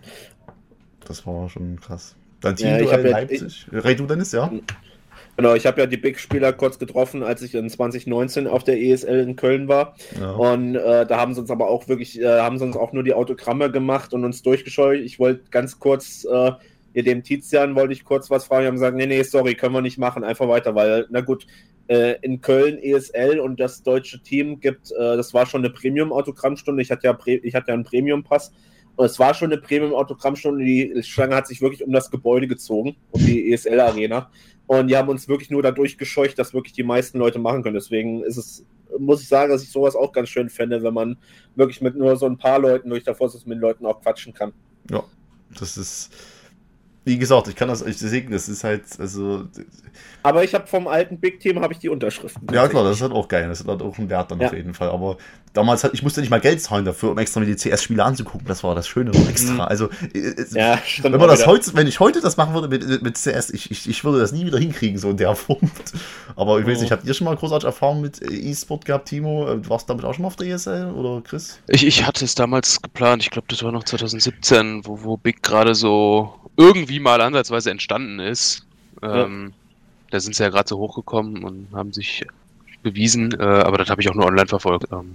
das war schon krass. Dein Team ja, in Leipzig. Ja, Ray, du Dennis, ja? Genau, ich habe ja die Big-Spieler kurz getroffen, als ich in zwanzig neunzehn auf der E S L in Köln war. Ja. Und äh, da haben sie uns aber auch wirklich, äh, haben sie uns auch nur die Autogramme gemacht und uns durchgescheut. Ich wollte ganz kurz, äh, ihr dem Tizian wollte ich kurz was fragen. Die haben gesagt, nee, nee, sorry, können wir nicht machen, einfach weiter, weil, na gut, äh, in Köln E S L und das deutsche Team gibt, äh, das war schon eine Premium-Autogrammstunde. Ich hatte ja, Pre- ich hatte ja einen Premium-Pass. Und es war schon eine Premium-Autogrammstunde, die Schlange hat sich wirklich um das Gebäude gezogen, um die E S L-Arena. Und die haben uns wirklich nur dadurch gescheucht, dass wirklich die meisten Leute machen können. Deswegen ist es, muss ich sagen, dass ich sowas auch ganz schön fände, wenn man wirklich mit nur so ein paar Leuten durch davor sitzt, mit den Leuten auch quatschen kann. Ja, das ist, wie gesagt, ich kann das echt segnen, das ist halt, also... Aber ich habe vom alten Big Team habe ich die Unterschriften. Ja klar, das ist halt auch geil, das hat halt auch einen Wert dann ja. auf jeden Fall, aber damals hat, ich musste nicht mal Geld zahlen dafür, um extra mir die C S-Spiele anzugucken, das war das Schöne noch extra, also ja, wenn man das heute, wenn ich heute das machen würde mit, mit C S, ich, ich, ich würde das nie wieder hinkriegen, so in der Form, aber ich weiß nicht, habt ihr schon mal großartige Erfahrungen mit E-Sport gehabt, Timo? Du warst damit auch schon mal auf der E S L oder Chris? Ich, ich hatte es damals geplant, ich glaube das war noch zwanzig siebzehn, wo, wo Big gerade so irgendwie mal ansatzweise entstanden ist. Ja. Ähm, da sind sie ja gerade so hochgekommen und haben sich bewiesen, äh, aber das habe ich auch nur online verfolgt. Ähm,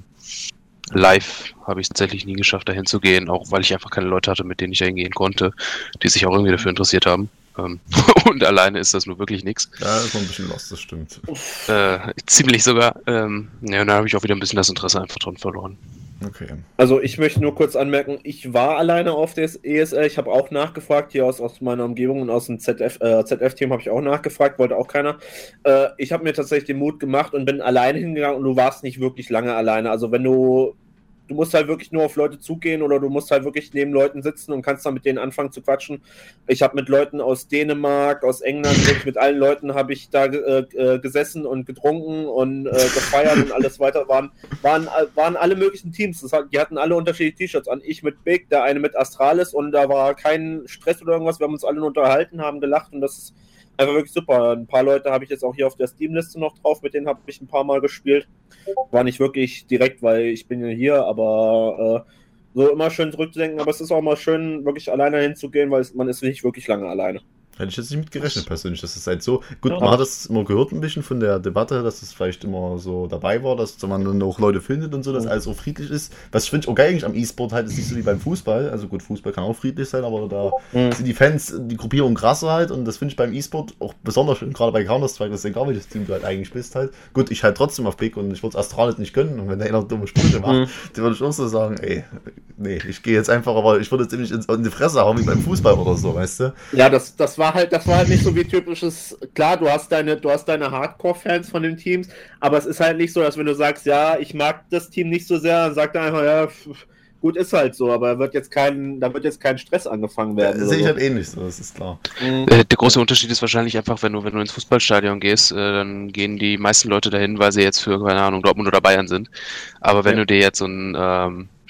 live habe ich es tatsächlich nie geschafft, dahin zu gehen, auch weil ich einfach keine Leute hatte, mit denen ich da hingehen konnte, die sich auch irgendwie dafür interessiert haben. Ähm, und alleine ist das nur wirklich nichts. Ja, das ist noch ein bisschen lost, das stimmt. Äh, ziemlich sogar. Ähm, ja, und dann habe ich auch wieder ein bisschen das Interesse einfach dran verloren. Okay. Also ich möchte nur kurz anmerken, ich war alleine auf der E S L, ich habe auch nachgefragt, hier aus, aus meiner Umgebung und aus dem Z F, äh, Z F-Team habe ich auch nachgefragt, wollte auch keiner. Äh, ich habe mir tatsächlich den Mut gemacht und bin alleine hingegangen und du warst nicht wirklich lange alleine. Also wenn du, du musst halt wirklich nur auf Leute zugehen oder du musst halt wirklich neben Leuten sitzen und kannst dann mit denen anfangen zu quatschen. Ich habe mit Leuten aus Dänemark, aus England, wirklich mit allen Leuten habe ich da äh, gesessen und getrunken und äh, gefeiert und alles weiter. Waren, waren, waren alle möglichen Teams. Das hat, die hatten alle unterschiedliche T-Shirts an. Ich mit Big, der eine mit Astralis und da war kein Stress oder irgendwas. Wir haben uns alle unterhalten, haben gelacht und das ist einfach wirklich super. Ein paar Leute habe ich jetzt auch hier auf der Steam-Liste noch drauf, mit denen habe ich ein paar Mal gespielt. War nicht wirklich direkt, weil ich bin ja hier, aber äh, so immer schön zurückzudenken. Aber es ist auch mal schön, wirklich alleine hinzugehen, weil es, man ist nicht wirklich lange alleine. Hätte ich jetzt nicht mit gerechnet persönlich, dass es halt so... Gut, ja, man hat das immer gehört ein bisschen von der Debatte, dass es vielleicht immer so dabei war, dass man dann auch Leute findet und so, dass alles so friedlich ist. Was finde ich auch geil eigentlich am E-Sport halt, ist nicht so wie beim Fußball. Also gut, Fußball kann auch friedlich sein, aber da mhm. sind die Fans, die Gruppierung krasser halt und das finde ich beim E-Sport auch besonders schön, gerade bei Counter-Strike, dass egal welches Team du halt eigentlich bist halt. Gut, ich halt trotzdem auf Big und ich würde es Astralis nicht gönnen und wenn der einer dumme Sprüche macht, mhm. dann würde ich auch so sagen, ey, nee, ich gehe jetzt einfach, aber ich würde jetzt nicht in die Fresse hauen wie beim Fußball oder so, weißt du? Ja, das, das war halt, das war halt nicht so wie typisches, klar, du hast deine, du hast deine Hardcore-Fans von den Teams, aber es ist halt nicht so, dass wenn du sagst, ja, ich mag das Team nicht so sehr, dann sagt er einfach, ja, gut, ist halt so, aber wird jetzt kein, da wird jetzt kein Stress angefangen werden. Ja, sehe ich halt ähnlich so, das ist klar. Mhm. Der große Unterschied ist wahrscheinlich einfach, wenn du, wenn du ins Fußballstadion gehst, dann gehen die meisten Leute dahin, weil sie jetzt für, keine Ahnung, Dortmund oder Bayern sind. Aber wenn ja. du dir jetzt so ein ähm,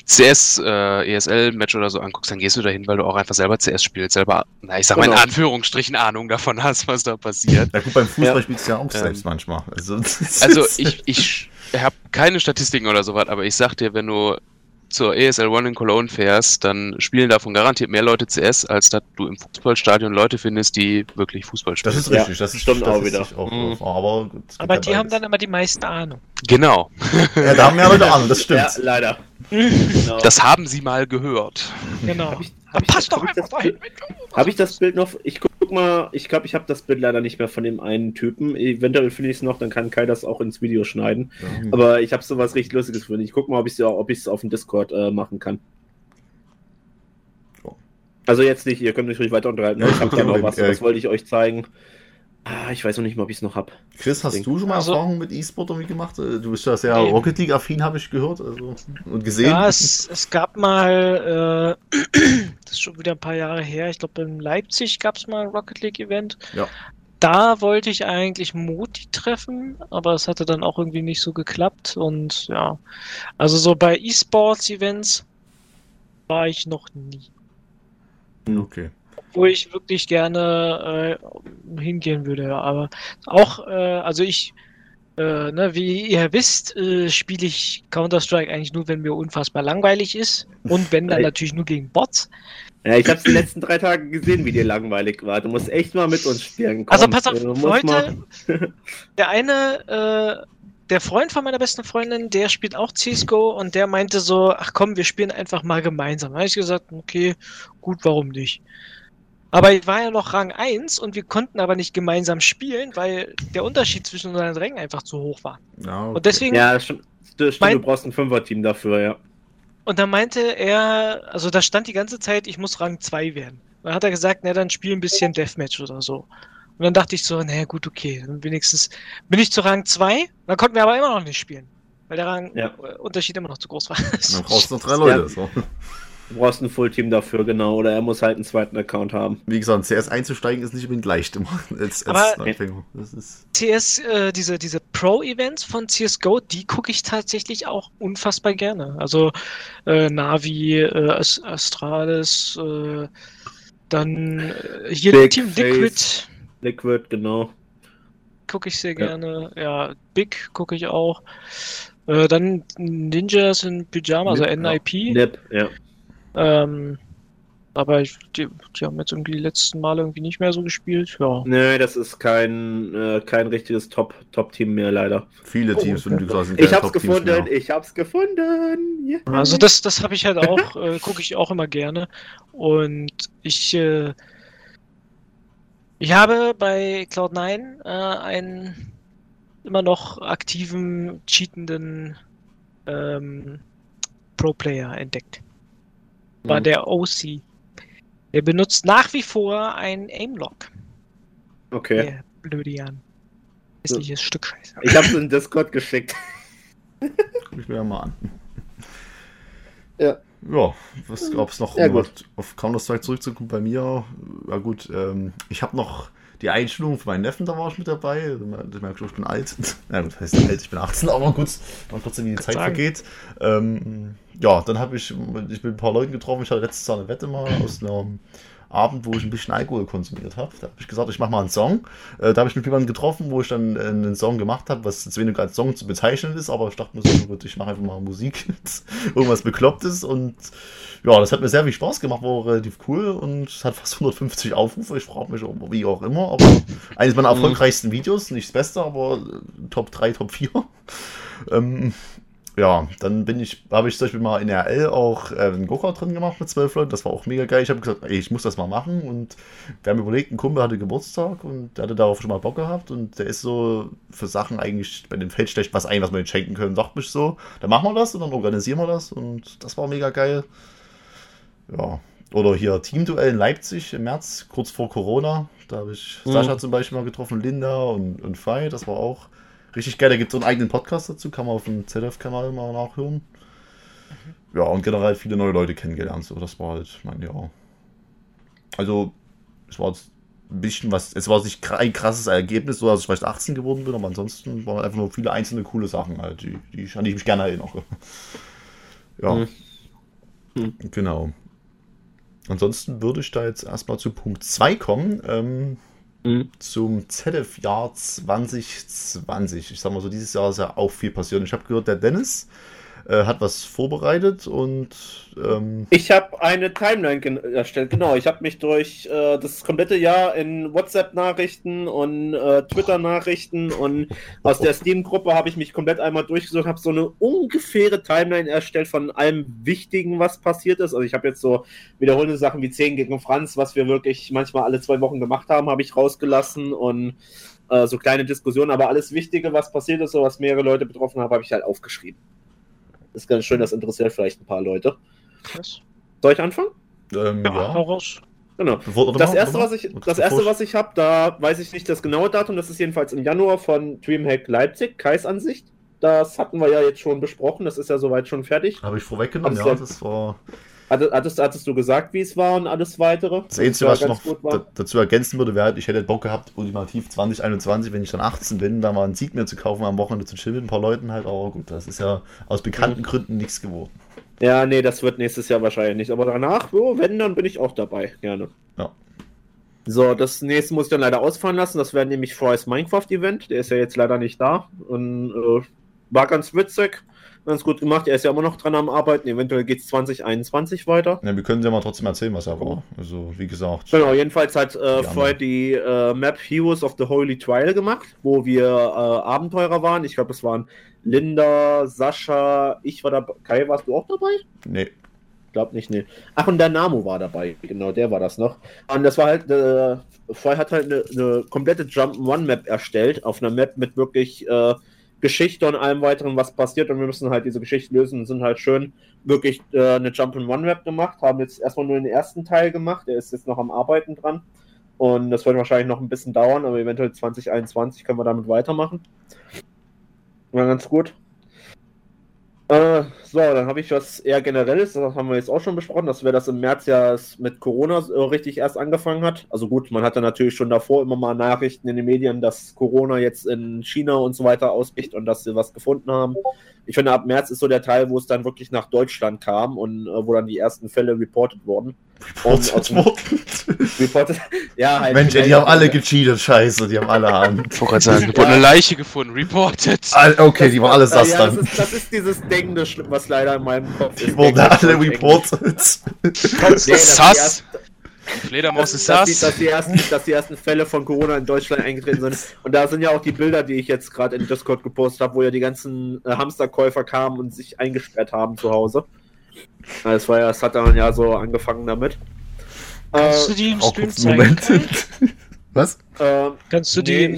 C S, äh, E S L-Match oder so anguckst, dann gehst du dahin, weil du auch einfach selber C S spielst, selber, na, ich sag mal in Genau. Anführungsstrichen Ahnung davon hast, was da passiert. Ja gut, beim Fußball Ja. spielst du ja auch Ähm, selbst manchmal. Also, Also ich, ich habe keine Statistiken oder sowas, aber ich sag dir, wenn du zur E S L One in Cologne fährst, dann spielen davon garantiert mehr Leute C S, als dass du im Fußballstadion Leute findest, die wirklich Fußball spielen. das ist Ja, richtig, das ist stimmt auch statistisch wieder. Auch, Mhm. aber gut, es gibt Aber halt die haben beides. dann immer die meiste Ahnung. Genau. Ja, da haben mehr Leute Ahnung, das stimmt. Ja, leider. Genau. Das haben sie mal gehört. Genau. Hab ich- Dann hab ich- passt doch hab ich einfach das dahin. Habe ich das Bild noch? Ich guck mal, ich glaube, ich habe das Bild leider nicht mehr von dem einen Typen. Eventuell finde ich es noch, dann kann Kai das auch ins Video schneiden. Ja. Aber ich habe sowas richtig Lustiges gefunden. Ich guck mal, ob ich es ob ich's auf dem Discord äh, machen kann. Ja. Also jetzt nicht, ihr könnt mich ruhig weiter unterhalten. Ja, ich ich habe guck da mal noch den, was, äh, das wollte ich euch zeigen. Ah, ich weiß noch nicht mal, ob ich es noch habe. Chris, hast du schon mal Also- Erfahrung mit E-Sport irgendwie gemacht? Äh, Du bist ja sehr Nee. Rocket League-affin, habe ich gehört also, und gesehen. Ja, es, es gab mal, äh, das ist schon wieder ein paar Jahre her, ich glaube in Leipzig gab es mal ein Rocket League Event. Ja. Da wollte ich eigentlich Moti treffen, aber es hatte dann auch irgendwie nicht so geklappt und ja, also so bei E-Sports-Events war ich noch nie, Okay. wo ich wirklich gerne äh, hingehen würde, ja, aber auch, äh, also ich, äh, ne, wie ihr wisst, äh, spiele ich Counter-Strike eigentlich nur, wenn mir unfassbar langweilig ist und wenn dann Ey. natürlich nur gegen Bots. Ja, ich habe es die letzten drei Tage gesehen, wie dir langweilig war. Du musst echt mal mit uns spielen. Komm, Also pass auf, du musst heute, mal- der eine, äh, der Freund von meiner besten Freundin, der spielt auch C S G O und der meinte so, ach komm, wir spielen einfach mal gemeinsam. Da habe ich gesagt, okay, gut, warum nicht? Aber ich war ja noch Rang eins und wir konnten aber nicht gemeinsam spielen, weil der Unterschied zwischen unseren Rängen einfach zu hoch war. Ja, okay. Und deswegen, Ja, das stimmt. Das stimmt, Mein- du brauchst ein Fünfer-Team dafür, ja. und dann meinte er, also da stand die ganze Zeit, ich muss Rang zwei werden. Dann hat er gesagt, na dann spiel ein bisschen Deathmatch oder so. Und dann dachte ich so, naja gut, okay, dann wenigstens bin ich zu Rang zwei, dann konnten wir aber immer noch nicht spielen. Weil der Rangunterschied Ja. immer noch zu groß war. Dann brauchst du noch drei Leute. Ja. So. Du brauchst ein Full-Team dafür, genau. Oder er muss halt einen zweiten Account haben. Wie gesagt, in C S einzusteigen ist nicht unbedingt leicht immer als, als Aber- Anfänger. Das ist, C S, äh, diese, diese Pro-Events von C S G O, die gucke ich tatsächlich auch unfassbar gerne. Also äh, Navi, äh, Ast- Astralis, äh, dann äh, hier Big Team Face. Liquid Liquid, genau. gucke ich sehr Ja. gerne. Ja, Big gucke ich auch. Äh, dann Ninjas in Pyjama, also Nip, N I P. Nip, ja. Ähm, aber ich, die, die haben jetzt irgendwie die letzten Male irgendwie nicht mehr so gespielt. Ja. Nee, das ist kein, äh, kein richtiges Top- Top-Team mehr, leider. viele Oh, Teams, wenn du gesagt hast, sind Ich keine hab's Top-Teams gefunden, mehr. ich hab's gefunden. Yeah. Also das, das habe ich halt auch, äh, gucke ich auch immer gerne. Und ich, äh, ich habe bei Cloud nine äh, einen immer noch aktiven, cheatenden ähm, Pro-Player entdeckt. War Mhm. der O C. Der benutzt nach wie vor ein Aimlock. Okay. Der blöde Jan. Hässliches Stück Scheiße. Ich hab's in Discord geschickt. Guck ich mir ja mal an. Ja. Ja, was gab es noch, Ja, um gut. halt auf Counter-Strike zurückzukommen bei mir? Ja gut, ähm, ich habe noch die Einstellung für meinen Neffen, da war ich mit dabei. Ich merke schon, ich bin alt. Ja gut, heißt alt, ich bin achtzehn, aber gut, mal trotzdem, wie die Zeit sagen. vergeht. Ähm, ja, dann habe ich, ich bin ein paar Leuten getroffen, ich hatte letztes Jahr eine Wette mal aus einem Abend, wo ich ein bisschen Alkohol konsumiert habe. Da habe ich gesagt, ich mache mal einen Song. Äh, da habe ich mit jemandem getroffen, wo ich dann äh, einen Song gemacht habe, was jetzt weniger als Song zu bezeichnen ist, aber ich dachte mir so, gut, ich mache einfach mal Musik, irgendwas Beklopptes und ja, das hat mir sehr viel Spaß gemacht, war relativ cool und es hat fast hundertfünfzig Aufrufe, ich frage mich auch, wie auch immer, aber eines meiner erfolgreichsten Videos, nicht das Beste, aber äh, Top drei, Top vier. ähm, ja, dann bin ich, habe ich zum Beispiel mal in R L auch äh, einen Go-Kart drin gemacht mit zwölf Leuten, das war auch mega geil. Ich habe gesagt, ey, ich muss das mal machen und wir haben überlegt, ein Kumpel hatte Geburtstag und der hatte darauf schon mal Bock gehabt und der ist so für Sachen eigentlich bei dem Feld schlecht was ein, was wir ihm schenken können, dachte mich so, dann machen wir das und dann organisieren wir das und das war mega geil. Ja, oder hier Teamduell in Leipzig im März, kurz vor Corona, da habe ich Mhm. Sascha zum Beispiel mal getroffen, Linda und, und Fei, das war auch richtig geil, da gibt es so einen eigenen Podcast dazu, kann man auf dem Z F-Kanal mal nachhören. Ja, und generell viele neue Leute kennengelernt, so, das war halt mein Jahr. Also, es war jetzt ein bisschen was, es war nicht ein krasses Ergebnis, so dass ich vielleicht achtzehn geworden bin, aber ansonsten waren einfach nur viele einzelne coole Sachen halt, die, die, an die ich mich gerne erinnere. Ja. Mhm. Hm. Genau. Ansonsten würde ich da jetzt erstmal zu Punkt zwei kommen, ähm, Mhm. zum Z F-Jahr zwanzig zwanzig. Ich sag mal so, dieses Jahr ist ja auch viel passiert. Ich habe gehört, der Dennis äh, hat was vorbereitet und ähm, Ich habe eine Timeline gen- erstellt, genau. Ich habe mich durch äh, das komplette Jahr in WhatsApp-Nachrichten und äh, Twitter-Nachrichten und aus der Steam-Gruppe habe ich mich komplett einmal durchgesucht, habe so eine ungefähre Timeline erstellt von allem Wichtigen, was passiert ist. Also ich habe jetzt so wiederholende Sachen wie zehn gegen Franz, was wir wirklich manchmal alle zwei Wochen gemacht haben, habe ich rausgelassen und äh, so kleine Diskussionen, aber alles Wichtige, was passiert ist, so was mehrere Leute betroffen haben, habe ich halt aufgeschrieben. Ist ganz schön, das interessiert vielleicht ein paar Leute. Was? Soll ich anfangen? ähm, Ja, ja. hau raus. Genau. Bevor- warte Das mal, erste, warte was mal. ich, Bevor das erste, ich- was ich habe, da weiß ich nicht das genaue Datum. Das ist jedenfalls im Januar von Dreamhack Leipzig, Kais Ansicht. Das hatten wir ja jetzt schon besprochen. Das ist ja soweit schon fertig. Habe ich vorweggenommen, Alles ja, klar. das war Hattest, hattest, hattest du gesagt, wie es war und alles weitere? das Einzige, war was ich ganz noch gut war. da, dazu ergänzen würde, wäre halt, ich hätte Bock gehabt, ultimativ zwanzig einundzwanzig, wenn ich dann achtzehn bin, da mal einen Sieg mir zu kaufen, am Wochenende zu chillen mit ein paar Leuten halt, aber gut, das ist ja aus bekannten Mhm. Gründen nichts geworden. Ja, nee, das wird nächstes Jahr wahrscheinlich nicht. Aber danach, oh, wenn, dann bin ich auch dabei. Gerne. Ja. So, das nächste muss ich dann leider ausfallen lassen. Das wäre nämlich Fry's Minecraft Event. Der ist ja jetzt leider nicht da. Und äh, war ganz witzig. Ganz gut gemacht. Er ist ja immer noch dran am Arbeiten. Eventuell geht es zwanzig einundzwanzig weiter. Ja, wir können ja mal trotzdem erzählen, was er war. Also, wie gesagt. Genau, jedenfalls hat äh, Die Fry die äh, Map Heroes of the Holy Trial gemacht, wo wir äh, Abenteurer waren. Ich glaube, das waren Linda, Sascha, ich war dabei. Kai, warst du auch dabei? Nee. Glaub nicht, nee. Ach, und der Namo war dabei, genau, der war das noch. Und das war halt, äh, Fry hat halt eine, eine komplette Jump'n'Run-Map erstellt, auf einer Map mit wirklich äh, Geschichte und allem weiteren, was passiert, und wir müssen halt diese Geschichte lösen und sind halt schön wirklich äh, eine Jump'n'Run-Map gemacht, haben jetzt erstmal nur den ersten Teil gemacht, der ist jetzt noch am Arbeiten dran und das wird wahrscheinlich noch ein bisschen dauern, aber eventuell zwanzig einundzwanzig können wir damit weitermachen. War ganz gut. Äh, so, dann habe ich was eher Generelles, das haben wir jetzt auch schon besprochen, dass wir das im März ja es mit Corona äh, richtig erst angefangen hat. Also gut, man hatte natürlich schon davor immer mal Nachrichten in den Medien, dass Corona jetzt in China und so weiter ausbricht und dass sie was gefunden haben. Ich finde, ab März ist so der Teil, wo es dann wirklich nach Deutschland kam und äh, wo dann die ersten Fälle reported wurden. Und aus dem- reported, ja, halt. Mensch, ey, die haben alle gecheatet, scheiße, die haben alle an. Ich wollte gerade sagen, es wurde eine Leiche gefunden, reported. All- Okay, die waren alles das ja, das dann. ist, das ist dieses Ding, das schlimm, was leider in meinem Kopf ist. Die wurden Denken, alle Englisch. reported. Nee, dass die Sass. ersten- Die Fledermaus dass, ist dass, die, sass. dass, die ersten, dass die ersten Fälle von Corona in Deutschland eingetreten sind. Und da sind ja auch die Bilder, die ich jetzt gerade in Discord gepostet habe, wo ja die ganzen äh, Hamsterkäufer kamen und sich eingesperrt haben zu Hause. Ja, Das war ja, das hat dann ja so angefangen damit. Kannst du Äh, die im Auch Stream kurz zeigen? Moment. Kai? Was? äh, Kannst du die Nee, im...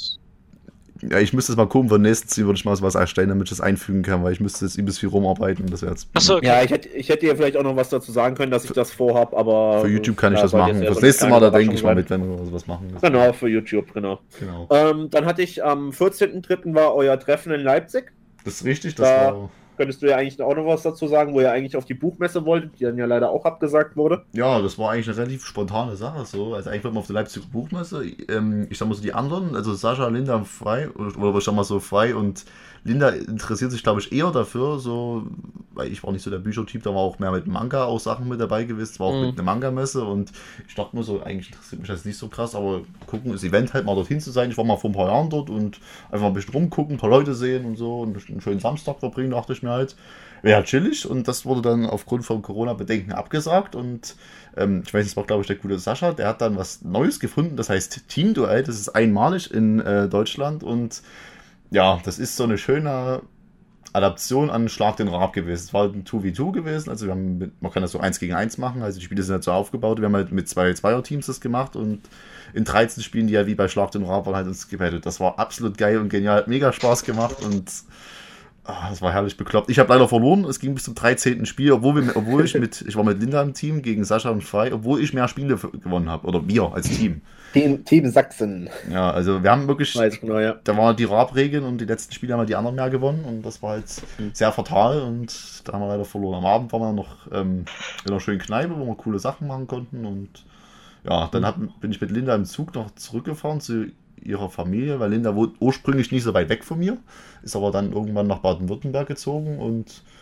Ja, ich müsste es mal gucken, für nächstes Jahr würde ich mal sowas erstellen, damit ich das einfügen kann, weil ich müsste jetzt übelst viel rumarbeiten. Das wäre jetzt. Achso, okay. ja, ich hätte, ich hätte dir vielleicht auch noch was dazu sagen können, dass ich das vorhab, aber. Für YouTube kann ich ja, das soll jetzt machen. eher Das so eine nächste kleine Mal, da denke ich mal Überraschung mit, wenn wir sowas machen. sein. Genau, für YouTube, genau. Genau. Ähm, dann hatte ich am vierzehnten dritten war euer Treffen in Leipzig. Das ist richtig, das Da- war. Könntest du ja eigentlich auch noch was dazu sagen, wo ihr eigentlich auf die Buchmesse wolltet, die dann ja leider auch abgesagt wurde. Ja, das war eigentlich eine relativ spontane Sache. So. Also eigentlich wollten wir auf der Leipziger Buchmesse. Ähm, ich sag mal so, die anderen, also Sascha, Linda, Frei, oder, oder ich sag mal so, Frei und Linda interessiert sich, glaube ich, eher dafür, so, weil ich war nicht so der Büchertyp, da war auch mehr mit Manga auch Sachen mit dabei gewesen, es war auch Mhm. mit einer Manga-Messe und ich dachte mir so, eigentlich interessiert mich das nicht so krass, aber gucken, das Event halt mal dorthin zu sein. Ich war mal vor ein paar Jahren dort und einfach mal ein bisschen rumgucken, ein paar Leute sehen und so und einen schönen Samstag verbringen, dachte ich mir halt. Wäre halt chillig und das wurde dann aufgrund von Corona-Bedenken abgesagt und ähm, ich weiß nicht, es war glaube ich der gute Sascha, der hat dann was Neues gefunden, das heißt Team Duell, das ist einmalig in äh, Deutschland und ja, das ist so eine schöne Adaption an Schlag den Raab gewesen. Es war halt ein zwei gegen zwei gewesen, also wir haben mit, man kann das so eins gegen eins machen, also die Spiele sind halt so aufgebaut, wir haben halt mit zwei Zweier-Teams das gemacht und in dreizehn Spielen, die ja wie bei Schlag den Raab waren, halt uns gebettelt. Das war absolut geil und genial, hat mega Spaß gemacht und ah, das war herrlich bekloppt. Ich habe leider verloren, es ging bis zum dreizehnten Spiel, obwohl, wir, obwohl ich mit, ich war mit Linda im Team gegen Sascha und Frei, obwohl ich mehr Spiele f- gewonnen habe, oder wir als Team. Team, Team Sachsen. Ja, also wir haben wirklich, Weiß ich genau, ja. da waren die Raab-Regeln und die letzten Spiele haben wir die anderen mehr gewonnen und das war halt sehr fatal und da haben wir leider verloren. Am Abend waren wir noch ähm, in einer schönen Kneipe, wo wir coole Sachen machen konnten und ja, dann hab, bin ich mit Linda im Zug noch zurückgefahren zu ihrer Familie, weil Linda wohnt ursprünglich nicht so weit weg von mir, ist aber dann irgendwann nach Baden-Württemberg gezogen und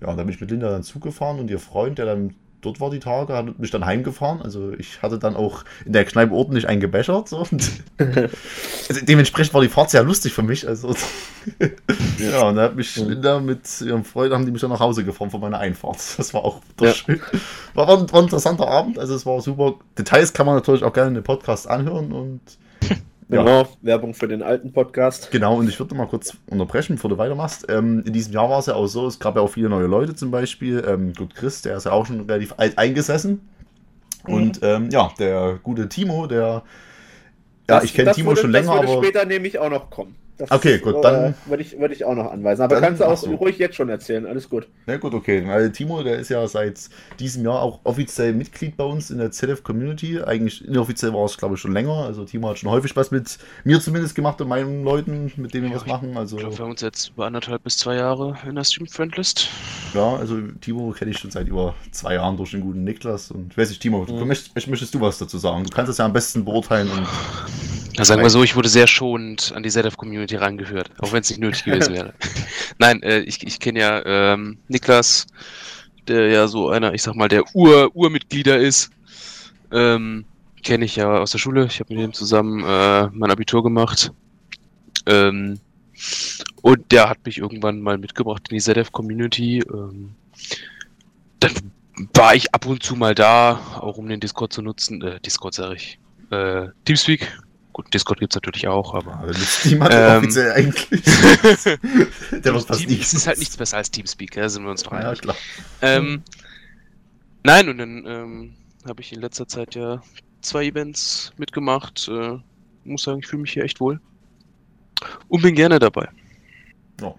ja, da bin ich mit Linda dann Zug gefahren und ihr Freund, der dann dort war die Tage, hat mich dann heimgefahren. Also ich hatte dann auch in der Kneipe ordentlich einen gebechert. So. Und also dementsprechend war die Fahrt sehr lustig für mich. Also ja, und da hat mich Linda mit ihrem Freund, haben die mich dann nach Hause gefahren von meiner Einfahrt. Das war auch ja. schön. War, war, ein, war ein interessanter Abend, also es war super. Details kann man natürlich auch gerne in den Podcast anhören und ja. Genau, Werbung für den alten Podcast. Genau, und ich würde mal kurz unterbrechen, bevor du weitermachst. Ähm, in diesem Jahr war es ja auch so, es gab ja auch viele neue Leute zum Beispiel. Ähm, gut, Chris, der ist ja auch schon relativ alt eingesessen. Mhm. Und ähm, ja, der gute Timo, der... Ja, das, ich kenne Timo würde, schon länger, das würde aber... später nämlich auch noch kommen. Das, okay, gut, dann... Äh, würde ich, würd ich auch noch anweisen. Aber dann, kannst du auch so. ruhig jetzt schon erzählen, alles gut. Na gut, okay. Weil Timo, der ist ja seit diesem Jahr auch offiziell Mitglied bei uns in der Z F-Community. Eigentlich inoffiziell war es, glaube ich, schon länger. Also Timo hat schon häufig was mit mir zumindest gemacht und meinen Leuten, mit denen wir ja, was machen. Also, ich glaube, wir haben uns jetzt über anderthalb bis zwei Jahre in der Stream-Friendlist. Ja, also Timo kenne ich schon seit über zwei Jahren durch den guten Niklas. Und weiß ich, Timo, mhm. möchtest, möchtest du was dazu sagen? Du kannst es ja am besten beurteilen. Und Na, sagen wir so, ich wurde sehr schonend an die Z F-Community rangehört, auch wenn es nicht nötig gewesen wäre. Nein, äh, ich, ich kenne ja ähm, Niklas, der ja so einer, ich sag mal, der Ur, Urmitglieder ist. Ähm, kenne ich ja aus der Schule. Ich habe mit ihm zusammen äh, mein Abitur gemacht. Ähm, und der hat mich irgendwann mal mitgebracht in die Z F-Community. Ähm, dann war ich ab und zu mal da, auch um den Discord zu nutzen. Äh, Discord sage ich. Äh, Teamspeak. Gut, Discord gibt es natürlich auch, aber... aber nutzt niemand ähm, offiziell eigentlich. Der was fast nicht. Es ist halt nichts besser als Teamspeak, ja, sind wir uns doch einig. Ja, klar. Ähm, nein, und dann ähm, habe ich in letzter Zeit ja zwei Events mitgemacht. Äh, muss sagen, ich fühle mich hier echt wohl. Und bin gerne dabei. Ja.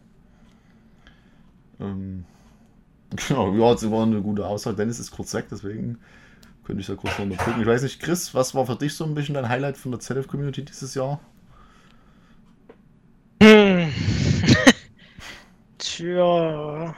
Ähm, genau, ja, das war eine gute Aussage. Dennis ist kurz weg, deswegen... könnte ich da kurz noch unterdrücken. Ich weiß nicht, Chris, was war für dich so ein bisschen dein Highlight von der Z F-Community dieses Jahr? Hm. Tja.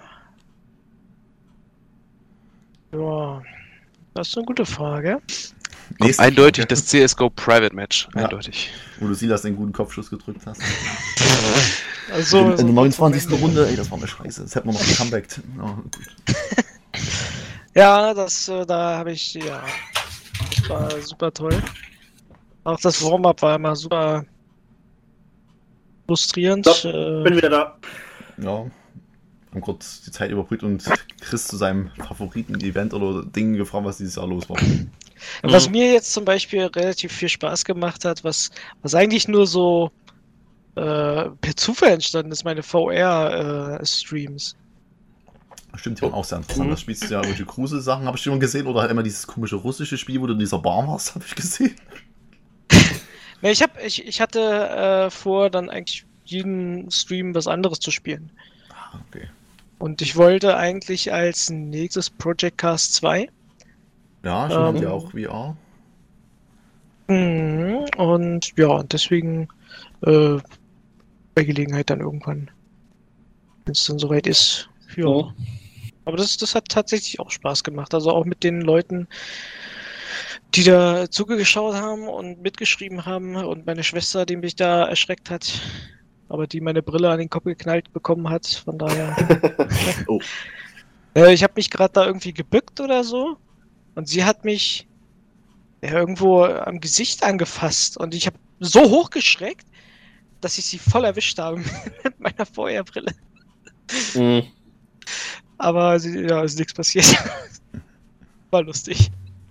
Ja. Das ist eine gute Frage. Komm, eindeutig das C S G O Private Match. Ja. Eindeutig. Wo du Silas den guten Kopfschuss gedrückt hast. Also, in, in der neunundzwanzigsten Runde, ey, das war eine Scheiße. Das hätten wir noch gecomebackt. Oh, gut. Ja, das, äh, da habe ich, ja, das war super toll. Auch das Warm-Up war immer super frustrierend. So, äh, bin wieder da. Ja, haben kurz die Zeit überbrückt und Chris zu seinem Favoriten-Event oder Dingen gefragt, was dieses Jahr los war. Was mir jetzt zum Beispiel relativ viel Spaß gemacht hat, was, was eigentlich nur so äh, per Zufall entstanden ist, meine V R-Streams. Stimmt, die waren auch sehr interessant. Da spielst du ja irgendwelche Kruse-Sachen, habe ich schon gesehen, oder halt immer dieses komische russische Spiel, wo du in dieser Bar warst, habe ich gesehen. Ne, ich, hab, ich, ich hatte äh, vor, dann eigentlich jeden Stream was anderes zu spielen. Ah, okay. Und ich wollte eigentlich als nächstes Project Cast zwei. Ja, schon ähm, ja auch V R. Mhm, und ja, deswegen äh, bei Gelegenheit dann irgendwann, wenn es dann soweit ist. Ja. Oh. Aber das, das hat tatsächlich auch Spaß gemacht. Also auch mit den Leuten, die da zugeschaut haben und mitgeschrieben haben und meine Schwester, die mich da erschreckt hat, aber die meine Brille an den Kopf geknallt bekommen hat. Von daher. Oh. Äh, ich habe mich gerade da irgendwie gebückt oder so und sie hat mich ja, irgendwo am Gesicht angefasst und ich habe so hochgeschreckt, dass ich sie voll erwischt habe mit meiner V R-Brille. Mhm. Aber ja, ist nichts passiert. War lustig.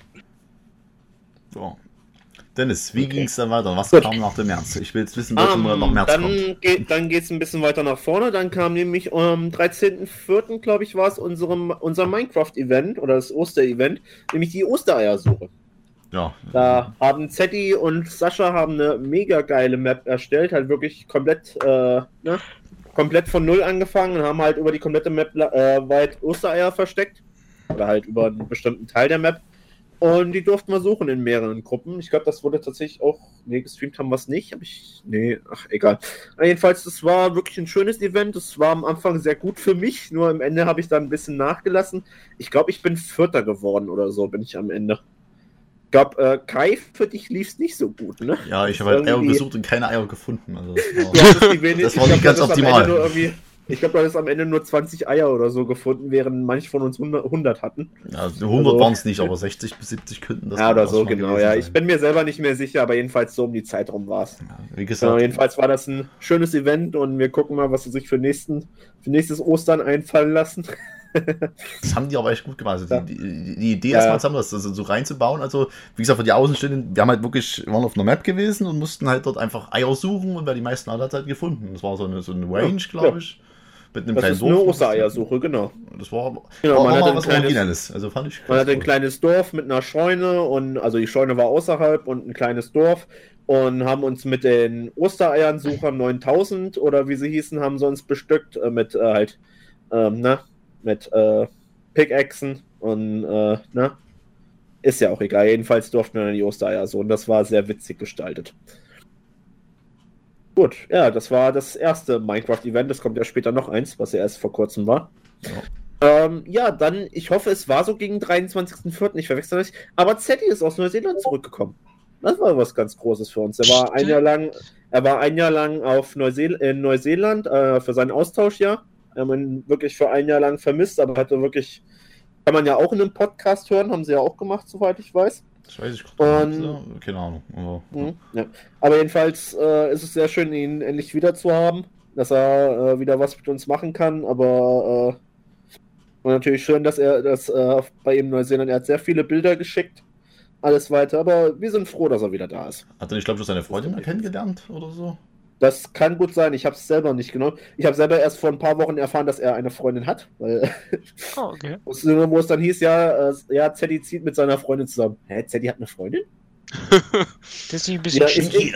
So. Dennis, wie Okay. ging es dann weiter? Was Gut. kam nach dem März? Ich will jetzt wissen, welcher Um, Monat nach März dann kommt. geht dann geht's ein bisschen weiter nach vorne. Dann kam nämlich am dreizehnten vierten glaube ich, war es unserem, unser Minecraft-Event oder das Oster-Event, nämlich die Ostereiersuche. Ja. Da haben Zetti und Sascha haben eine mega geile Map erstellt, halt wirklich komplett, äh, ne, komplett von Null angefangen und haben halt über die komplette Map äh, weit Ostereier versteckt. Oder halt über einen bestimmten Teil der Map. Und die durften wir suchen in mehreren Gruppen. Ich glaube, das wurde tatsächlich auch, nee, gestreamt haben wir es nicht. Hab ich, nee, ach, egal. Aber jedenfalls, das war wirklich ein schönes Event. Das war am Anfang sehr gut für mich. Nur am Ende habe ich da ein bisschen nachgelassen. Ich glaube, ich bin Vierter geworden oder so, bin ich am Ende. Ich glaube, äh, Kai, für dich lief es nicht so gut, ne? Ja, ich habe halt Eier gesucht und keine Eier gefunden. Also das war, Du hattest die wenig- das ich war nicht glaub, ganz du hattest am optimal. Ende nur irgendwie Ich glaube, du hast am Ende nur zwanzig Eier oder so gefunden, während manche von uns hundert hatten. Ja, hundert also, waren es nicht, aber sechzig bis siebzig könnten das ja, oder so, schon genau. Ja, sein. ich bin mir selber nicht mehr sicher, aber jedenfalls so um die Zeit rum war es. Ja, wie gesagt. Genau, jedenfalls war das ein schönes Event und wir gucken mal, was sie sich für, nächsten, für nächstes Ostern einfallen lassen. Das haben die aber echt gut gemacht. Also ja. die, die, die Idee ja. erstmal zusammen, das also so reinzubauen. Also, wie gesagt, für die Außenstehenden, wir haben halt wirklich, waren auf einer Map gewesen und mussten halt dort einfach Eier suchen und wer die meisten hat, hat halt gefunden. Das war so eine, so eine Range, ja. glaube ich. Mit einem das kleinen ist Dorf. eine Ostereiersuche, genau. Das war, genau, war man mal hatte was ein kleines, Originelles. Also fand ich man hatte ein cool. kleines Dorf mit einer Scheune und also die Scheune war außerhalb und ein kleines Dorf und haben uns mit den Ostereiersuchern neuntausend oder wie sie hießen, haben sie uns bestückt äh, mit äh, halt, ähm, ne, mit äh, Pickaxen und äh, ne, ist ja auch egal. Jedenfalls durften wir dann die Ostereier so und das war sehr witzig gestaltet. Gut, ja, das war das erste Minecraft-Event. Es kommt ja später noch eins, was ja erst vor kurzem war. Ja, ähm, ja dann, ich hoffe, es war so gegen dreiundzwanzigsten vierten Ich verwechsel das nicht. Aber Zeddy ist aus Neuseeland zurückgekommen. Das war was ganz Großes für uns. Er war ein Jahr lang, er war ein Jahr lang auf Neuseel- in Neuseeland äh, für sein Austauschjahr. Wir haben ihn wirklich für ein Jahr lang vermisst, aber hatte wirklich, kann man ja auch in einem Podcast hören, haben sie ja auch gemacht, soweit ich weiß. Das weiß ich und, keine Ahnung. Aber, mh, ja. aber jedenfalls äh, ist es sehr schön, ihn endlich wieder zu haben, dass er äh, wieder was mit uns machen kann. Aber äh, war natürlich schön, dass er das äh, bei ihm Neuseeland, er hat sehr viele Bilder geschickt, alles weiter. Aber wir sind froh, dass er wieder da ist. Hat er nicht, glaube ich, seine Freundin mal kennengelernt oder so? Das kann gut sein, ich habe es selber nicht genommen. Ich habe selber erst vor ein paar Wochen erfahren, dass er eine Freundin hat, weil oh, okay. wo es dann hieß, ja, äh, ja, Zeddy zieht mit seiner Freundin zusammen. Hä, Zeddy hat eine Freundin? Das ist nicht ein bisschen ja, schwierig.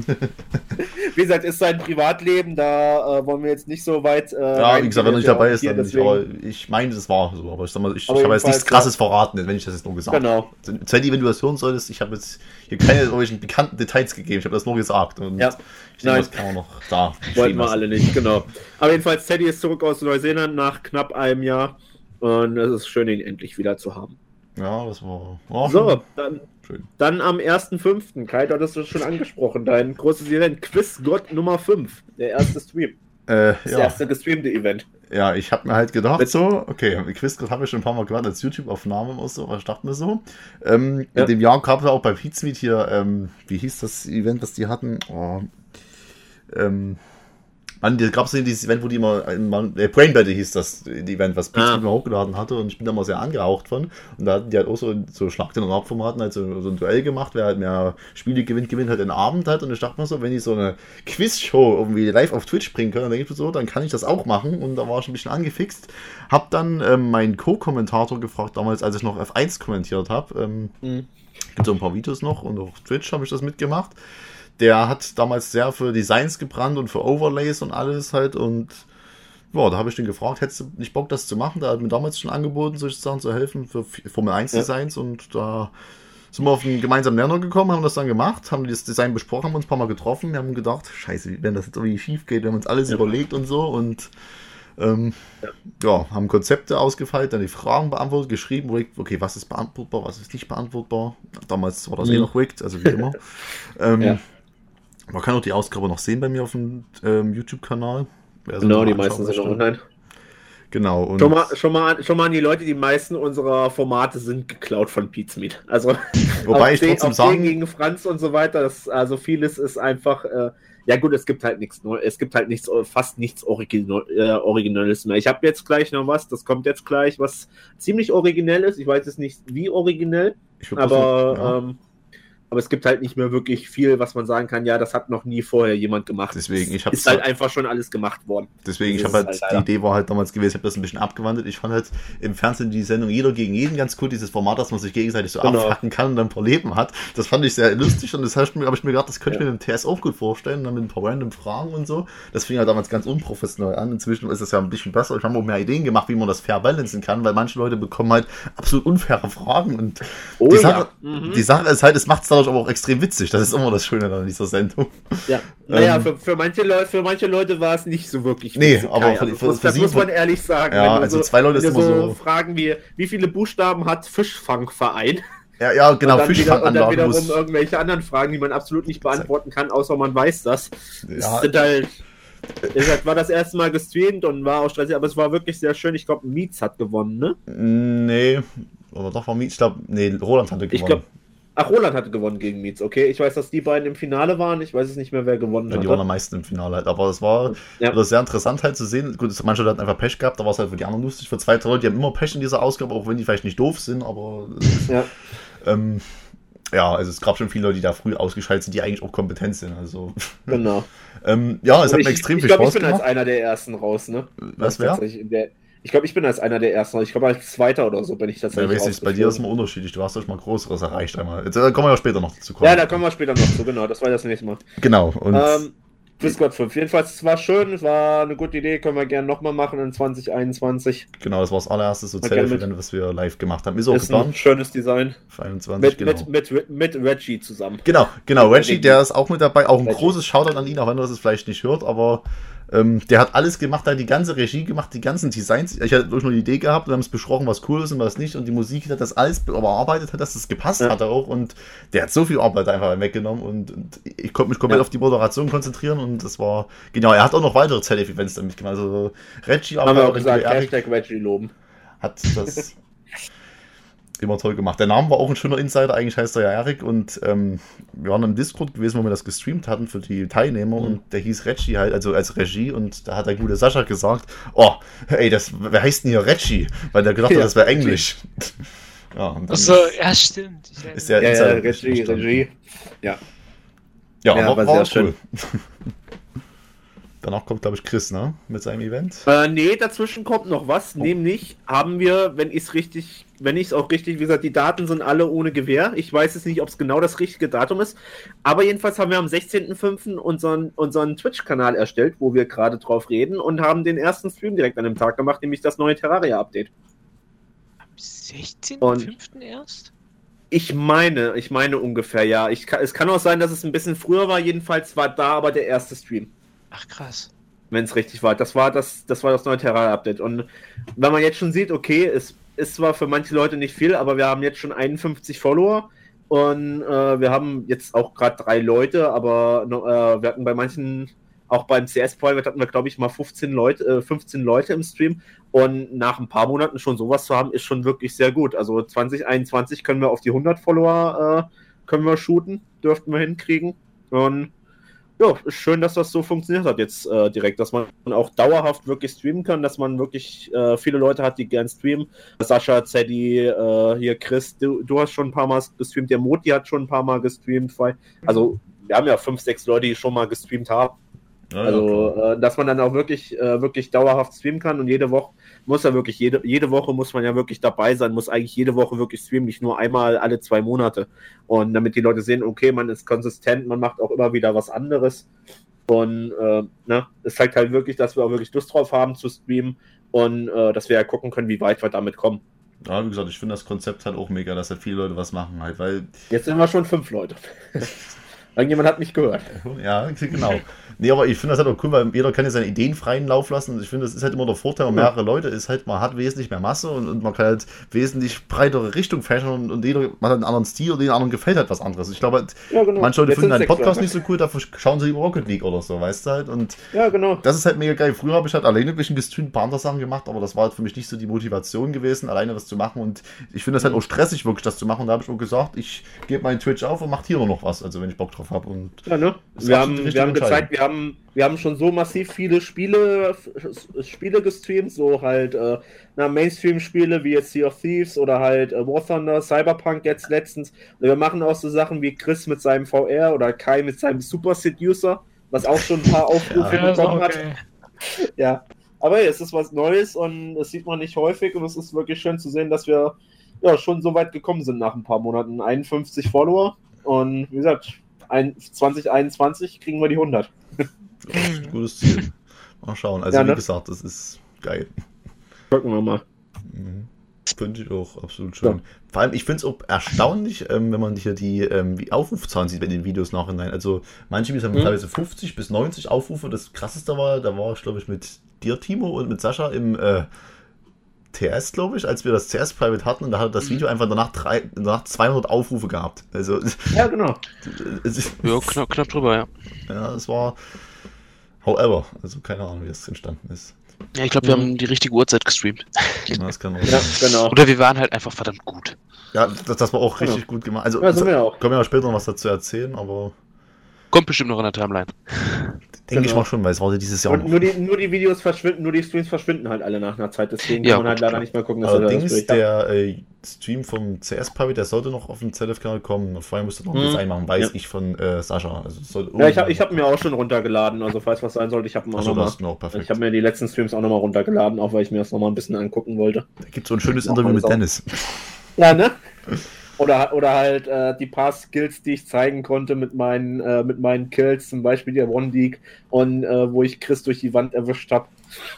Wie gesagt, ist sein Privatleben, da äh, wollen wir jetzt nicht so weit. Äh, ja, wie gesagt, wenn er nicht dabei ist, hier, dann nicht. Aber ich meine, das war so. Aber ich sag mal, ich, aber ich habe jetzt nichts Krasses ja. verraten, wenn ich das jetzt nur gesagt habe. Genau. Zeddy, wenn du das hören solltest, ich habe jetzt hier keine irgendwelchen bekannten Details gegeben. Ich habe das nur gesagt. Und ja. ich denke, das kann man noch da. Wollten wir alle nicht, genau. Aber jedenfalls, Zeddy ist zurück aus Neuseeland nach knapp einem Jahr. Und es ist schön, ihn endlich wieder zu haben. Ja, das war. war so, dann. Schön. Dann am ersten fünften Kai, du hattest das schon angesprochen, dein großes Event, Quizgott Nummer fünf, der erste Stream. Äh, das ja. erste gestreamte Event. Ja, ich habe mir halt gedacht, Mit so, okay, Quizgott habe ich schon ein paar Mal gemacht als YouTube-Aufnahme und so, aber ich dachte mir so. Ähm, ja. In dem Jahr gab es auch bei Pizmeet hier, ähm, wie hieß das Event, was die hatten? Oh, ähm, Mann, da gab es dieses Event, wo die immer, äh, Brain Battle hieß das Event, was Pizmeet ah. mal hochgeladen hatte und ich bin da mal sehr angehaucht von. Und da hatten die halt auch so, so Schlag den Rab-Formaten halt so, so ein Duell gemacht, wer halt mehr Spiele gewinnt, gewinnt halt den Abend halt. Und ich dachte mir so, wenn ich so eine Quiz-Show irgendwie live auf Twitch bringen kann, dann denke ich mir so, dann kann ich das auch machen. Und da war ich ein bisschen angefixt. Hab dann ähm, meinen Co-Kommentator gefragt, damals, als ich noch F eins kommentiert habe. Ähm, mhm. Gibt so ein paar Videos noch und auf Twitch habe ich das mitgemacht. Der hat damals sehr für Designs gebrannt und für Overlays und alles halt und ja, da habe ich den gefragt, hättest du nicht Bock, das zu machen? Da hat mir damals schon angeboten, solche Sachen zu helfen für Formel eins Designs ja. Und da sind wir auf einen gemeinsamen Nenner gekommen, haben das dann gemacht, haben das Design besprochen, haben uns ein paar Mal getroffen, wir haben gedacht, scheiße, wenn das jetzt irgendwie schief geht, wir haben uns alles ja. überlegt und so und ähm, ja. ja, haben Konzepte ausgefeilt, dann die Fragen beantwortet, geschrieben, okay, was ist beantwortbar, was ist nicht beantwortbar. Damals war das mhm. eh noch rigged, also wie immer. ähm, ja. Man kann auch die Ausgabe noch sehen bei mir auf dem ähm, YouTube-Kanal. Genau, die meisten sind noch online. Genau. Und schon, mal, schon, mal, schon mal an die Leute, die meisten unserer Formate sind geklaut von Pizmeet. Also wobei ich trotzdem sagen... gegen Franz und so weiter, das, also vieles ist einfach... Äh, ja gut, es gibt halt nichts es gibt halt nichts, fast nichts Original, äh, Originelles mehr. Ich habe jetzt gleich noch was, das kommt jetzt gleich, was ziemlich originell ist. Ich weiß jetzt nicht, wie originell, aber... Nicht, ja. ähm, Aber es gibt halt nicht mehr wirklich viel, was man sagen kann, ja, das hat noch nie vorher jemand gemacht. Deswegen, ich ist halt einfach schon alles gemacht worden. Deswegen, ich habe halt, halt, die Idee war halt damals gewesen, ich habe das ein bisschen abgewandelt. Ich fand halt im Fernsehen die Sendung Jeder gegen jeden ganz cool, dieses Format, dass man sich gegenseitig so genau. abfacken kann und dann ein paar Leben hat. Das fand ich sehr lustig und das habe ich mir gedacht, das könnte ja. ich mir mit dem T S auch gut vorstellen, dann mit ein paar random Fragen und so. Das fing halt damals ganz unprofessionell an. Inzwischen ist es ja ein bisschen besser. Ich habe auch mehr Ideen gemacht, wie man das fair balancen kann, weil manche Leute bekommen halt absolut unfaire Fragen und oh, die, ja. Sache, mhm. die Sache ist halt, es macht es dadurch aber auch extrem witzig. Das ist immer das Schöne an dieser Sendung. Ja, naja, ähm, für, für, manche Leute, für manche Leute war es nicht so wirklich nee, witzig. aber für, also, für, das, für das muss man ehrlich sagen. Ja, also so, zwei Leute ist immer so... Fragen wie, wie viele Buchstaben hat Fischfangverein? Ja, ja, genau, Fischfanganlagen. Und dann wiederum muss... irgendwelche anderen Fragen, die man absolut nicht beantworten kann, außer man weiß das. Ja, das sind halt... Es war das erste Mal gestreamt und war auch stressig, aber es war wirklich sehr schön. Ich glaube, Mietz hat gewonnen, ne? Nee, oder doch war Mietz, ich glaube, nee, Roland hatte gewonnen. Ich glaube, ach, Roland hatte gewonnen gegen Mietz, okay. Ich weiß, dass die beiden im Finale waren, ich weiß es nicht mehr, wer gewonnen ja, hat. Die waren am meisten im Finale halt, aber es war ja. sehr interessant halt zu sehen. Gut, manche Leute hatten einfach Pech gehabt, da war es halt für die anderen lustig. Für zwei, drei Leute, die haben immer Pech in dieser Ausgabe, auch wenn die vielleicht nicht doof sind, aber ja. ähm, ja, also es gab schon viele Leute, die da früh ausgeschaltet sind, die eigentlich auch kompetent sind. Also genau. ähm, ja, es hat ich, mir extrem ich viel glaub, Spaß gemacht. Ich bin gemacht. als einer der Ersten raus, ne? Was wäre? Ich glaube, ich bin als einer der Ersten raus. Ich glaube, als Zweiter oder so bin ich tatsächlich ja, weiß nicht, bei dir ist immer unterschiedlich. Du hast euch mal Größeres erreicht einmal. Jetzt, da kommen wir ja später noch dazu kommen. Ja, da kommen wir später noch zu, genau. Das war das nächste Mal. Genau. Und ähm, Discord fünf. Jedenfalls, es war schön, es war eine gute Idee, können wir gerne nochmal machen in zwanzig einundzwanzig. Genau, das war das allererste Sozial-Event, was wir live gemacht haben. Ist auch ist ein schönes Design. Für einundzwanzig, mit, genau. mit, mit, mit Reggie zusammen. Genau, genau, Reggie, der ist auch mit dabei. Auch ein Reggie. großes Shoutout an ihn, auch wenn er das vielleicht nicht hört, aber ähm, der hat alles gemacht, der hat die ganze Regie gemacht, die ganzen Designs. Ich hatte durch nur die Idee gehabt und haben es besprochen, was cool ist und was nicht. Und die Musik hat das alles bearbeitet, hat, dass das gepasst Ja. hat er auch. Und der hat so viel Arbeit einfach weggenommen und, und ich konnte mich komplett Ja. auf die Moderation konzentrieren und das war, genau, er hat auch noch weitere Z F-Events damit gemacht. Also Reggie, Haben wir aber auch gesagt, Erik Hashtag Reggie loben. hat das immer toll gemacht. Der Name war auch ein schöner Insider, eigentlich heißt er ja Erik und ähm, wir waren im Discord gewesen, wo wir das gestreamt hatten für die Teilnehmer mhm. und der hieß Reggie halt, also als Regie und da hat der gute Sascha gesagt, oh, ey, das, wer heißt denn hier Reggie? Weil der gedacht hat, Ja, das wäre Englisch. Ja, und dann Also, ja, stimmt. Ich ist der Ja, ja, Insider Reggie, entstanden. Regie. Ja. Ja, Ja, war, war war sehr cool. Danach kommt, glaube ich, Chris, ne? Mit seinem Event. Äh, nee, dazwischen kommt noch was. Oh. Nämlich haben wir, wenn ich es richtig, wenn ich es auch richtig, wie gesagt, die Daten sind alle ohne Gewähr. Ich weiß jetzt nicht, ob es genau das richtige Datum ist. Aber jedenfalls haben wir am sechzehnten fünften unseren, unseren Twitch-Kanal erstellt, wo wir gerade drauf reden und haben den ersten Stream direkt an dem Tag gemacht, nämlich das neue Terraria-Update. Am sechzehnten fünften erst? Ich meine, ich meine ungefähr, ja. Ich, es kann auch sein, dass es ein bisschen früher war. Jedenfalls war da aber der erste Stream. Ach krass. Wenn es richtig war. Das war das, das war das neue Terraria-Update. Und wenn man jetzt schon sieht, okay, es ist zwar für manche Leute nicht viel, aber wir haben jetzt schon einundfünfzig Follower und äh, wir haben jetzt auch gerade drei Leute, aber äh, wir hatten bei manchen, auch beim C S-Private hatten wir, glaube ich, mal fünfzehn Leute, äh, fünfzehn Leute im Stream und nach ein paar Monaten schon sowas zu haben, ist schon wirklich sehr gut. Also zwanzig einundzwanzig können wir auf die hundert Follower äh, können wir shooten, dürften wir hinkriegen und ja, ist schön, dass das so funktioniert hat jetzt äh, direkt, dass man auch dauerhaft wirklich streamen kann, dass man wirklich äh, viele Leute hat, die gern streamen. Sascha, Zeddy, äh, hier Chris, du, du hast schon ein paar Mal gestreamt, der Moti hat schon ein paar Mal gestreamt. Also wir haben ja fünf, sechs Leute, die schon mal gestreamt haben. Ja, also, ja, äh, dass man dann auch wirklich, äh, wirklich dauerhaft streamen kann und jede Woche muss ja wirklich, jede, jede Woche muss man ja wirklich dabei sein, muss eigentlich jede Woche wirklich streamen, nicht nur einmal alle zwei Monate. Und damit die Leute sehen, okay, man ist konsistent, man macht auch immer wieder was anderes. Und äh, ne, es zeigt halt wirklich, dass wir auch wirklich Lust drauf haben zu streamen und äh, dass wir ja gucken können, wie weit wir damit kommen. Ja, wie gesagt, ich finde das Konzept halt auch mega, dass halt viele Leute was machen halt, weil... Jetzt sind wir schon fünf Leute. Irgendjemand hat mich gehört. Ja, genau. Nee, aber ich finde das halt auch cool, weil jeder kann ja seine Ideen freien Lauf lassen. Und ich finde, das ist halt immer der Vorteil, wenn mehrere Leute ist halt, man hat wesentlich mehr Masse und, und man kann halt wesentlich breitere Richtung fächern und, und jeder macht halt einen anderen Stil und den anderen gefällt halt was anderes. Ich glaube halt, ja, genau. Manche Leute Jetzt finden deinen Podcast nicht so cool, dafür schauen sie über Rocket League oder so, weißt du halt. Und ja, genau. Das ist halt mega geil. Früher habe ich halt alleine ein bisschen gestreamt, ein paar andere Sachen gemacht, aber das war halt für mich nicht so die Motivation gewesen, alleine was zu machen. Und ich finde das halt auch stressig, wirklich das zu machen. Und da habe ich auch gesagt, ich gebe meinen Twitch auf und mache hier nur noch was, also wenn ich Bock drauf habe. Und ja, ne? Wir haben, wir haben gezeigt, wir haben, wir haben schon so massiv viele Spiele, Spiele gestreamt, so halt äh, Mainstream-Spiele wie jetzt Sea of Thieves oder halt äh, War Thunder, Cyberpunk jetzt letztens. Und wir machen auch so Sachen wie Chris mit seinem V R oder Kai mit seinem Super Seducer, was auch schon ein paar Aufrufe ja, bekommen hat. Okay. Ja, aber hey, es ist was Neues und das sieht man nicht häufig und es ist wirklich schön zu sehen, dass wir ja schon so weit gekommen sind nach ein paar Monaten. einundfünfzig Follower und wie gesagt, zwanzig einundzwanzig kriegen wir die hundert. Gutes Ziel. Mal schauen. Also ja, ne? Wie gesagt, das ist geil. Gucken wir mal. Mhm. Finde ich auch absolut schön. Ja. Vor allem, ich finde es auch erstaunlich, ähm, wenn man hier die ähm, Aufrufzahlen sieht bei den Videos nachhinein. Also manche Videos haben mhm. teilweise fünfzig bis neunzig Aufrufe. Das krasseste war, da war ich glaube ich mit dir, Timo, und mit Sascha im äh, T S, glaube ich, als wir das C S-Private hatten und da hat das Video einfach danach, drei, danach zweihundert Aufrufe gehabt. Also, ja, genau. Ja, knapp, knapp drüber, ja. Ja, es war However, also keine Ahnung, wie das entstanden ist. Ja, ich glaube, wir haben die richtige Uhrzeit gestreamt. Ja, das kann auch Ja, sein. genau. Oder wir waren halt einfach verdammt gut. Ja, das, das war auch Genau. richtig gut gemacht. Also, Ja, sind wir auch. können wir ja später noch was dazu erzählen, aber Kommt bestimmt noch in der Timeline. denke ich Genau. mal schon, weil es war ja dieses Jahr Und noch. nur die, nur die Videos verschwinden, nur die Streams verschwinden halt alle nach einer Zeit, deswegen Ja, kann man halt gut, leider klar. nicht mehr gucken, dass er das Allerdings, durch hat. der äh, Stream vom C S-Pirate, der sollte noch auf den Z F-Kanal kommen. Vorher musste noch ein Mhm. Design machen, weiß Ja. ich von äh, Sascha. Also, es soll Ja, ich habe ich hab mir auch schon runtergeladen, also falls was sein sollte, ich habe ihn auch Achso, nochmal. das ist noch perfekt. Ich habe mir die letzten Streams auch nochmal runtergeladen, auch weil ich mir das nochmal ein bisschen angucken wollte. Da gibt es so ein schönes Mach Interview mal mit das auch. Dennis. Ja, ne? Oder, oder halt äh, die paar Skills, die ich zeigen konnte mit meinen, äh, mit meinen Kills, zum Beispiel der One League und äh, wo ich Chris durch die Wand erwischt habe.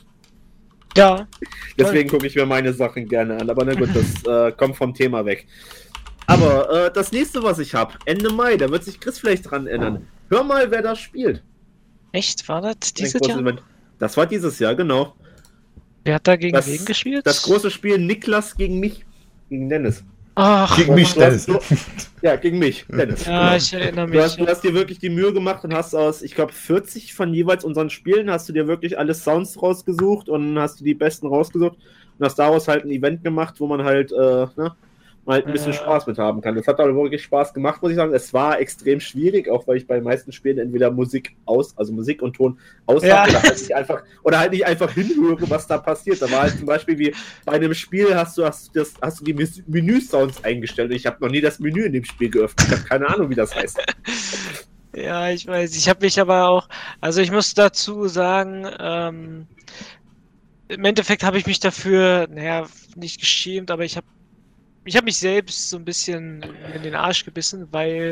Ja, Deswegen gucke ich mir meine Sachen gerne an. Aber na gut, das äh, kommt vom Thema weg. Aber äh, das nächste, was ich habe, Ende Mai, da wird sich Chris vielleicht dran erinnern. Hör mal, wer das spielt. echt? War das Ein dieses großes Jahr? Event. Das war dieses Jahr, genau. Wer hat da gegen Das- wen gespielt? Das große Spiel Niklas gegen mich, gegen Dennis. Ach, Gegen mich, Du hast- Dennis. du- Ja, gegen mich, Dennis. ja, genau. ich erinnere Du hast, mich. du hast dir wirklich die Mühe gemacht und hast aus, ich glaube, vierzig von jeweils unseren Spielen hast du dir wirklich alle Sounds rausgesucht und hast du die besten rausgesucht und hast daraus halt ein Event gemacht, wo man halt, äh, ne, mal halt ein bisschen Ja. Spaß mit haben kann. Das hat aber wirklich Spaß gemacht, muss ich sagen. Es war extrem schwierig, auch weil ich bei den meisten Spielen entweder Musik aus, also Musik und Ton aus Ja. habe oder halt nicht einfach, oder halt nicht einfach hinhöre, was da passiert. Da war halt zum Beispiel wie bei einem Spiel hast du, hast du, das, hast du die Mes- Menü-Sounds eingestellt und ich habe noch nie das Menü in dem Spiel geöffnet. Ich habe keine Ahnung, wie das heißt. Ja, ich weiß. Ich habe mich aber auch, also ich muss dazu sagen, ähm, im Endeffekt habe ich mich dafür, naja, nicht geschämt, aber ich habe ich habe mich selbst so ein bisschen in den Arsch gebissen, weil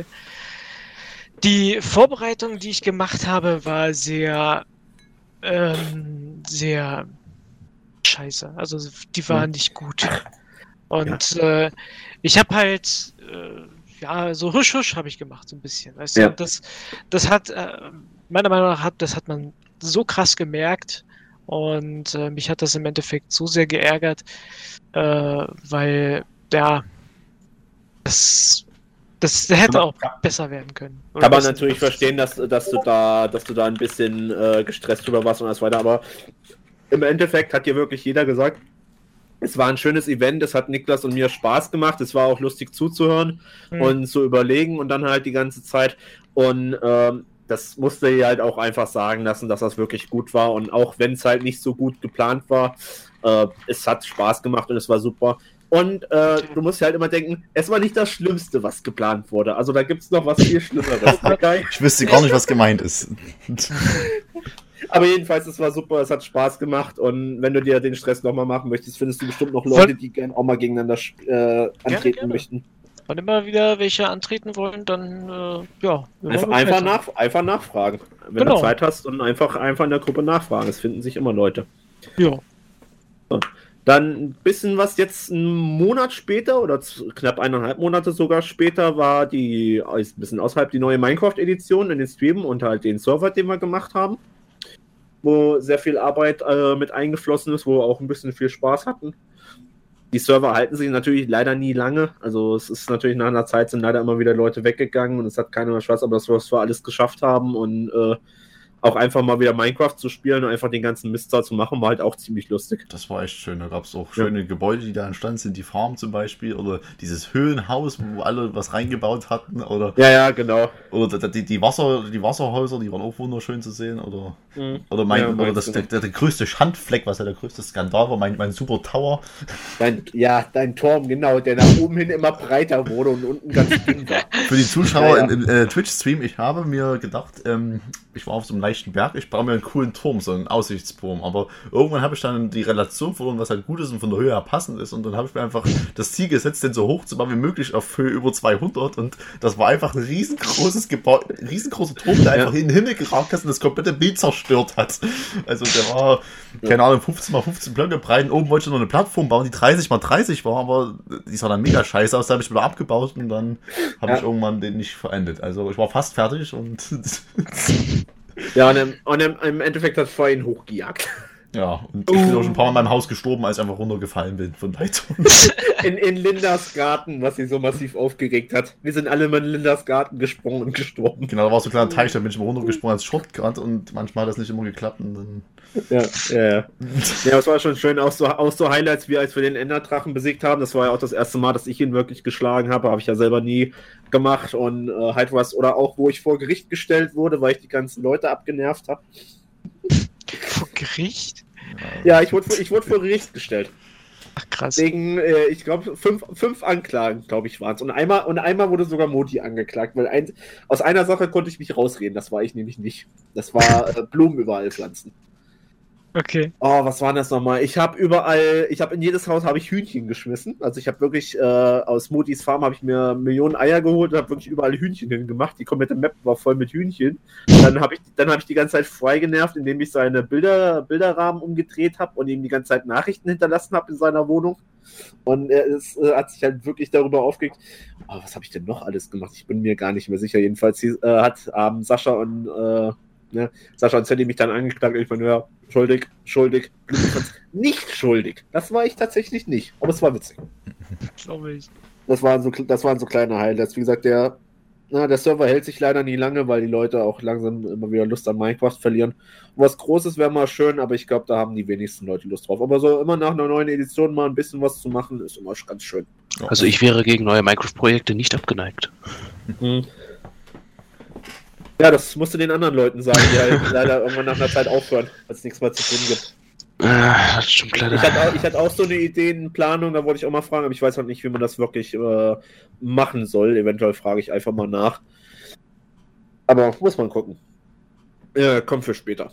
die Vorbereitung, die ich gemacht habe, war sehr, ähm, sehr scheiße. Also die war Mhm. nicht gut. Und äh, ich habe halt, äh, ja, so husch husch habe ich gemacht, so ein bisschen. Weißt du? Ja. Und das, das hat, äh, meiner Meinung nach, hat, das hat man so krass gemerkt. Und äh, mich hat das im Endeffekt so sehr geärgert, äh, weil, ja, das, das hätte auch besser werden können. Oder Kann man besser- natürlich verstehen, dass, dass du da, dass du da ein bisschen äh, gestresst drüber warst und alles weiter, aber im Endeffekt hat dir wirklich jeder gesagt, es war ein schönes Event, es hat Niklas und mir Spaß gemacht, es war auch lustig zuzuhören Hm. und zu überlegen und dann halt die ganze Zeit und ähm, das musste ihr halt auch einfach sagen lassen, dass das wirklich gut war und auch wenn es halt nicht so gut geplant war, äh, es hat Spaß gemacht und es war super. Und äh, du musst halt immer denken, es war nicht das Schlimmste, was geplant wurde. Also da gibt es noch was viel Schlimmeres. Okay? Ich wüsste gar nicht, was gemeint ist. Aber jedenfalls, es war super, es hat Spaß gemacht. Und wenn du dir den Stress nochmal machen möchtest, findest du bestimmt noch Leute, die gerne auch mal gegeneinander äh, antreten gerne. möchten. Wenn immer wieder welche antreten wollen, dann, äh, ja. wir Einfach, wollen einfach, weiter. nach, einfach nachfragen. Wenn Genau. du Zeit hast und einfach, einfach in der Gruppe nachfragen. Es finden sich immer Leute. Ja. Dann ein bisschen was jetzt einen Monat später oder z- knapp eineinhalb Monate sogar später war die, ist ein bisschen außerhalb, die neue Minecraft-Edition in den Streamen und halt den Server, den wir gemacht haben, wo sehr viel Arbeit äh, mit eingeflossen ist, wo wir auch ein bisschen viel Spaß hatten. Die Server halten sich natürlich leider nie lange, also es ist natürlich nach einer Zeit sind leider immer wieder Leute weggegangen und es hat keiner mehr Spaß, aber das, was wir alles geschafft haben und äh, auch einfach mal wieder Minecraft zu spielen und einfach den ganzen Mist da zu machen, war halt auch ziemlich lustig. Das war echt schön. Da gab es auch schöne Gebäude, die da entstanden sind, die Farm zum Beispiel, oder dieses Höhlenhaus, wo alle was reingebaut hatten, oder, Ja, ja, genau. oder die, die, Wasser, die Wasserhäuser, die waren auch wunderschön zu sehen, oder, Mhm. oder, mein, Ja, oder meinst das, du, der, der, der größte Schandfleck, was ja der größte Skandal war, mein, mein Super Tower. Dein, ja, dein Turm, genau, der nach oben hin immer breiter wurde und unten ganz dünn war. Für die Zuschauer Ja, ja. im, im äh, Twitch-Stream, ich habe mir gedacht, ähm, ich war auf so einem leichten Berg, ich baue mir einen coolen Turm, so einen Aussichtsturm, aber irgendwann habe ich dann die Relation verloren, was halt gut ist und von der Höhe her passend ist, und dann habe ich mir einfach das Ziel gesetzt, den so hoch zu machen wie möglich auf Höhe über zweihundert, und das war einfach ein riesengroßes Gebäude, ein riesengroßer Turm, der einfach in den Himmel geragt ist und das komplette Bild zerstört hat. Also der war, keine Ahnung, fünfzehn mal fünfzehn Blöcke breit, und oben wollte ich noch eine Plattform bauen, die dreißig mal dreißig war, aber die sah dann mega scheiße aus, da habe ich wieder abgebaut und dann habe Ja. ich irgendwann den nicht verendet. Also ich war fast fertig und Ja, und, im, und im, im Endeffekt hat es vorhin hochgejagt. Ja, und ich bin auch schon ein paar Mal in meinem Haus gestorben, als ich einfach runtergefallen bin von Leitung. In, in Lindas Garten, was sie so massiv aufgeregt hat. Wir sind alle mal in Lindas Garten gesprungen und gestorben. Genau, da war so ein kleiner Teich, da bin ich mal runtergesprungen als Shortcut und manchmal hat das nicht immer geklappt. Und dann Ja, ja, ja. Ja, das war schon schön, auch so, auch so Highlights, wie als wir den Enderdrachen besiegt haben. Das war ja auch das erste Mal, dass ich ihn wirklich geschlagen habe. Habe ich ja selber nie gemacht. Und äh, halt was, oder auch, wo ich vor Gericht gestellt wurde, weil ich die ganzen Leute abgenervt habe. Vor Gericht? Ja, ich wurde, ich wurde vor Gericht gestellt. Ach, krass. Wegen, äh, ich glaube, fünf, fünf Anklagen, glaube ich, waren es. Und einmal, und einmal wurde sogar Moti angeklagt, weil ein, aus einer Sache konnte ich mich rausreden. Das war ich nämlich nicht. Das war äh, Blumen überall pflanzen. Okay. Oh, was war das nochmal? Ich habe überall, ich habe in jedes Haus habe ich Hühnchen geschmissen. Also ich habe wirklich äh, aus Motis Farm habe ich mir Millionen Eier geholt und habe wirklich überall Hühnchen hingemacht. Die komplette Map war voll mit Hühnchen. Dann habe ich, dann habe ich die ganze Zeit Fry genervt, indem ich seine Bilder, Bilderrahmen umgedreht habe und ihm die ganze Zeit Nachrichten hinterlassen habe in seiner Wohnung. Und er ist, äh, hat sich halt wirklich darüber aufgeregt. Oh, was habe ich denn noch alles gemacht? Ich bin mir gar nicht mehr sicher. Jedenfalls äh, hat ähm, Sascha und äh, Ne? Sascha und Sandy mich dann angeklagt und ich meine, ja, schuldig, schuldig, nicht schuldig. Das war ich tatsächlich nicht, aber es war witzig. Glaube ich. Das waren so, das waren so kleine Highlights. Wie gesagt, der, na, der Server hält sich leider nie lange, weil die Leute auch langsam immer wieder Lust an Minecraft verlieren. Und was Großes wäre mal schön, aber ich glaube, da haben die wenigsten Leute Lust drauf. Aber so immer nach einer neuen Edition mal ein bisschen was zu machen, ist immer ganz schön. Also ich wäre gegen neue Minecraft-Projekte nicht abgeneigt. Mhm. Ja, das musst du den anderen Leuten sagen, die halt leider irgendwann nach einer Zeit aufhören, weil es nichts mehr zu tun gibt. Ah, das stimmt leider. Ich hatte, auch, ich hatte auch so eine Ideenplanung, da wollte ich auch mal fragen, aber ich weiß halt nicht, wie man das wirklich äh, machen soll. Eventuell frage ich einfach mal nach. Aber muss man gucken. Ja, kommt für später.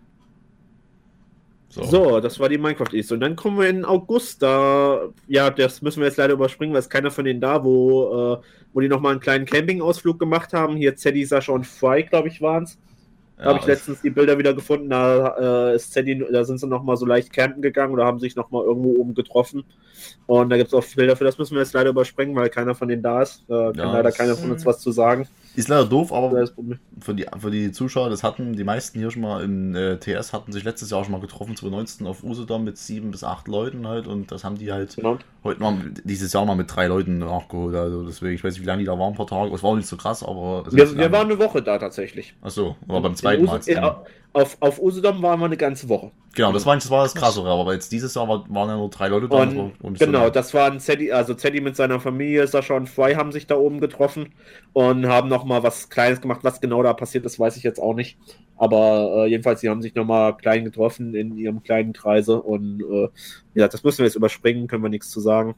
So, so das war die Minecraft-Edition. Dann kommen wir in August, da, ja, das müssen wir jetzt leider überspringen, weil es keiner von denen da, wo, äh, wo die nochmal einen kleinen Camping-Ausflug gemacht haben. Hier Zeddy, Sascha und Fry, glaube ich, waren es. Da ja, habe ich letztens die Bilder wieder gefunden, da, äh, ist Zeddy, da sind sie nochmal so leicht campen gegangen oder haben sich nochmal irgendwo oben getroffen. Und da gibt es auch Bilder, für das müssen wir jetzt leider überspringen, weil keiner von denen da ist. Da kann ja, leider keiner von uns was zu sagen. Ist leider doof, aber für die, für die Zuschauer, das hatten die meisten hier schon mal im äh, T S, hatten sich letztes Jahr schon mal getroffen, zwanzig neunzehn auf Usedom mit sieben bis acht Leuten halt und das haben die halt genau. heute mal, dieses Jahr mal mit drei Leuten nachgeholt, also deswegen, ich weiß nicht, wie lange die da waren, ein paar Tage, es war nicht so krass, aber... Wir, wir waren eine Woche da tatsächlich. Achso, aber beim zweiten Mal. Use, äh, auf, auf Usedom waren wir eine ganze Woche. Genau, das war, das war das Krassere, aber jetzt dieses Jahr war, waren ja nur drei Leute da. Und, und und genau, so das waren Zeddy, also Zeddy mit seiner Familie, Sascha und Fry haben sich da oben getroffen und haben nochmal was Kleines gemacht. Was genau da passiert ist, weiß ich jetzt auch nicht. Aber äh, jedenfalls, sie haben sich nochmal klein getroffen in ihrem kleinen Kreise und äh, ja, das müssen wir jetzt überspringen, können wir nichts zu sagen.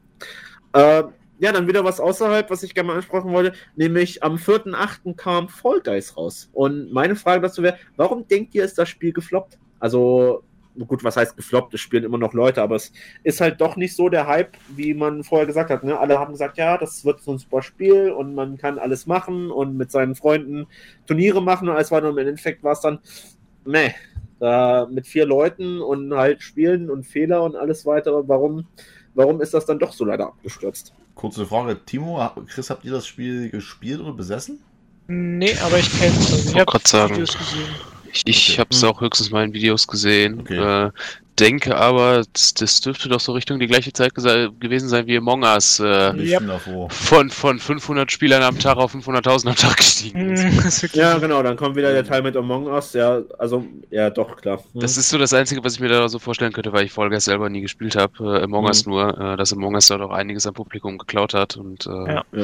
Äh, ja, dann wieder was außerhalb, was ich gerne mal ansprechen wollte, nämlich am vierten achten kam Fall Guys raus. Und meine Frage dazu wäre, warum denkt ihr, ist das Spiel gefloppt? Also, gut, was heißt gefloppt? Es spielen immer noch Leute, aber es ist halt doch nicht so der Hype, wie man vorher gesagt hat. Ne? Alle haben gesagt, ja, das wird so ein super Spiel und man kann alles machen und mit seinen Freunden Turniere machen und alles weiter. Und im Endeffekt war es dann, meh, da mit vier Leuten und halt Spielen und Fehler und alles weitere. Warum, warum ist das dann doch so leider abgestürzt? Kurze Frage, Timo, Chris, habt ihr das Spiel gespielt oder besessen? Nee, aber ich kenne es. Also, ich habe Videos gesehen. Ich, ich okay. habe es auch höchstens mal in Videos gesehen. Okay. Äh, denke aber, das, das dürfte doch so Richtung die gleiche Zeit gewesen sein wie Among Us. Äh, yep. von, von fünfhundert Spielern am Tag auf fünfhunderttausend am Tag gestiegen ist. Ja, genau, dann kommt wieder der Teil mit Among Us. Ja, also, ja, doch, klar. Hm. Das ist so das Einzige, was ich mir da so vorstellen könnte, weil ich Fall Guys selber nie gespielt habe. Äh, Among hm. Us nur, äh, dass Among Us dort auch einiges am Publikum geklaut hat. Und äh, ja. Ja.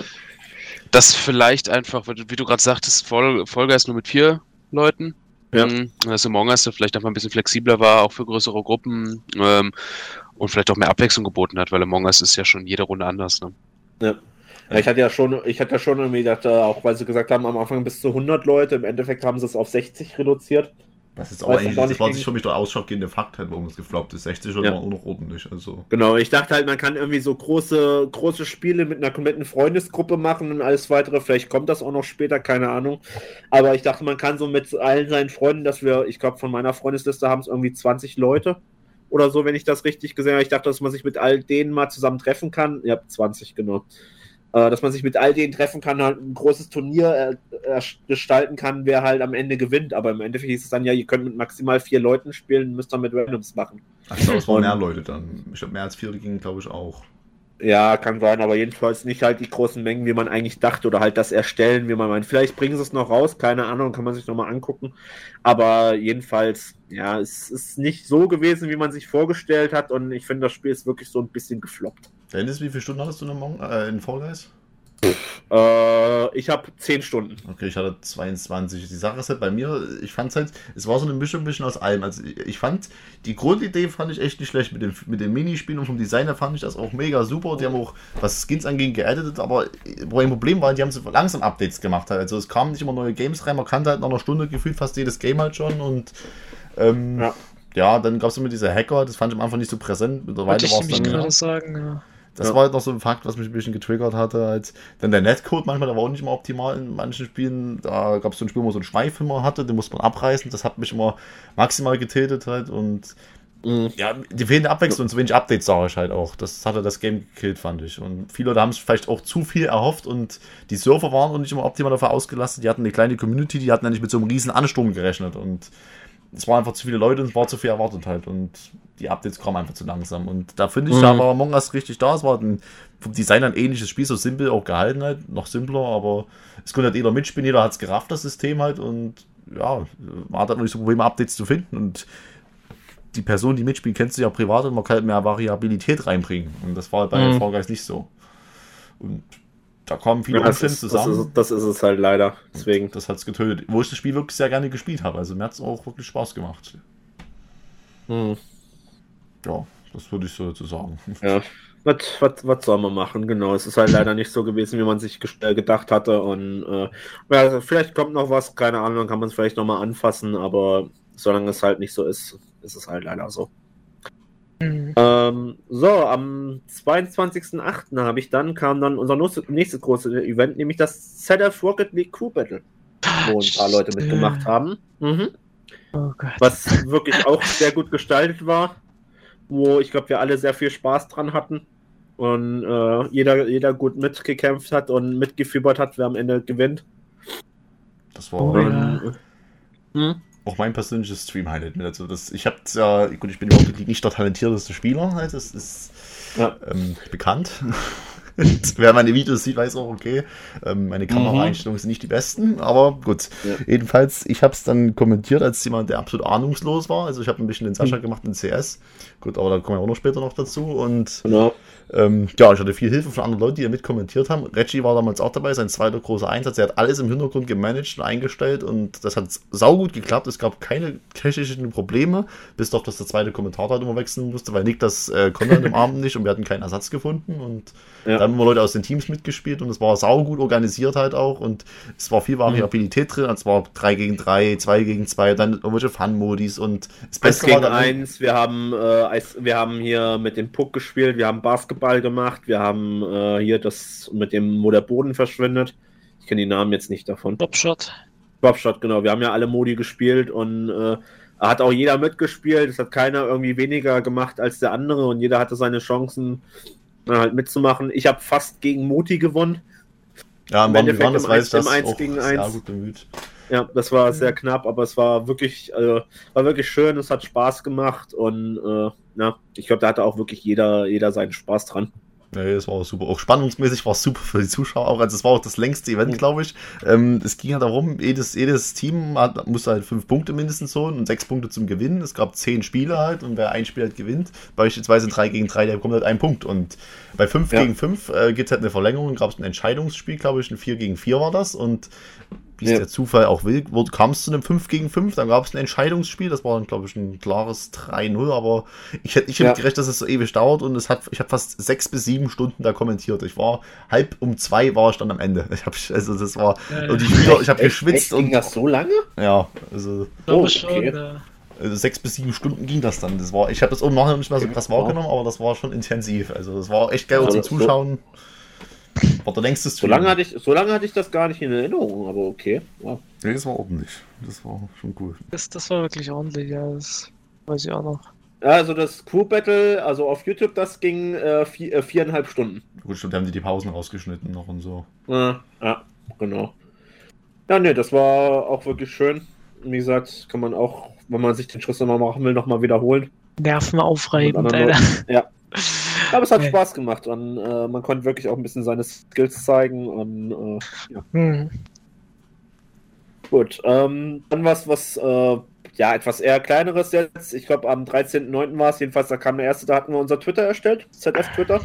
das vielleicht einfach, wie du gerade sagtest, Fall, Fall Guys nur mit vier Leuten. Ja. Dass Among Us vielleicht einfach ein bisschen flexibler war, auch für größere Gruppen ähm, und vielleicht auch mehr Abwechslung geboten hat, weil Among Us ist ja schon jede Runde anders. Ne? Ja. Ja, ich hatte ja schon, ich hatte ja schon irgendwie gedacht, auch weil sie gesagt haben, am Anfang bis zu hundert Leute, im Endeffekt haben sie es auf sechzig reduziert. Das ist aber eigentlich, das war sich für mich der ausschlaggebende Fakt, halt, warum es gefloppt ist. sechzig schon ja. Immer noch ordentlich. Also. Genau, ich dachte halt, man kann irgendwie so große, große Spiele mit einer kompletten Freundesgruppe machen und alles weitere. Vielleicht kommt das auch noch später, keine Ahnung. Aber ich dachte, man kann so mit allen seinen Freunden, dass wir, ich glaube, von meiner Freundesliste haben es irgendwie zwanzig Leute oder so, wenn ich das richtig gesehen habe. Ich dachte, dass man sich mit all denen mal zusammen treffen kann. Ja, zwanzig, genau. äh, dass man sich mit all denen treffen kann, halt ein großes Turnier äh, gestalten kann, wer halt am Ende gewinnt. Aber im Endeffekt hieß es dann ja, ihr könnt mit maximal vier Leuten spielen, müsst dann mit Randoms machen. Ach, ich glaube, es waren mehr Leute dann. Ich glaube, mehr als vier gingen, glaube ich, auch. Ja, kann sein, aber jedenfalls nicht halt die großen Mengen, wie man eigentlich dachte, oder halt das Erstellen, wie man meint. Vielleicht bringen sie es noch raus, keine Ahnung, kann man sich nochmal angucken. Aber jedenfalls, ja, es ist nicht so gewesen, wie man sich vorgestellt hat, und ich finde, das Spiel ist wirklich so ein bisschen gefloppt. Dennis, wie viele Stunden hattest du in, Among äh, in Fall Guys? Äh, ich habe zehn Stunden. Okay, ich hatte zweiundzwanzig. Die Sache ist halt bei mir, ich fand es halt, es war so eine Mischung ein bisschen aus allem. Also ich, ich fand, die Grundidee fand ich echt nicht schlecht mit dem, mit dem Minispielen, und vom Designer fand ich das auch mega super. Die haben auch, was Skins angeht, geeditet, aber wo ein Problem war, die haben so langsam Updates gemacht. Also es kamen nicht immer neue Games rein, man kannte halt nach einer Stunde gefühlt fast jedes Game halt schon, und ähm, ja. ja, dann gab es immer diese Hacker, das fand ich am Anfang nicht so präsent. Mittlerweile war es dann, gerade ja. sagen, ja. Das ja. war halt noch so ein Fakt, was mich ein bisschen getriggert hatte. Halt. Dann der Netcode manchmal, der war auch nicht immer optimal in manchen Spielen. Da gab es so ein Spiel, wo man so einen Schweif immer hatte, den musste man abreißen. Das hat mich immer maximal getötet halt. Und mhm. ja, die fehlende Abwechslung und zu wenig Updates sah ich halt auch. Das hatte das Game gekillt, fand ich. Und viele Leute haben sich vielleicht auch zu viel erhofft, und die Server waren auch nicht immer optimal dafür ausgelastet. Die hatten eine kleine Community, die hatten ja nicht mit so einem riesen Ansturm gerechnet. Und es waren einfach zu viele Leute und es war zu viel erwartet halt, und die Updates kamen einfach zu langsam, und da finde ich, mhm. da war Among Us richtig da. Es war ein, vom Design ein ähnliches Spiel, so simpel auch gehalten halt, noch simpler, aber es konnte halt jeder mitspielen, jeder hat es gerafft, das System halt, und ja, man hat halt noch nicht so Probleme, Updates zu finden, und die Person, die mitspielt, kennst du ja privat, und man kann halt mehr Variabilität reinbringen, und das war halt bei mhm. Fall Guys nicht so. Und da kommen viele ja, Umstände ist, zusammen. Das ist, das ist es halt leider. Deswegen. Das hat es getötet. Wo ich das Spiel wirklich sehr gerne gespielt habe. Also mir hat es auch wirklich Spaß gemacht. Hm. Ja, das würde ich so dazu sagen. Ja, was, was, was soll man machen? Genau, es ist halt leider nicht so gewesen, wie man sich gedacht hatte. Und äh, ja, vielleicht kommt noch was, keine Ahnung, dann kann man es vielleicht nochmal anfassen. Aber solange es halt nicht so ist, ist es halt leider so. Mhm. Ähm, so, am zweiundzwanzigsten achten habe ich dann, kam dann unser nächstes großes Event, nämlich das Z F Rocket League Crew Battle, wo ein paar Leute mitgemacht haben. Mhm. Oh Gott. Was wirklich auch sehr gut gestaltet war, wo ich glaube, wir alle sehr viel Spaß dran hatten, und äh, jeder, jeder gut mitgekämpft hat und mitgefiebert hat, wer am Ende gewinnt. Das war oh, ja. hm? auch mein persönliches Stream-Highlight mit. Also das, ich habe ja, gut, ich bin überhaupt nicht der talentierteste Spieler, halt, das ist ja. ähm, bekannt. Wer meine Videos sieht, weiß auch, okay, ähm, meine Kameraeinstellungen sind nicht die besten, aber gut. Ja. Jedenfalls, ich habe es dann kommentiert als jemand, der absolut ahnungslos war. Also ich habe ein bisschen den Sascha mhm. gemacht in C S. Gut, aber da kommen wir auch noch später noch dazu. Und genau. ähm, ja, ich hatte viel Hilfe von anderen Leuten, die ja mit kommentiert haben. Reggie war damals auch dabei, sein zweiter großer Einsatz. Er hat alles im Hintergrund gemanagt und eingestellt, und das hat saugut geklappt. Es gab keine technischen Probleme, bis doch, dass der zweite Kommentator halt immer wechseln musste, weil Nick das äh, konnte an dem Abend nicht, und wir hatten keinen Ersatz gefunden, und ja. da haben immer Leute aus den Teams mitgespielt, und es war saugut organisiert halt auch, und es war viel Variabilität mhm. drin. Es war drei gegen drei, zwei gegen zwei, dann irgendwelche Fun-Modis, und das Beste gegen war dann eins. Wir haben, äh, wir haben hier mit dem Puck gespielt, wir haben Basketball gemacht, wir haben äh, hier das mit dem, wo der Boden verschwindet. Ich kenne die Namen jetzt nicht davon. Bobshot. Bobshot, genau. Wir haben ja alle Modi gespielt, und äh, hat auch jeder mitgespielt. Es hat keiner irgendwie weniger gemacht als der andere, und jeder hatte seine Chancen, halt mitzumachen. Ich habe fast gegen Moti gewonnen. Ja, im Endeffekt das weiß ich, das eins auch gegen sehr eins. gut bemüht. Ja, das war sehr knapp, aber es war wirklich, also, war wirklich schön, es hat Spaß gemacht, und äh, ja, ich glaube, da hatte auch wirklich jeder, jeder seinen Spaß dran. Nee, das war auch super. Auch spannungsmäßig war es super für die Zuschauer auch. Also es war auch das längste Event, glaube ich. Ähm, es ging ja darum, jedes, jedes Team hat, musste halt fünf Punkte mindestens holen und sechs Punkte zum Gewinnen. Es gab zehn Spiele halt, und wer ein Spiel halt gewinnt, beispielsweise drei gegen drei, der bekommt halt einen Punkt. Und bei fünf ja. gegen fünf äh, gibt es halt eine Verlängerung, gab es ein Entscheidungsspiel, glaube ich, ein vier gegen vier war das, und wie es ja. der Zufall auch will, kam es zu einem fünf gegen fünf, dann gab es ein Entscheidungsspiel, das war dann, glaube ich, ein klares drei null, aber ich hätte nicht ja. gerechnet, dass es so ewig dauert, und es hat, ich habe fast sechs bis sieben Stunden da kommentiert. Ich war halb um zwei war ich dann am Ende. Ich habe, also das war, ja, und die Spieler, ich habe geschwitzt. Ging das so lange? Ja, also. Oh, okay. Also sechs bis sieben Stunden ging das dann. Das war, ich habe das oben nachher nicht mehr so krass wahrgenommen, aber das war schon intensiv. Also das war echt geil also, zum Zuschauen. War der längste Stream. So lange hatte ich, so lange hatte ich das gar nicht in Erinnerung, aber okay. Ja. Nee, das war ordentlich. Das war schon cool. Das, das war wirklich ordentlich, ja. Das weiß ich auch noch. Also das Crew Battle, also auf YouTube, das ging äh, vier, äh, viereinhalb Stunden. Gut, stimmt, da haben die die Pausen rausgeschnitten noch und so. Ja, ja, genau. Ja, ne, das war auch wirklich schön. Wie gesagt, kann man auch, wenn man sich den Schuss nochmal machen will, nochmal wiederholen. Nervenaufreibend, Alter. Alter. Ja. Aber es hat Nee. Spaß gemacht und äh, man konnte wirklich auch ein bisschen seine Skills zeigen und äh, ja. Hm. Gut, ähm, dann was, was, äh, ja, etwas eher kleineres jetzt. Ich glaube, am dreizehnten neunten war es, jedenfalls, da kam der erste, da hatten wir unser Twitter erstellt, Z F Twitter.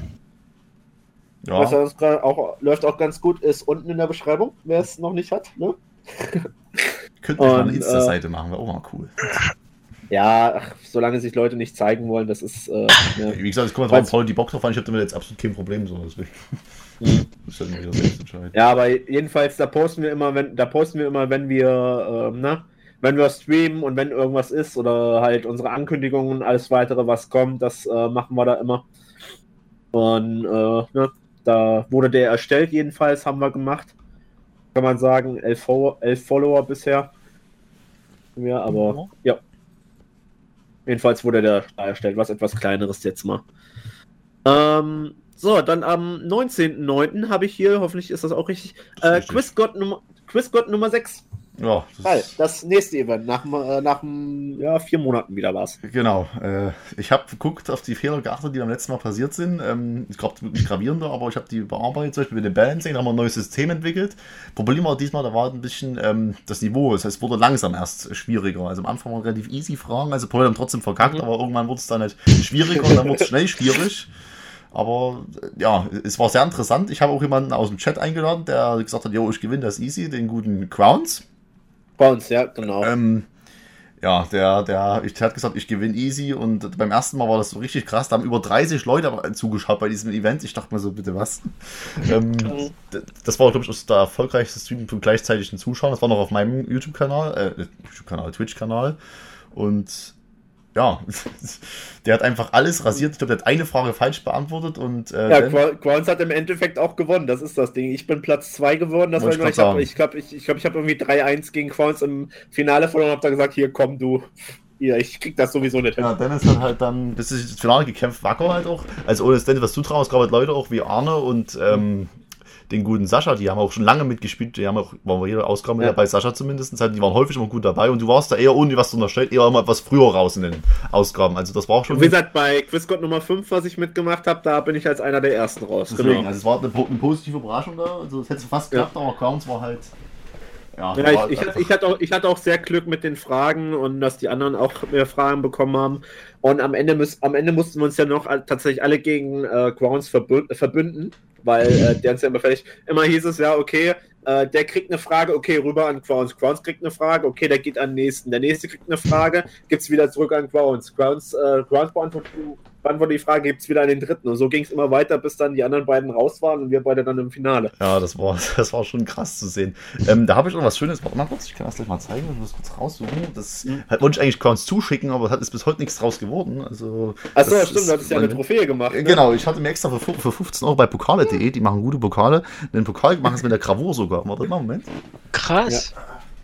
Ja, Was das grad auch, läuft auch ganz gut, ist unten in der Beschreibung, wer es noch nicht hat. Ne? könnte man mal eine und, Insta-Seite machen, wäre auch mal cool. Ja, ach, solange sich Leute nicht zeigen wollen, das ist. Äh, ne. Wie gesagt, es kommt drauf, Paul die Bock drauf an, ich habe damit jetzt absolut kein Problem, so deswegen. Mhm. Das ist halt wieder selbst entscheiden. Ja, aber jedenfalls, da posten wir immer, wenn, da posten wir immer, wenn wir, ähm, ne, wenn wir streamen und wenn irgendwas ist oder halt unsere Ankündigungen und alles weitere, was kommt, das äh, machen wir da immer. Und äh, ne, da wurde der erstellt, jedenfalls haben wir gemacht. Kann man sagen, elf, elf Follower bisher. Ja, aber Mhm. ja. Jedenfalls wurde der da erstellt, was etwas kleineres jetzt mal. Ähm, so, dann am neunzehnten neunten habe ich hier, hoffentlich ist das auch richtig, Das ist äh, richtig. Quizgott Nummer, Quizgott Nummer sechs. Ja, Geil, das ist, das nächste Event, nach, äh, nach ja, vier Monaten wieder war's. genau. Äh, ich habe geguckt auf die Fehler geachtet, die beim letzten Mal passiert sind. Ähm, ich glaube, wirklich gravierender, aber ich habe die bearbeitet. Zum Beispiel mit dem Balancing, da haben wir ein neues System entwickelt. Problem war diesmal, da war ein bisschen ähm, das Niveau. Das heißt, es wurde langsam erst schwieriger. Also am Anfang waren relativ easy Fragen, also Paul hat trotzdem verkackt, Mhm. aber irgendwann wurde es dann halt schwieriger und dann wurde es schnell schwierig. Aber äh, ja, es war sehr interessant. Ich habe auch jemanden aus dem Chat eingeladen, der gesagt hat, jo, ich gewinne das easy, den guten Crowns. Bei uns, ja, genau. Ähm, ja, der, der, ich der hat gesagt, ich gewinne easy und beim ersten Mal war das so richtig krass. Da haben über dreißig Leute zugeschaut bei diesem Event. Ich dachte mir so, bitte was? ähm, d- das war, glaube ich, auch der erfolgreichste Stream von gleichzeitigen Zuschauern. Das war noch auf meinem YouTube-Kanal, äh, YouTube-Kanal, Twitch-Kanal. Und ja, der hat einfach alles rasiert. Ich glaube, der hat eine Frage falsch beantwortet und äh, Ja, dann- Qu- Quans hat im Endeffekt auch gewonnen, das ist das Ding. Ich bin Platz zwei geworden, das war Wollte immer, ich ich grad glaube, sagen. ich, glaub, ich, ich, glaub, ich habe irgendwie drei eins gegen Quans im Finale verloren und hab da gesagt, hier komm du, hier, ich krieg das sowieso nicht hin. Ja, Dennis hat halt dann bis ins Finale gekämpft, wacker halt auch. Also ohne das Dennis was zutrauen, es gab halt Leute auch wie Arne und ähm, den guten Sascha, die haben auch schon lange mitgespielt, die haben auch, waren bei jeder Ausgabe Ja. dabei, Sascha zumindest, halt, die waren häufig immer gut dabei und du warst da eher, ohne was zu unterstellen, eher immer etwas früher raus in den Ausgaben. Also das war auch schon. Und wie gesagt, bei Quizgott Nummer fünf, was ich mitgemacht habe, da bin ich als einer der ersten raus. Deswegen, Genau. also es war eine, eine positive Überraschung da, also es hätte fast Ja. geklappt, aber Crowns war halt. Ja, Ja, war ich, ich, einfach- ich, hatte auch, ich hatte auch sehr Glück mit den Fragen und dass die anderen auch mehr Fragen bekommen haben. Und am Ende, müß, am Ende mussten wir uns ja noch all- tatsächlich alle gegen äh, Grounds verbü verbünden, weil äh, der uns ja immer fertig. Immer hieß es ja, okay, äh, der kriegt eine Frage, okay, rüber an Grounds. Grounds kriegt eine Frage, okay, der geht an den nächsten. Der nächste kriegt eine Frage, gibt's wieder zurück an Grounds. Grounds, äh, Grounds beantwortet, beantwortet die Frage, gibt's wieder an den dritten. Und so ging es immer weiter, bis dann die anderen beiden raus waren und wir beide dann im Finale. Ja, das war, das war schon krass zu sehen. Ähm, da habe ich noch was Schönes. Warte mal kurz, ich kann das gleich mal zeigen. Ich muss kurz raussuchen. Das Mhm. hat, wollte ich eigentlich Crowns zuschicken, aber es hat ist bis heute nichts draus geworden. Also, Achso, das stimmt, ist- du hattest ja eine Trophäe gemacht. Ne? Genau, ich hatte mir extra für, für fünfzehn Euro bei pokale punkt de, die machen gute Pokale, den Pokal machen es mit der Gravur sogar. Warte mal, Moment. Krass.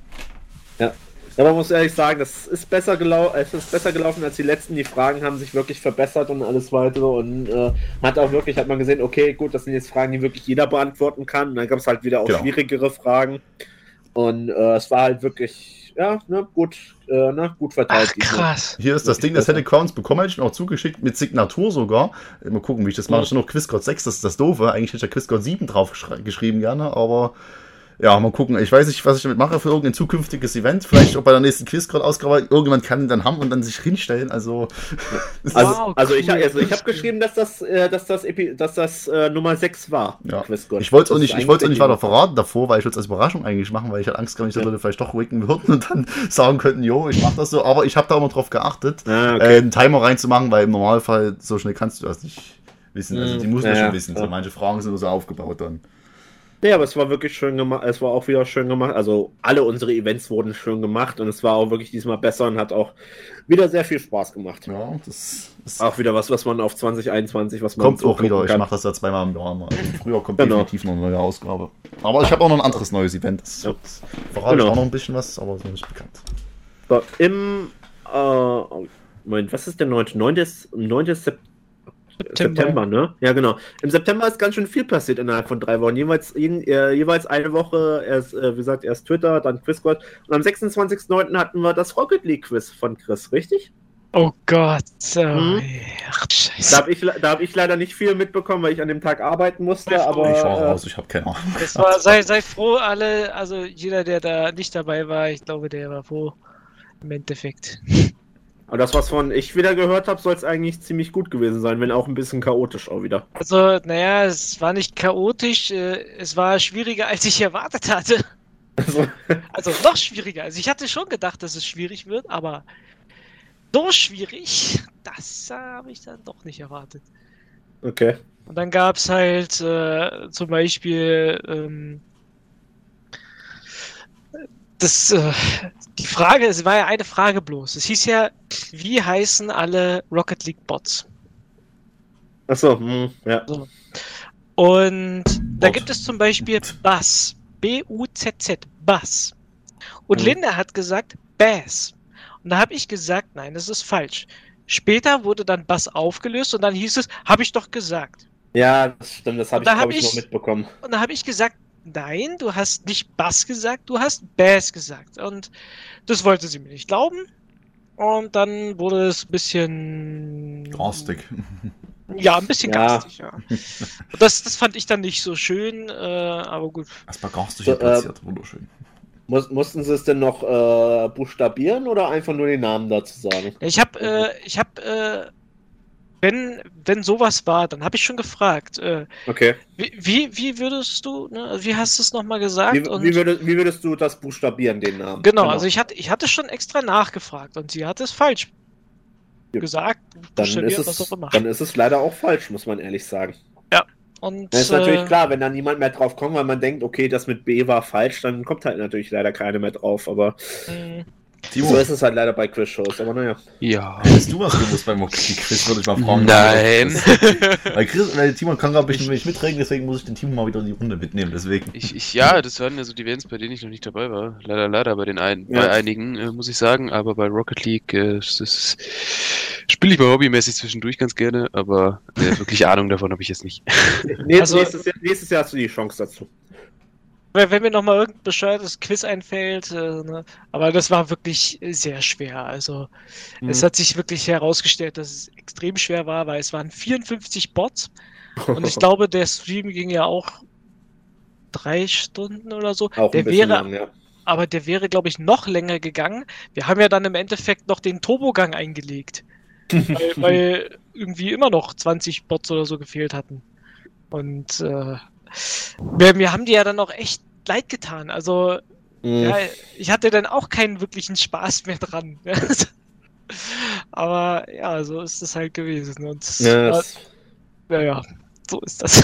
Ja, man muss ehrlich sagen, das ist besser, gelau es ist besser gelaufen als die letzten. Die Fragen haben sich wirklich verbessert und alles weitere und äh, hat auch wirklich, hat man gesehen, okay, gut, das sind jetzt Fragen, die wirklich jeder beantworten kann. Und dann gab es halt wieder auch Genau. schwierigere Fragen und äh, es war halt wirklich, ja, ne, gut, äh, ne, gut verteilt. Ach, diesmal. krass. Hier ist das Ding, das hätte Crowns bekommen, hätte ich mir auch zugeschickt, mit Signatur sogar. Mal gucken, wie ich das mache. Da steht noch Quizcode sechs, das ist das Doofe. Eigentlich hätte ich ja Quizcode sieben drauf geschri- geschrieben gerne, aber ja, mal gucken. Ich weiß nicht, was ich damit mache für irgendein zukünftiges Event. Vielleicht auch bei der nächsten Quizcode-Ausgabe. Irgendjemand kann ihn dann haben und dann sich hinstellen. Also, Also, Wow, also ich, cool. also ich habe geschrieben, dass das, äh, dass das, Epi dass das äh, Nummer sechs war. ja. Quizgott. Ich wollte es auch Das nicht, ist ich wollte es auch nicht weiter eigentlich- verraten davor, weil ich wollte es als Überraschung eigentlich machen, weil ich hatte Angst gehabt, dass die Leute vielleicht doch ruhigen würden und dann sagen könnten, jo, ich mache das so. Aber ich habe da immer drauf geachtet, Ah, äh, okay. einen Timer reinzumachen, weil im Normalfall so schnell kannst du das nicht wissen. Also, die Mm, muss man ja, schon ja, wissen. So, ja. manche Fragen sind nur so aufgebaut dann. Ja, aber es war wirklich schön gemacht. Es war auch wieder schön gemacht. Also alle unsere Events wurden schön gemacht und es war auch wirklich diesmal besser und hat auch wieder sehr viel Spaß gemacht. Ja, das, das Auch wieder was, was man auf zwanzig einundzwanzig, was man kommt so auch wieder. gucken Ich kann. mache das ja zweimal im Jahr mal. Also früher kommt Genau. definitiv noch eine neue Ausgabe. Aber ich habe auch noch ein anderes neues Event. Das Ja. das verrate Genau. ich auch noch ein bisschen was, aber so nicht bekannt. So, Im äh, Moment, was ist der neunte? neunte ist neunte Sep- September. September, ne? Ja, genau. Im September ist ganz schön viel passiert innerhalb von drei Wochen. Jeweils, äh, jeweils eine Woche, erst, äh, wie gesagt, erst Twitter, dann Quizsquad. Und am sechsundzwanzigsten neunten hatten wir das Rocket League Quiz von Chris, richtig? Oh Gott. Oh, hm? Ach, Scheiße. Da habe ich, hab ich leider nicht viel mitbekommen, weil ich an dem Tag arbeiten musste. Ich aber war äh, raus, ich habe keine Ahnung. Das war, sei, sei froh, alle, also jeder, der da nicht dabei war, ich glaube, der war froh. Im Endeffekt. Aber das, was von ich wieder gehört habe, soll es eigentlich ziemlich gut gewesen sein, wenn auch ein bisschen chaotisch auch wieder. Also, naja, es war nicht chaotisch, äh, es war schwieriger, als ich erwartet hatte. Also, Also noch schwieriger. Also ich hatte schon gedacht, dass es schwierig wird, aber so schwierig, das äh, habe ich dann doch nicht erwartet. okay. Und dann gab es halt äh, zum Beispiel ähm, das, äh, die Frage, es war ja eine Frage bloß. Es hieß ja, wie heißen alle Rocket League Bots? Achso, hm, ja. So. Und da Bot. gibt es zum Beispiel Buzz. B U Z Z. Buzz. Und Mhm. Linda hat gesagt Bass. Und da habe ich gesagt, nein, das ist falsch. Später wurde dann Buzz aufgelöst und dann hieß es, habe ich doch gesagt. Ja, das stimmt, das habe Und ich, da glaube hab ich, ich- noch mitbekommen. Und da habe ich gesagt, nein, du hast nicht Buzz gesagt, du hast Bass gesagt. Und das wollte sie mir nicht glauben. Und dann wurde es ein bisschen... Garstig. Ja, ein bisschen Ja. garstig, ja. Und das, das fand ich dann nicht so schön, äh, aber gut. Erstmal garstig So, hier platziert, wunderschön. Muss, mussten sie es denn noch äh, buchstabieren oder einfach nur den Namen dazu sagen? Ich habe, äh, ich habe, äh, wenn, wenn sowas war, dann habe ich schon gefragt, äh, Okay. wie, wie, wie würdest du, ne, wie hast du es nochmal gesagt? Wie, Und wie, würdest, wie würdest du das buchstabieren, den Namen? genau, also ich hatte, ich hatte schon extra nachgefragt und sie hat es falsch Ja. gesagt, dann ist, buchstabiert, was es, auch immer. dann ist es leider auch falsch, muss man ehrlich sagen. Und Das ist natürlich äh, klar, wenn da niemand mehr drauf kommt, weil man denkt, okay, das mit B war falsch, dann kommt halt natürlich leider keine mehr drauf. Aber mh, Timo, so ist es halt leider bei Quiz-Shows. Aber naja. Ja. hättest du was gewusst beim Quiz, würde ich mal fragen. Nein. Weil, Chris, weil Timo kann gerade nicht mitreden, deswegen muss ich den Timo mal wieder in die Runde mitnehmen. Deswegen. Ich, ich, ja, das waren ja so die Events, bei denen ich noch nicht dabei war. Leider, leider bei den ein, Ja. bei einigen, äh, muss ich sagen. Aber bei Rocket League, äh, das ist, spiele ich mal hobbymäßig zwischendurch ganz gerne, aber äh, wirklich Ahnung davon habe ich jetzt nicht. Nächstes, Also- nächstes, Jahr, nächstes Jahr hast du die Chance dazu. wenn wenn mir nochmal irgendein bescheuertes Quiz einfällt, äh, ne, aber das war wirklich sehr schwer. Also Mhm. es hat sich wirklich herausgestellt, dass es extrem schwer war, weil es waren vierundfünfzig Bots und ich glaube, der Stream ging ja auch drei Stunden oder so. auch der ein bisschen wäre, lang, ja. aber der wäre, glaube ich, noch länger gegangen. Wir haben ja dann im Endeffekt noch den Turbogang eingelegt, weil, weil irgendwie immer noch zwanzig Bots oder so gefehlt hatten. Und äh, mir, mir haben die ja dann auch echt leid getan. Also Mhm. ja, ich hatte dann auch keinen wirklichen Spaß mehr dran. Aber ja, so ist es halt gewesen. Und Ja, ja, das, ja, so ist das.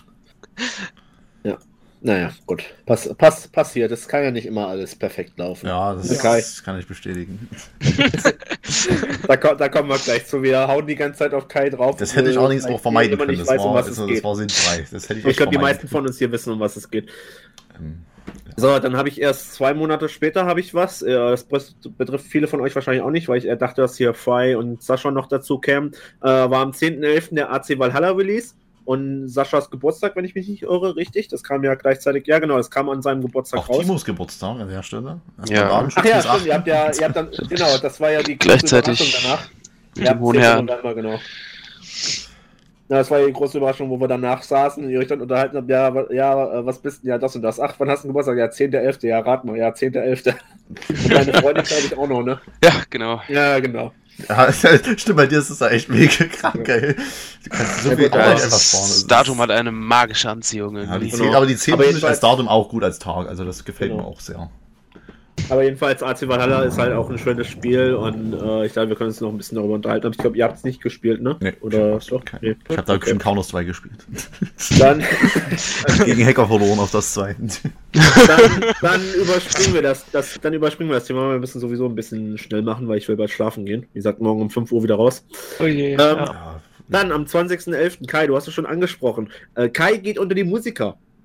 naja, gut. Pass, pass, passiert. Es kann ja nicht immer alles perfekt laufen. Ja, das, Okay. das kann ich bestätigen. Da, ko- da kommen wir gleich zu. Wir hauen die ganze Zeit auf Kai drauf. Das hätte ich allerdings weil auch vermeiden immer können. nicht Das weiß, um war, was es also, geht. das war sinnfrei. Das hätte ich Ich echt glaube, die vermeiden meisten von uns hier wissen, um was es geht. können. So, dann habe ich erst zwei Monate später habe ich was. Äh, Das betrifft viele von euch wahrscheinlich auch nicht, weil ich äh, dachte, dass hier Fry und Sascha noch dazu kämen. Äh, war am zehnten elften der A C Valhalla Release und Saschas Geburtstag, wenn ich mich nicht irre, richtig? Das kam ja gleichzeitig, ja genau, das kam an seinem Geburtstag Auch raus. Timos Geburtstag an der Stelle. Ja. Datenschutz Ach ja, bis stimmt, acht. ihr habt ja, ihr habt dann, genau, das war ja die große Gleichzeitig Überraschung danach. mit Ja, dem hohen zehnten Herrn. November, genau. Ja, das war ja die große Überraschung, wo wir danach saßen und ihr euch dann unterhalten habt, ja, wa- ja, äh, was bist denn, ja, das und das. Ach, wann hast du einen Geburtstag? Ja, zehnter elfter Ja, rat mal, ja, zehnter elfter Deine Freundin glaube ich auch noch, ne? Ja, genau. Ja, genau. Ja, stimmt, bei dir ist es ja echt mega krank, ey. Du kannst so Ja, viel gut, Arbeit aber einfach sparen. Das Das Datum ist- hat eine magische Anziehung Ja, die irgendwie. Genau. zählen, aber die zählen Aber für mich jedenfalls- als Datum auch gut als Tag. Also das gefällt Genau. mir auch sehr. Aber jedenfalls, A C Valhalla ist halt auch ein schönes Spiel und äh, ich glaube, wir können uns noch ein bisschen darüber unterhalten. Aber ich glaube, ihr habt es nicht gespielt, ne? Nee, Oder ich hab doch? kein- Nee. Ich habe da Okay. schon Counter zwei gespielt. Dann, Gegen Hacker verloren auf das zwei. dann, dann überspringen wir das, das. Dann überspringen wir das Thema. Wir müssen sowieso ein bisschen schnell machen, weil ich will bald schlafen gehen. Wie gesagt, morgen um fünf Uhr wieder raus. Oh je, Ähm, ja. Ja, Dann am zwanzigsten elften Kai, du hast es schon angesprochen. Äh, Kai geht unter die Musiker.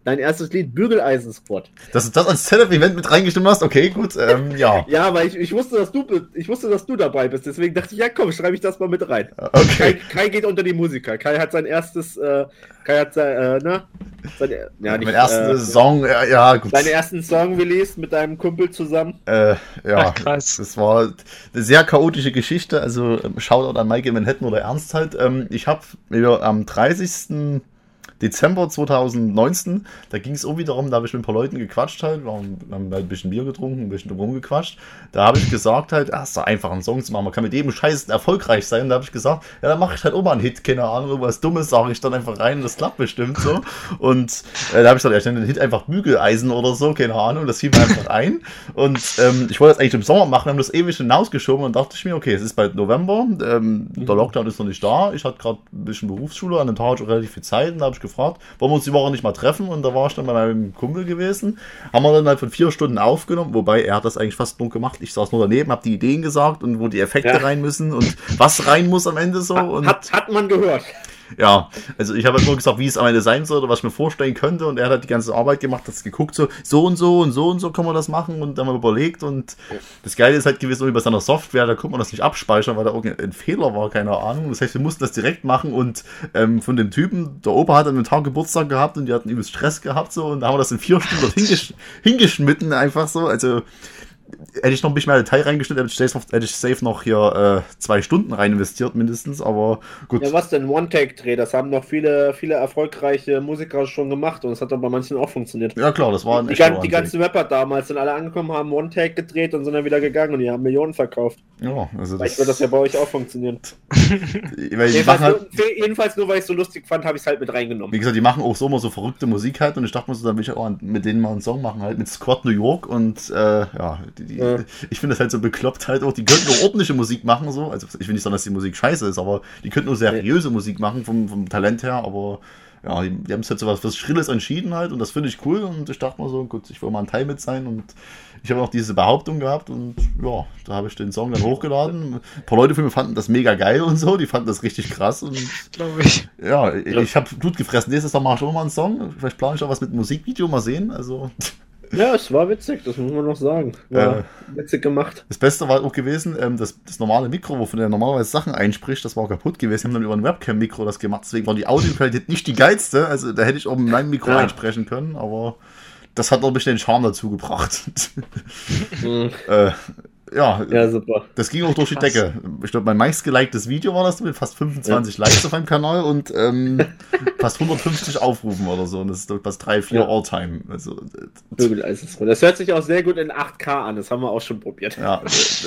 dein erstes Lied, Bügeleisen-Squad. Dass du das als Setup-Event mit reingestimmt hast? Okay, gut, ähm, ja. Ja, aber ich, ich wusste, dass du ich wusste, dass du dabei bist, deswegen dachte ich, ja komm, schreibe ich das mal mit rein. Okay. Kai, Kai geht unter die Musiker. Kai hat sein erstes, äh, Kai hat sein, äh, ne? Sein, ja, nicht, mein ersten äh, Song, ja, ja, gut. Seinen ersten Song released mit deinem Kumpel zusammen. Äh, ja, Ach, krass. Das war eine sehr chaotische Geschichte, also ähm, Shoutout an Mike in Manhattan oder Ernst halt. Ähm, ich habe mir am dreißigsten Dezember zweitausendneunzehn, da ging es auch wieder um, da habe ich mit ein paar Leuten gequatscht halt, wir haben, wir haben halt ein bisschen Bier getrunken, ein bisschen rumgequatscht. Da habe ich gesagt halt, ah, ist doch einfach einen Song zu machen, man kann mit jedem Scheiß erfolgreich sein. Und da habe ich gesagt, ja, dann mache ich halt auch mal einen Hit, keine Ahnung, irgendwas Dummes sage ich dann einfach rein und das klappt bestimmt so. Und äh, da habe ich gesagt, ja, ich nenne den Hit einfach Bügeleisen oder so, keine Ahnung, das fiel mir einfach ein. Und ähm, ich wollte das eigentlich im Sommer machen, haben das ewig hinausgeschoben und dachte ich mir, okay, es ist bald November, ähm, der Lockdown ist noch nicht da, ich hatte gerade ein bisschen Berufsschule, an dem Tag hatte ich auch relativ viel Zeit und da habe ich gefragt, wollen wir uns die Woche nicht mal treffen? Und da war ich dann bei meinem Kumpel gewesen. Haben wir dann halt von vier Stunden aufgenommen, wobei er hat das eigentlich fast nur gemacht. Ich saß nur daneben, habe die Ideen gesagt und wo die Effekte ja. rein müssen und was rein muss am Ende so. Und hat, hat man gehört. Ja, also ich habe halt nur gesagt, wie es am Ende sein sollte, was ich mir vorstellen könnte und er hat halt die ganze Arbeit gemacht, hat geguckt, so, so und so und so und so kann man das machen und dann mal überlegt und das Geile ist halt gewesen, über seiner Software, da konnte man das nicht abspeichern, weil da irgendein Fehler war, keine Ahnung. Das heißt, wir mussten das direkt machen und ähm, von dem Typen, der Opa hat an einem Tag Geburtstag gehabt und die hatten übelst Stress gehabt so und da haben wir das in vier Stunden dort hingesch hingeschnitten einfach so, also hätte ich noch ein bisschen mehr Detail reingestellt, hätte ich safe, hätte ich safe noch hier äh, zwei Stunden rein investiert mindestens, aber gut. Ja, was denn? One-Take-Dreh, das haben doch viele, viele erfolgreiche Musiker schon gemacht und das hat dann bei manchen auch funktioniert. Ja klar, das war ein Die, gan die ganzen Rapper damals sind alle angekommen, haben One-Take gedreht und sind dann wieder gegangen und die haben Millionen verkauft. Ja, also Vielleicht wird das ja bei euch auch funktionieren. weil jedenfalls, halt, nur, jedenfalls nur, weil ich es so lustig fand, habe ich es halt mit reingenommen. Wie gesagt, die machen auch so immer so verrückte Musik halt und ich dachte mir so, dann will ich auch mit denen mal einen Song machen, halt mit Squad New York und äh, ja, die, die, ja. ich finde das halt so bekloppt halt auch, die könnten nur ordentliche Musik machen so, also ich will nicht sagen, dass die Musik scheiße ist, aber die könnten nur seriöse ja. Musik machen vom, vom Talent her, aber ja, die, die haben es halt so was, was Schrilles entschieden halt und das finde ich cool und ich dachte mir so, gut, ich will mal ein Teil mit sein und ich habe auch diese Behauptung gehabt und ja, da habe ich den Song dann hochgeladen. Ein paar Leute von mir fanden das mega geil und so, die fanden das richtig krass und glaube ich. Ja, ich, ich habe Blut gefressen. Nächstes Mal mache ich auch mal einen Song. Vielleicht plane ich auch was mit einem Musikvideo, mal sehen. Also ja, es war witzig, das muss man noch sagen. War äh, witzig gemacht. Das Beste war auch gewesen, ähm, das, das normale Mikro, wovon der normalerweise Sachen einspricht, das war auch kaputt gewesen. Wir haben dann über ein Webcam-Mikro das gemacht, deswegen war die Audioqualität nicht die geilste. Also da hätte ich auch mit meinem Mikro ja. einsprechen können, aber das hat noch ein bisschen den Charme dazu gebracht. mhm. äh, ja, ja, super. Das ging auch durch die Krass. Decke. Ich glaube, mein meistgeliktes Video war das mit fast fünfundzwanzig ja. Likes auf meinem Kanal und ähm, fast hundertfünfzig Aufrufen oder so. Und das ist fast drei, vier ja. All-Time. Also, das hört sich auch sehr gut in acht K an. Das haben wir auch schon probiert. Ja.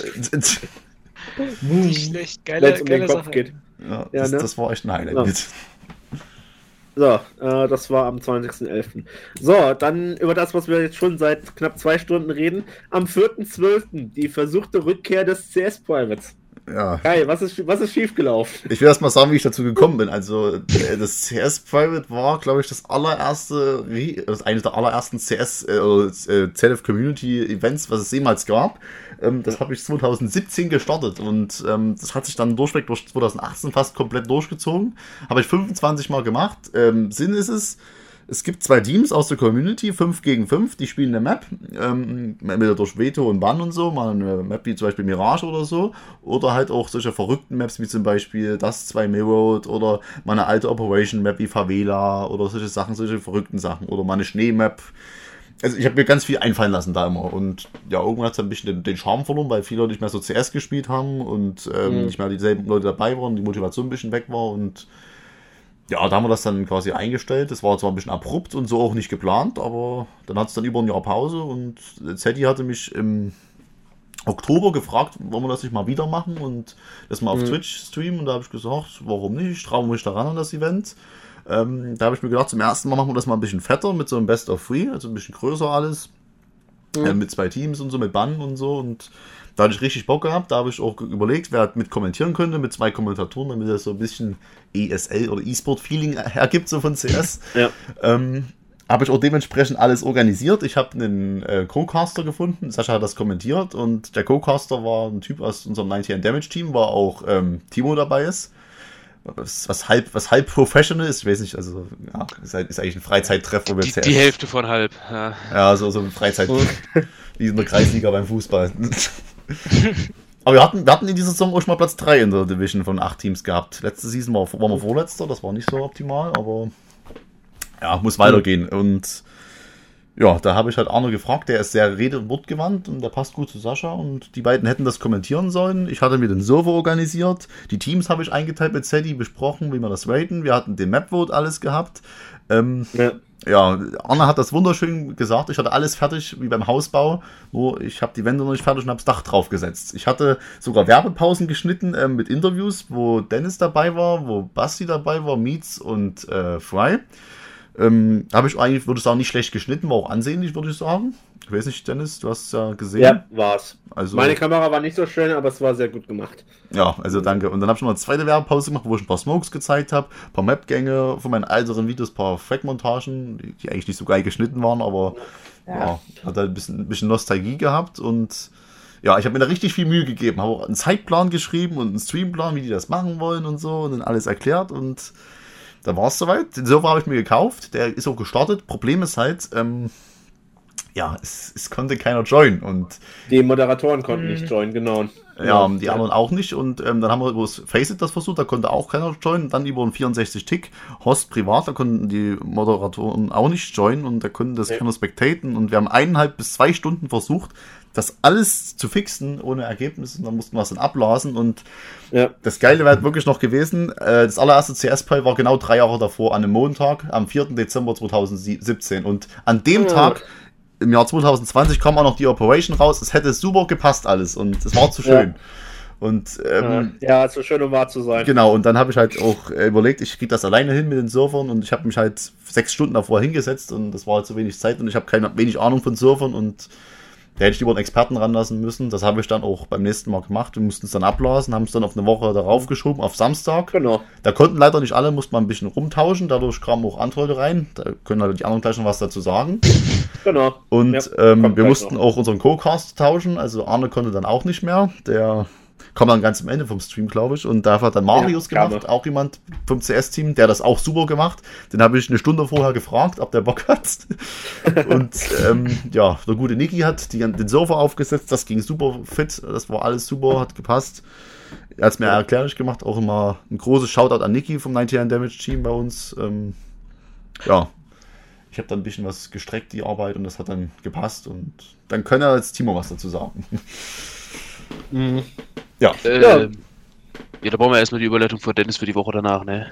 Nicht schlecht. Geile, Wenn es um geile den Kopf Sache. geht. Ja, das, ja, ne? das war echt ein Highlight. Ja. So, äh, das war am zwanzigsten elften So, dann über das, was wir jetzt schon seit knapp zwei Stunden reden. Am vierten zwölften die versuchte Rückkehr des C S Privates. Ja. Geil, was ist, was ist schiefgelaufen? Ich will erst mal sagen, wie ich dazu gekommen bin. Also, das C S Private war, glaube ich, das allererste, das eine der allerersten C S, äh, Z F Community Events, was es jemals gab. Ähm, das habe ich zwanzig siebzehn gestartet und ähm, das hat sich dann durchweg durch zwanzig achtzehn fast komplett durchgezogen. Habe ich fünfundzwanzig Mal gemacht. Ähm, Sinn ist es, es gibt zwei Teams aus der Community, fünf gegen fünf, die spielen eine Map, ähm, entweder durch Veto und Bann und so, mal eine Map wie zum Beispiel Mirage oder so, oder halt auch solche verrückten Maps wie zum Beispiel Dust zwei Mirror oder mal eine alte Operation Map wie Favela oder solche Sachen, solche verrückten Sachen oder mal eine Schneemap. Also ich habe mir ganz viel einfallen lassen da immer und ja, irgendwann hat es ein bisschen den, den Charme verloren, weil viele Leute nicht mehr so C S gespielt haben und ähm, mhm. nicht mehr dieselben Leute dabei waren, die Motivation ein bisschen weg war und ja, da haben wir das dann quasi eingestellt. Das war zwar ein bisschen abrupt und so auch nicht geplant, aber dann hat es dann über ein Jahr Pause und Zeddy hatte mich im Oktober gefragt, wollen wir das nicht mal wieder machen und das mal auf mhm. Twitch streamen und da habe ich gesagt, warum nicht, ich traue mich daran an das Event. Ähm, da habe ich mir gedacht, zum ersten Mal machen wir das mal ein bisschen fetter mit so einem Best of Three, also ein bisschen größer alles, mhm. äh, mit zwei Teams und so, mit Bann und so und da hatte ich richtig Bock gehabt, da habe ich auch überlegt, wer mit kommentieren könnte, mit zwei Kommentatoren, damit das so ein bisschen E S L oder E-Sport-Feeling ergibt, so von C S. Ja. Ähm, habe ich auch dementsprechend alles organisiert. Ich habe einen äh, Co-Caster gefunden, Sascha hat das kommentiert und der Co-Caster war ein Typ aus unserem neunzig Damage Team, war auch ähm, Timo dabei ist. was, was, halb, was halb professional ist, ich weiß nicht, also ja, ist, halt, ist eigentlich ein Freizeittreff, wo wir Die, die Hälfte von halb. Ja, ja so, so ein Freizeit, wie in der Kreisliga beim Fußball. Aber wir hatten, wir hatten in dieser Saison auch schon mal Platz drei in der Division von acht Teams gehabt. Letzte Season war, waren wir Vorletzter, das war nicht so optimal, aber ja, muss weitergehen. Und ja, da habe ich halt Arno gefragt, der ist sehr rede- und wortgewandt und der passt gut zu Sascha und die beiden hätten das kommentieren sollen. Ich hatte mir den Server organisiert, die Teams habe ich eingeteilt mit Sadie, besprochen, wie wir das raten. Wir hatten den Map-Vote alles gehabt. Ähm, ja. ja, Arne hat das wunderschön gesagt, ich hatte alles fertig wie beim Hausbau, nur ich habe die Wände noch nicht fertig und habe das Dach draufgesetzt. Ich hatte sogar Werbepausen geschnitten ähm, mit Interviews, wo Dennis dabei war, wo Basti dabei war, Meets und äh, Fry. Ähm, habe ich eigentlich, würde ich sagen, nicht schlecht geschnitten, war auch ansehnlich, würde ich sagen. Ich weiß nicht, Dennis, du hast es ja gesehen. Ja, war's. Also, meine Kamera war nicht so schön, aber es war sehr gut gemacht. Ja, also danke. Und dann habe ich noch eine zweite Werbepause gemacht, wo ich ein paar Smokes gezeigt habe, ein paar Map-Gänge von meinen älteren Videos, ein paar Frag-Montagen, die, die eigentlich nicht so geil geschnitten waren, aber ja, ja hat halt ein bisschen, ein bisschen Nostalgie gehabt und ja, ich habe mir da richtig viel Mühe gegeben, habe auch einen Zeitplan geschrieben und einen Streamplan, wie die das machen wollen und so und dann alles erklärt und da war es soweit. Den Server habe ich mir gekauft, der ist auch gestartet. Problem ist halt, ähm, ja, es, es konnte keiner joinen. Und die Moderatoren konnten nicht joinen, genau. Ja, die anderen auch nicht. Und ähm, dann haben wir über das Faceit das versucht, da konnte auch keiner joinen. Dann über einen vierundsechzig Tick Host privat, da konnten die Moderatoren auch nicht joinen und da konnten das ja. keiner spectaten. Und wir haben eineinhalb bis zwei Stunden versucht, das alles zu fixen ohne Ergebnis und dann mussten wir es dann abblasen und ja. das Geile wäre halt wirklich noch gewesen, äh, das allererste C S-Play war genau drei Jahre davor an einem Montag, am vierten Dezember zweitausendsiebzehn und an dem ja. Tag im Jahr zweitausendzwanzig kam auch noch die Operation raus, es hätte super gepasst alles und es war zu schön. Ja. Und, ähm, ja, so schön um wahr zu sein. Genau, und dann habe ich halt auch äh, überlegt, ich kriege das alleine hin mit den Servern und ich habe mich halt sechs Stunden davor hingesetzt und das war halt zu wenig Zeit und ich habe keine wenig Ahnung von Servern und da hätte ich lieber einen Experten ranlassen müssen. Das habe ich dann auch beim nächsten Mal gemacht. Wir mussten es dann ablassen, haben es dann auf eine Woche darauf geschoben, auf Samstag. Genau. Da konnten leider nicht alle, musste man ein bisschen rumtauschen. Dadurch kamen auch andere Leute rein. Da können halt die anderen gleich noch was dazu sagen. Genau. Und ja, ähm, wir mussten noch. auch unseren Co-Cast tauschen. Also Arne konnte dann auch nicht mehr. Der kam dann ganz am Ende vom Stream, glaube ich. Und da hat dann Marius ja, gemacht, auch jemand vom C S-Team, der das auch super gemacht. Den habe ich eine Stunde vorher gefragt, ob der Bock hat. Und ähm, ja, der gute Niki hat die, den Server aufgesetzt, das ging super fit, das war alles super, hat gepasst. Er hat es mir ja. erklärlich gemacht, auch immer ein großes Shoutout an Niki vom neunundneunzig Damage Team bei uns. Ähm, ja, ich habe dann ein bisschen was gestreckt, die Arbeit, und das hat dann gepasst. Und dann können ja jetzt Timo was dazu sagen. Mhm. Ja. Äh, ja. ja, da brauchen wir erstmal die Überleitung von Dennis für die Woche danach, ne?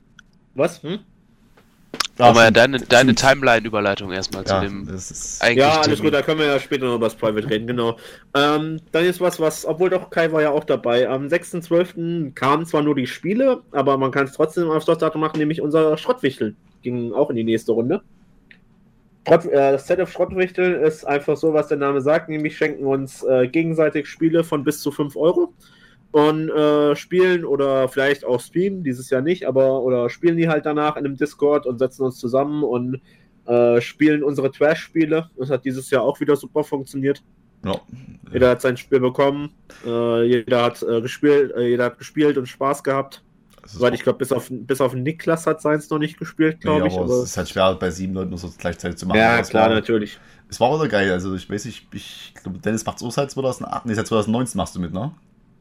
Was? Hm? Brauchen wir ja deine, deine Timeline-Überleitung erstmal ja, zu dem ist Ja, alles gut, da können wir ja später noch über das Private reden, genau. Ähm, dann ist was, was, obwohl doch Kai war ja auch dabei. Am sechsten zwölften kamen zwar nur die Spiele, aber man kann es trotzdem aufs Datum machen, nämlich unser Schrottwichtel ging auch in die nächste Runde. Schrott, äh, das Set of Schrottwichteln ist einfach so, was der Name sagt, nämlich schenken uns äh, gegenseitig Spiele von bis zu fünf Euro und äh, spielen oder vielleicht auch streamen, dieses Jahr nicht, aber oder spielen die halt danach in einem Discord und setzen uns zusammen und äh, spielen unsere Trash-Spiele. Das hat dieses Jahr auch wieder super funktioniert. Ja. Jeder hat sein Spiel bekommen, äh, jeder hat äh, gespielt, äh, jeder hat gespielt und Spaß gehabt. Weil ich glaube, bis auf, bis auf Niklas hat seins noch nicht gespielt, glaube nee, ich. Aber es ist halt schwer, bei sieben Leuten so gleichzeitig zu machen. Ja, klar, war, natürlich. Es war auch geil. Also, ich weiß nicht, ich glaube, Dennis macht es auch seit zweitausendacht. Nee, seit zweitausendneunzehn machst du mit, ne?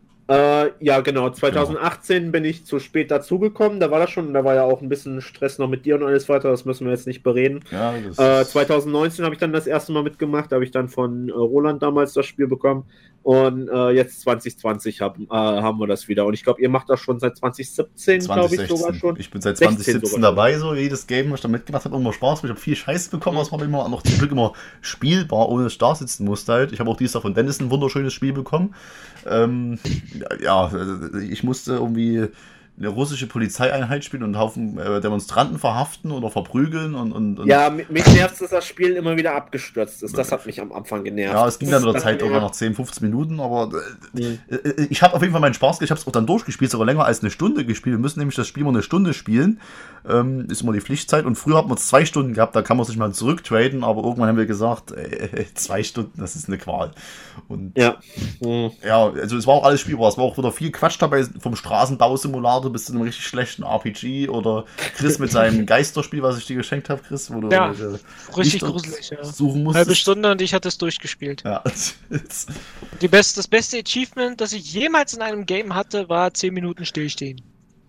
Äh, ja, genau. zweitausendachtzehn genau. bin ich zu spät dazugekommen. Da war das schon, da war ja auch ein bisschen Stress noch mit dir und alles weiter. Das müssen wir jetzt nicht bereden. Ja, äh, zweitausendneunzehn habe ich dann das erste Mal mitgemacht. Da habe ich dann von äh, Roland damals das Spiel bekommen. Und äh, jetzt zwanzig zwanzig hab, äh, haben wir das wieder. Und ich glaube, ihr macht das schon seit zwanzig siebzehn, glaube ich sogar schon. Ich bin seit zwanzig siebzehn dabei, so jedes Game, was ich da mitgemacht habe, immer Spaß. Ich habe viel Scheiß bekommen, das war immer noch zum Glück immer spielbar, ohne dass ich da sitzen musste halt. Ich habe auch dieses Jahr von Dennis ein wunderschönes Spiel bekommen. Ähm, ja, ich musste irgendwie eine russische Polizeieinheit spielen und einen Haufen äh, Demonstranten verhaften oder verprügeln. Und, und, und ja, mich nervt, dass das Spiel immer wieder abgestürzt ist. Das hat mich am Anfang genervt. Ja, es ging dann in der Zeit irgendwann noch zehn, fünfzehn Minuten, aber äh, mhm. äh, ich habe auf jeden Fall meinen Spaß gehabt. Ich habe es auch dann durchgespielt, sogar länger als eine Stunde gespielt. Wir müssen nämlich das Spiel mal eine Stunde spielen. Ähm, ist immer die Pflichtzeit. Und früher hatten wir es zwei Stunden gehabt, da kann man sich mal zurücktraden, aber irgendwann haben wir gesagt, äh, zwei Stunden, das ist eine Qual. Und ja. Mhm. ja, also es war auch alles spielbar. Es war auch wieder viel Quatsch dabei vom Straßenbausimulator. Warte bis zu einem richtig schlechten R P G oder Chris mit seinem Geisterspiel, was ich dir geschenkt habe, Chris, wo du Ja, äh, richtig gruselig, ja. suchen musstest. Halbe Stunde und ich hatte es durchgespielt. Ja. Die best, das beste Achievement, das ich jemals in einem Game hatte, war zehn Minuten stillstehen.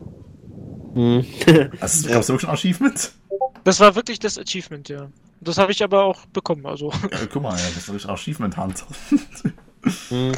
Hm. Also, gab es wirklich ein Achievement? Das war wirklich das Achievement, ja. Das habe ich aber auch bekommen, also. Ja, guck mal, ja, das ist wirklich ein Achievement-Hunter. Hm.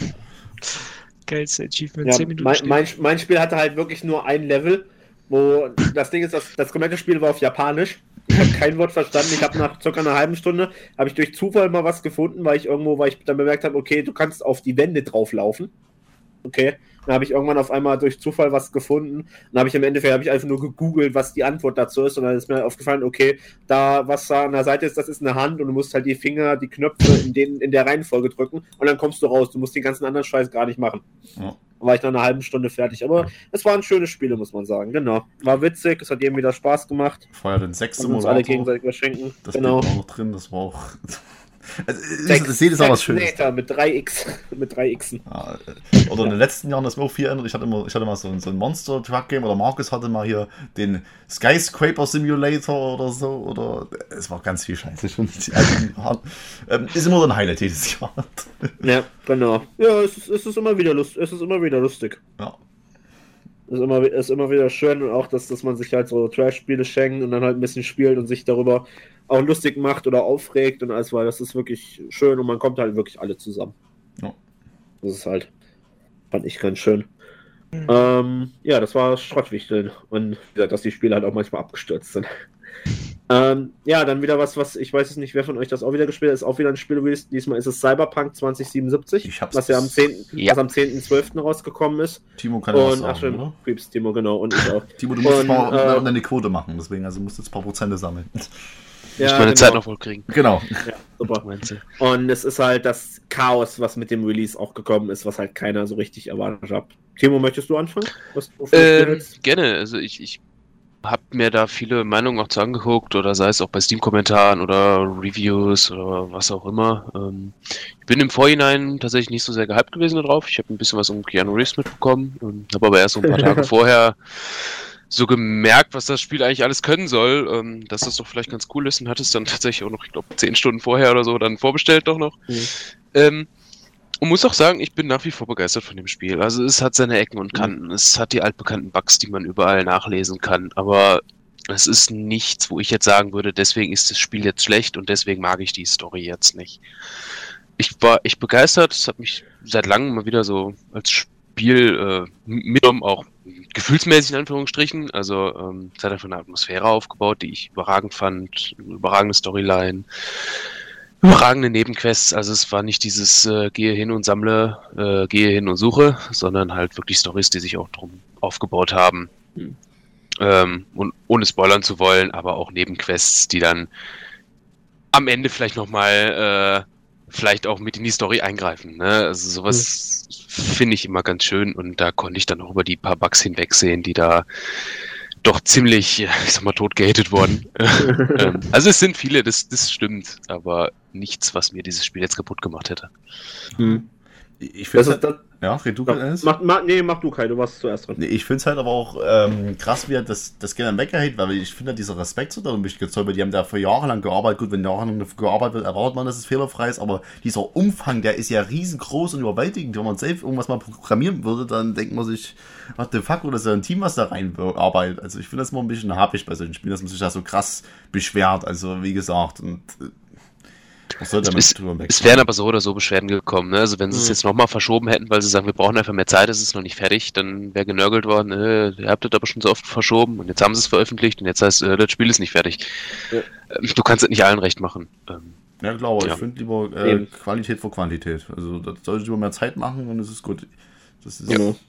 Geilste Achievement, Ja, zehn Minuten mein, stehen. mein, mein Spiel hatte halt wirklich nur ein Level, wo das Ding ist, das, das komplette Spiel war auf Japanisch. Ich habe kein Wort verstanden. Ich habe nach circa einer halben Stunde, habe ich durch Zufall mal was gefunden, weil ich irgendwo, weil ich dann bemerkt habe, okay, du kannst auf die Wände drauflaufen. Okay, dann habe ich irgendwann auf einmal durch Zufall was gefunden. Dann habe ich im Endeffekt habe ich einfach nur gegoogelt, was die Antwort dazu ist. Und dann ist mir aufgefallen, okay, da was da an der Seite ist, das ist eine Hand und du musst halt die Finger, die Knöpfe in, den, in der Reihenfolge drücken und dann kommst du raus. Du musst den ganzen anderen Scheiß gar nicht machen. Ja. War ich nach einer halben Stunde fertig. Aber es waren schöne Spiele, muss man sagen. Genau. War witzig, es hat jedem wieder Spaß gemacht. Vorher den sechsten Und uns alle gegenseitig was schenken. Das Genau. Bild war noch drin, das war auch. Also, das sieht es auch was Schönes. Meter mit drei X. Mit drei Xen. Ja, oder in den letzten Jahren, das mir auch viel erinnert, ich hatte, immer, ich hatte mal so ein, so ein Monster-Truck-Game oder Markus hatte mal hier den Skyscraper Simulator oder so. Oder es war ganz viel Scheiße schon. ähm, ist immer so ein Highlight jedes Jahr. Ja, genau. Ja, es ist, es ist immer wieder lustig. Es ist immer wieder lustig. Ja. Ist immer, ist immer wieder schön und auch, dass, dass man sich halt so Trash-Spiele schenkt und dann halt ein bisschen spielt und sich darüber auch lustig macht oder aufregt und alles, weil das ist wirklich schön und man kommt halt wirklich alle zusammen. Ja. Das ist halt, fand ich ganz schön. Mhm. Ähm, ja, das war Schrottwichteln und wie gesagt, dass die Spiele halt auch manchmal abgestürzt sind. ähm, ja, dann wieder was, was, ich weiß jetzt nicht, wer von euch das auch wieder gespielt hat, ist auch wieder ein Spiel, diesmal ist es Cyberpunk zwanzig siebenundsiebzig, ich hab's was ja am zehnten Ja. Was am zehnten zwölften rausgekommen ist. Timo kann ja was und, sagen, ach schön, oder? Creeps, Timo, genau, und ich auch. Timo, du musst und, mal äh, eine Quote machen, deswegen, also musst du jetzt ein paar Prozente sammeln. Ja, ich meine genau. Zeit noch voll kriegen. Genau. Ja, super. Und es ist halt das Chaos, was mit dem Release auch gekommen ist, was halt keiner so richtig erwartet hat. Timo, möchtest du anfangen? Was du ähm, gerne, also ich, ich habe mir da viele Meinungen auch zu angeguckt oder sei es auch bei Steam-Kommentaren oder Reviews oder was auch immer. Ähm, ich bin im Vorhinein tatsächlich nicht so sehr gehypt gewesen darauf. Ich habe ein bisschen was um Keanu Reeves mitbekommen und habe aber erst so ein paar Tage vorher so gemerkt, was das Spiel eigentlich alles können soll, ähm, dass das doch vielleicht ganz cool ist und hatte es dann tatsächlich auch noch, ich glaube, zehn Stunden vorher oder so dann vorbestellt doch noch. Mhm. Ähm, und muss auch sagen, ich bin nach wie vor begeistert von dem Spiel. Also es hat seine Ecken und Kanten, mhm. es hat die altbekannten Bugs, die man überall nachlesen kann, aber es ist nichts, wo ich jetzt sagen würde, deswegen ist das Spiel jetzt schlecht und deswegen mag ich die Story jetzt nicht. Ich war echt begeistert, es hat mich seit langem mal wieder so als Spiel äh, mitgenommen, auch gefühlsmäßig in Anführungsstrichen, also ähm, es hat einfach eine Atmosphäre aufgebaut, die ich überragend fand, eine überragende Storyline, überragende Nebenquests, also es war nicht dieses äh, gehe hin und sammle, äh, gehe hin und suche, sondern halt wirklich Storys, die sich auch drum aufgebaut haben. Mhm. Ähm, und ohne spoilern zu wollen, aber auch Nebenquests, die dann am Ende vielleicht nochmal äh, vielleicht auch mit in die Story eingreifen. Ne? Also sowas mhm. finde ich immer ganz schön und da konnte ich dann auch über die paar Bugs hinwegsehen, die da doch ziemlich, ich sag mal, tot gehatet wurden. ähm, also es sind viele, das, das stimmt, aber nichts, was mir dieses Spiel jetzt kaputt gemacht hätte. Mhm. Ich finde halt, ja, red du ja, mach, mach, nee, mach du Kai, du warst zuerst dran. Nee, ich finde es halt aber auch ähm, krass, wie er das, das gerne weggehält, weil ich finde dieser Respekt so darum mich gezeugt, weil die haben da für Jahre lang gearbeitet. Gut, wenn jahrelang gearbeitet wird, erwartet man, dass es fehlerfrei ist, aber dieser Umfang, der ist ja riesengroß und überwältigend. Wenn man selbst irgendwas mal programmieren würde, dann denkt man sich, what the fuck, oder ist ja ein Team, was da rein arbeitet. Also ich finde das mal ein bisschen happig bei solchen Spielen, dass man sich da so krass beschwert. Also wie gesagt, und Es, es wären aber so oder so Beschwerden gekommen. Ne? Also wenn sie es mhm. jetzt nochmal verschoben hätten, weil sie sagen, wir brauchen einfach mehr Zeit, es ist noch nicht fertig, dann wäre genörgelt worden, äh, ihr habt das aber schon so oft verschoben und jetzt haben sie es veröffentlicht und jetzt heißt, äh, das Spiel ist nicht fertig. Ja. Ähm, du kannst es nicht allen recht machen. Ähm, ja, glaube ich. Ja. Ich finde lieber äh, Qualität vor Quantität. Also da sollte ich lieber mehr Zeit machen und es ist gut. Das ist genau.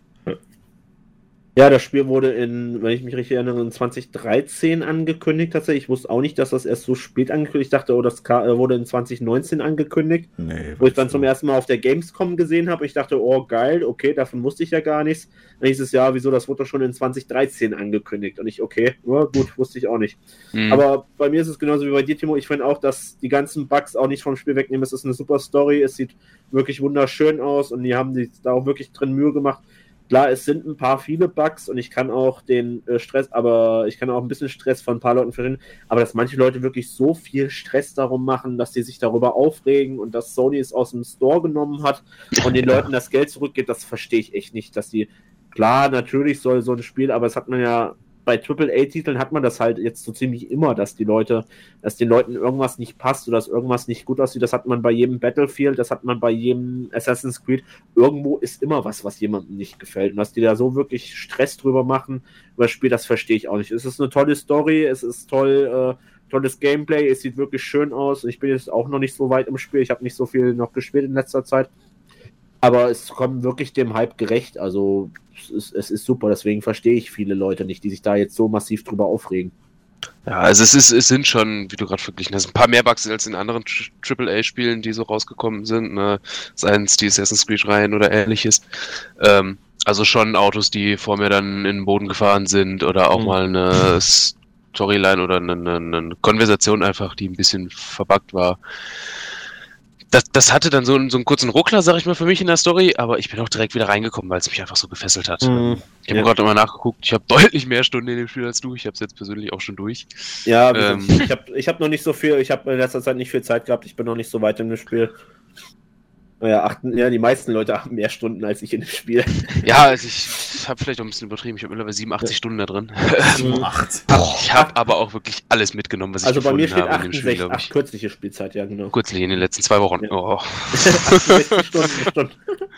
Ja, das Spiel wurde in, wenn ich mich richtig erinnere, in zwanzig dreizehn angekündigt tatsächlich. Ich wusste auch nicht, dass das erst so spät angekündigt. Ich dachte, oh, das wurde in zwanzig neunzehn angekündigt. Nee, wo ich dann zum ersten Mal auf der Gamescom gesehen habe. Ich dachte, oh geil, okay, davon wusste ich ja gar nichts. Dann hieß es, ja, wieso, das wurde doch schon in zwanzig dreizehn angekündigt. Und ich, okay, ja, gut, wusste ich auch nicht. Mhm. Aber bei mir ist es genauso wie bei dir, Timo. Ich finde auch, dass die ganzen Bugs auch nicht vom Spiel wegnehmen. Es ist eine super Story, es sieht wirklich wunderschön aus und die haben sich da auch wirklich drin Mühe gemacht. klar, es sind ein paar viele Bugs und ich kann auch den äh, Stress, aber ich kann auch ein bisschen Stress von ein paar Leuten verstehen, aber dass manche Leute wirklich so viel Stress darum machen, dass sie sich darüber aufregen und dass Sony es aus dem Store genommen hat und den Leuten das Geld zurückgeht, das verstehe ich echt nicht, dass die, klar, natürlich soll so ein Spiel, aber es hat man ja bei Triple A Titeln hat man das halt jetzt so ziemlich immer, dass die Leute, dass den Leuten irgendwas nicht passt oder dass irgendwas nicht gut aussieht. Das hat man bei jedem Battlefield, das hat man bei jedem Assassin's Creed. Irgendwo ist immer was, was jemandem nicht gefällt. Und dass die da so wirklich Stress drüber machen über das Spiel, das verstehe ich auch nicht. Es ist eine tolle Story, es ist toll, äh, tolles Gameplay, es sieht wirklich schön aus. Ich bin jetzt auch noch nicht so weit im Spiel, ich habe nicht so viel noch gespielt in letzter Zeit. Aber es kommt wirklich dem Hype gerecht. Also es ist, es ist super, deswegen verstehe ich viele Leute nicht, die sich da jetzt so massiv drüber aufregen. Ja, also es ist, es sind schon, wie du gerade verglichen hast, ein paar mehr Bugs als in anderen Triple A Spielen, die so rausgekommen sind, ne? Seien es die Assassin's Creed-Reihen oder ähnliches. Ähm, also schon Autos, die vor mir dann in den Boden gefahren sind oder auch mhm. mal eine Storyline oder eine, eine, eine Konversation einfach, die ein bisschen verbuggt war. Das, das hatte dann so einen, so einen kurzen Ruckler, sag ich mal, für mich in der Story, aber ich bin auch direkt wieder reingekommen, weil es mich einfach so gefesselt hat. Mhm. Ich habe ja. gerade mal nachgeguckt, ich habe deutlich mehr Stunden in dem Spiel als du, ich habe es jetzt persönlich auch schon durch. Ja, ähm, ich habe ich hab noch nicht so viel, ich habe in letzter Zeit nicht viel Zeit gehabt, ich bin noch nicht so weit in dem Spiel. Naja, achten, ja, die meisten Leute haben mehr Stunden als ich in dem Spiel. Ja, also ich habe vielleicht auch ein bisschen übertrieben. Ich habe mittlerweile siebenundachtzig ja. Stunden da drin. Ich habe aber auch wirklich alles mitgenommen, was ich also gefunden habe. Also bei mir steht habe in dem Spiel, glaube ich. Ach, kürzliche Spielzeit, ja genau. Kürzlich in den letzten zwei Wochen. Ja. Oh. achtundsechzig Stunden, Stunden.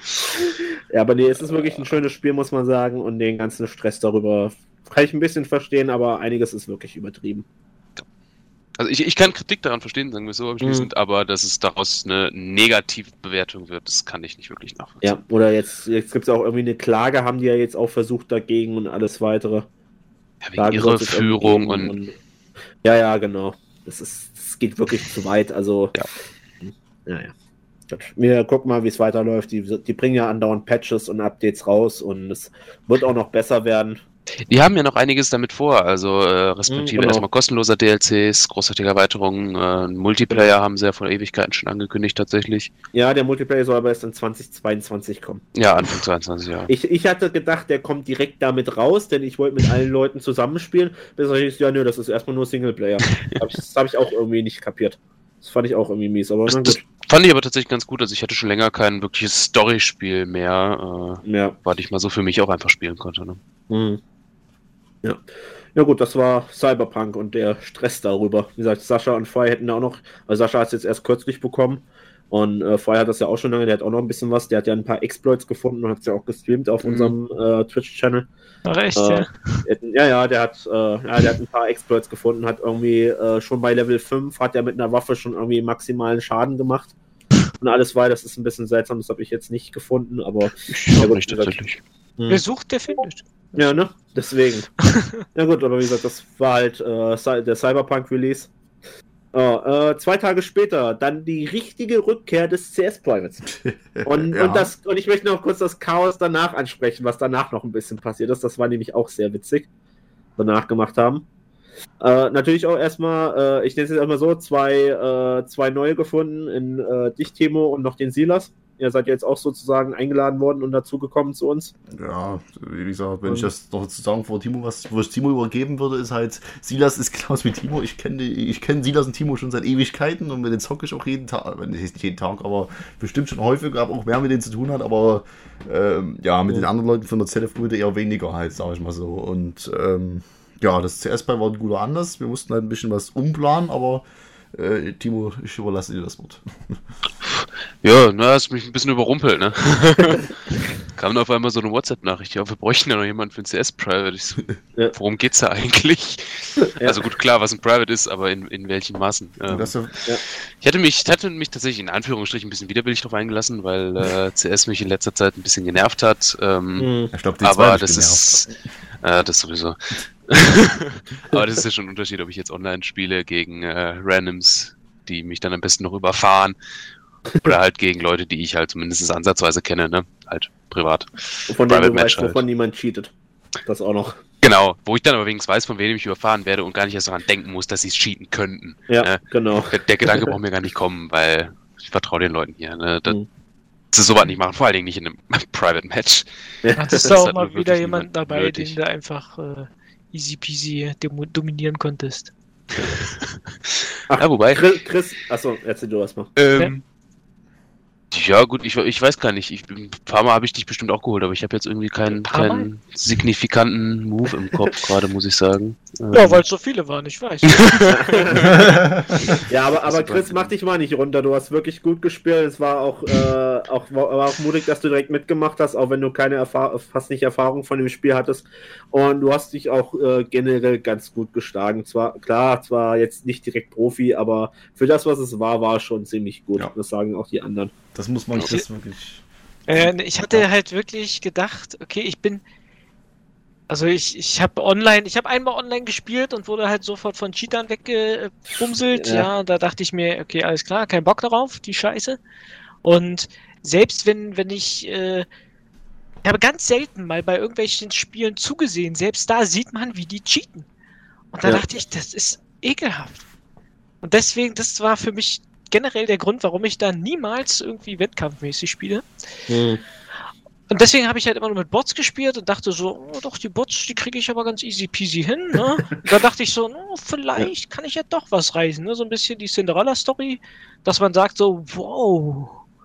Ja, aber nee, es ist wirklich ein schönes Spiel, muss man sagen. Und den ganzen Stress darüber kann ich ein bisschen verstehen, aber einiges ist wirklich übertrieben. Also ich, ich kann Kritik daran verstehen, sagen wir so abschließend, mhm. aber dass es daraus eine negative Bewertung wird, das kann ich nicht wirklich nachvollziehen. Ja, oder jetzt, jetzt gibt es auch irgendwie eine Klage, haben die ja jetzt auch versucht dagegen und alles weitere. Ja, wegen Irreführung und, und... Ja, ja, genau. Das ist, das geht wirklich zu weit, also... Ja, ja. ja. Wir gucken mal, wie es weiterläuft. Die, die bringen ja andauernd Patches und Updates raus und es wird auch noch besser werden. Die haben ja noch einiges damit vor, also äh, respektive genau. erstmal kostenloser D L Cs, großartige Erweiterungen, äh, Multiplayer haben sie ja vor Ewigkeiten schon angekündigt tatsächlich. Ja, der Multiplayer soll aber erst in zwanzig zweiundzwanzig kommen. Ja, Anfang zweiundzwanzig, ja. Ich, ich hatte gedacht, der kommt direkt damit raus, denn ich wollte mit allen Leuten zusammenspielen. Bis ich ja, nö, das ist erstmal nur Singleplayer. Das habe ich auch irgendwie nicht kapiert. Das fand ich auch irgendwie mies, aber das, na gut. Das fand ich aber tatsächlich ganz gut, also ich hatte schon länger kein wirkliches Story-Spiel mehr, äh, ja. weil ich mal so für mich auch einfach spielen konnte. Ne? Mhm. Ja. Ja gut, das war Cyberpunk und der Stress darüber. Wie gesagt, Sascha und Fry hätten da auch noch, also Sascha hat es jetzt erst kürzlich bekommen und äh, Fry hat das ja auch schon lange, der hat auch noch ein bisschen was, der hat ja ein paar Exploits gefunden und hat es ja auch gestreamt auf mhm. unserem äh, Twitch-Channel. Ach echt, äh, ja? Ja, ja, der hat, äh, ja, der hat ein paar Exploits gefunden, hat irgendwie äh, schon bei Level fünf, hat er mit einer Waffe schon irgendwie maximalen Schaden gemacht und alles weiter, das ist ein bisschen seltsam, das habe ich jetzt nicht gefunden, aber... Ich ja, gut, nicht tatsächlich. Wer sucht, der findet. Ja, ne? Deswegen. Ja gut, aber wie gesagt, das war halt äh, der Cyberpunk-Release. Oh, äh, zwei Tage später dann die richtige Rückkehr des C S Privates. Und, ja. und, das, und ich möchte noch kurz das Chaos danach ansprechen, was danach noch ein bisschen passiert ist. Das war nämlich auch sehr witzig, was wir danach gemacht haben. Äh, natürlich auch erstmal, äh, ich nenne es jetzt erstmal so, zwei, äh, zwei neue gefunden, in äh, dich, Timo, und noch den Silas. Ihr seid jetzt auch sozusagen eingeladen worden und dazugekommen zu uns. Ja, wie gesagt, wenn und ich das noch zu sagen vor Timo, was wo ich Timo übergeben würde, ist halt, Silas ist genauso wie Timo. Ich kenne ich kenn Silas und Timo schon seit Ewigkeiten und mit denen zocke ich auch jeden Tag, wenn nicht jeden Tag, aber bestimmt schon häufig, aber auch mehr mit denen zu tun hat, aber ähm, ja, mit ja. den anderen Leuten von der Z F-Brüder eher weniger halt, sage ich mal so. Und ähm, ja, das C S-Ball war ein guter Anlass. Wir mussten halt ein bisschen was umplanen, aber äh, Timo, ich überlasse dir das Wort. Ja, na, hast mich ein bisschen überrumpelt, ne? Kam auf einmal so eine WhatsApp-Nachricht, ja, wir bräuchten ja noch jemanden für ein C S-Private. Ich so, ja. Worum geht's da eigentlich? Ja. Also gut, klar, was ein Private ist, aber in, in welchen Maßen? Ähm, das, ja. Ich hatte mich, hatte mich tatsächlich in Anführungsstrichen ein bisschen widerwillig drauf eingelassen, weil äh, C S mich in letzter Zeit ein bisschen genervt hat. Ähm, ich glaub, die aber das ist, äh, das sowieso. Aber das ist ja schon ein Unterschied, ob ich jetzt online spiele gegen äh, Randoms, die mich dann am besten noch überfahren, oder halt gegen Leute, die ich halt zumindest ansatzweise kenne, ne? Halt privat. Von denen du weißt, wovon niemand cheatet. Das auch noch. Genau, wo ich dann aber wenigstens weiß, von wem ich überfahren werde und gar nicht erst daran denken muss, dass sie es cheaten könnten. Ja, ne? Genau. Der, der Gedanke braucht mir gar nicht kommen, weil ich vertraue den Leuten hier. Ne? Das, mhm. sie sowas nicht machen, vor allen Dingen nicht in einem Private Match. Ja. Hattest du Das auch hat mal nur wieder wirklich jemanden niemand dabei, nötig. den du einfach äh, easy peasy demo- dominieren konntest. Ach, Ja, wobei- Chris, Chris achso, erzähl du erst mal. Ähm, ja, gut, ich, ich weiß gar nicht. Ich, ein paar Mal habe ich dich bestimmt auch geholt, aber ich habe jetzt irgendwie keinen, Ein paar Mal? keinen signifikanten Move im Kopf gerade, muss ich sagen. Ja, weil es so viele waren, ich weiß. Ja, aber, aber Das Chris, war- mach dich mal nicht runter. Du hast wirklich gut gespielt. Es war auch, äh, auch, war war auch mutig, dass du direkt mitgemacht hast, auch wenn du keine Erfahrung, fast nicht Erfahrung von dem Spiel hattest. Und du hast dich auch äh, generell ganz gut geschlagen. Zwar, klar, zwar jetzt nicht direkt Profi, aber für das, was es war, war es schon ziemlich gut. Ja. Das sagen auch die anderen. Das muss man Chris wirklich. Äh, ich hatte halt wirklich gedacht, okay, ich bin. Also ich, ich habe online, ich habe einmal online gespielt und wurde halt sofort von Cheatern weggebumselt. Ja. Ja. Da dachte ich mir, okay, alles klar, kein Bock darauf, die Scheiße. Und selbst wenn, wenn ich, äh, ich habe ganz selten mal bei irgendwelchen Spielen zugesehen, selbst da sieht man, wie die cheaten. Und da Ja. dachte ich, das ist ekelhaft. Und deswegen, das war für mich generell der Grund, warum ich da niemals irgendwie wettkampfmäßig spiele. Hm. Und deswegen habe ich halt immer nur mit Bots gespielt und dachte so, oh, doch, die Bots, die kriege ich aber ganz easy peasy hin. Ne? Und da dachte ich so, oh, vielleicht kann ich ja doch was reißen. Ne? So ein bisschen die Cinderella-Story, dass man sagt so, wow.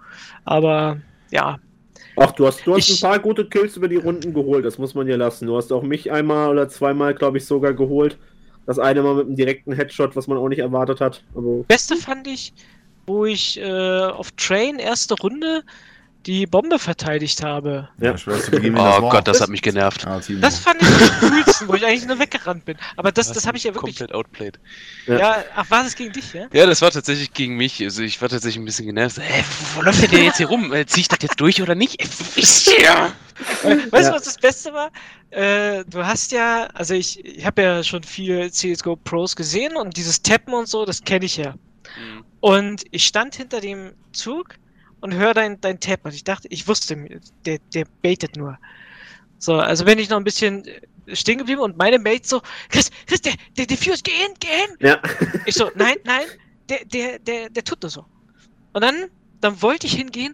Aber ja, Ach, du hast, du hast Ich- ein paar gute Kills über die Runden geholt, das muss man dir lassen. Du hast auch mich einmal oder zweimal, glaube ich, sogar geholt. Das eine Mal mit einem direkten Headshot, was man auch nicht erwartet hat. Also, Beste fand ich, wo ich äh, auf Train erste Runde die Bombe verteidigt habe. Ja. Ich weiß, zu Beginn, wenn das Oh war. Gott, das hat mich genervt. Ja, Timo. Das fand ich am coolsten, wo ich eigentlich nur weggerannt bin. Aber das, das habe ich ja wirklich. Komplett outplayed. Ja. Ja, ach, war das gegen dich, ja? Ja, das war tatsächlich gegen mich. Also ich war tatsächlich ein bisschen genervt. Hä, wo läuft denn der jetzt hier rum? Äh, Zieh ich das jetzt durch oder nicht? Äh, wisst ihr? Weißt du, Ja. was das Beste war? Äh, du hast ja, also ich, ich habe ja schon viel C S G O Pros gesehen und dieses Tappen und so, das kenne ich ja. Hm. Und ich stand hinter dem Zug und höre dein, dein Tap und ich dachte, ich wusste, der, der baitet nur. So, also bin ich noch ein bisschen stehen geblieben und meine Mates so, Chris, Chris, der, der Diffuse, geh hin, geh hin! ja. Ich so, nein, nein, der, der, der, der tut nur so. Und dann, dann wollte ich hingehen,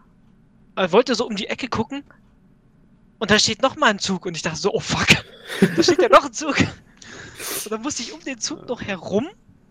äh, wollte so um die Ecke gucken und da steht noch mal ein Zug und ich dachte so, oh fuck, da steht ja noch ein Zug. Und dann musste ich um den Zug noch herum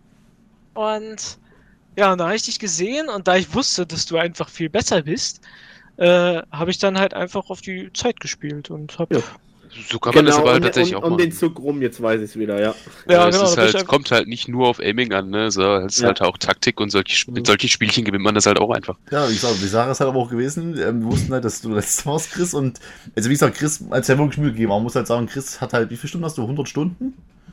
und ja, und da habe ich dich gesehen und da ich wusste, dass du einfach viel besser bist, äh, habe ich dann halt einfach auf die Zeit gespielt und hab, Ja. ja, So kann man das Genau, aber halt um, tatsächlich um, auch um den machen. Zug rum, jetzt weiß ich es wieder, ja. Ja, es genau, ist da bin ich halt, einfach- kommt halt nicht nur auf Aiming an, ne? So, es ist Ja. halt auch Taktik und solche, Sp- Mhm. mit solchen Spielchen gewinnt man das halt auch einfach. Ja, wie gesagt, die Sache ist halt aber auch gewesen, ähm, wir wussten halt, dass du letztes warst, Chris, und, also wie gesagt, Chris hat ja wirklich Mühe gegeben, aber man muss halt sagen, Chris hat halt, wie viele Stunden hast du? hundert Stunden?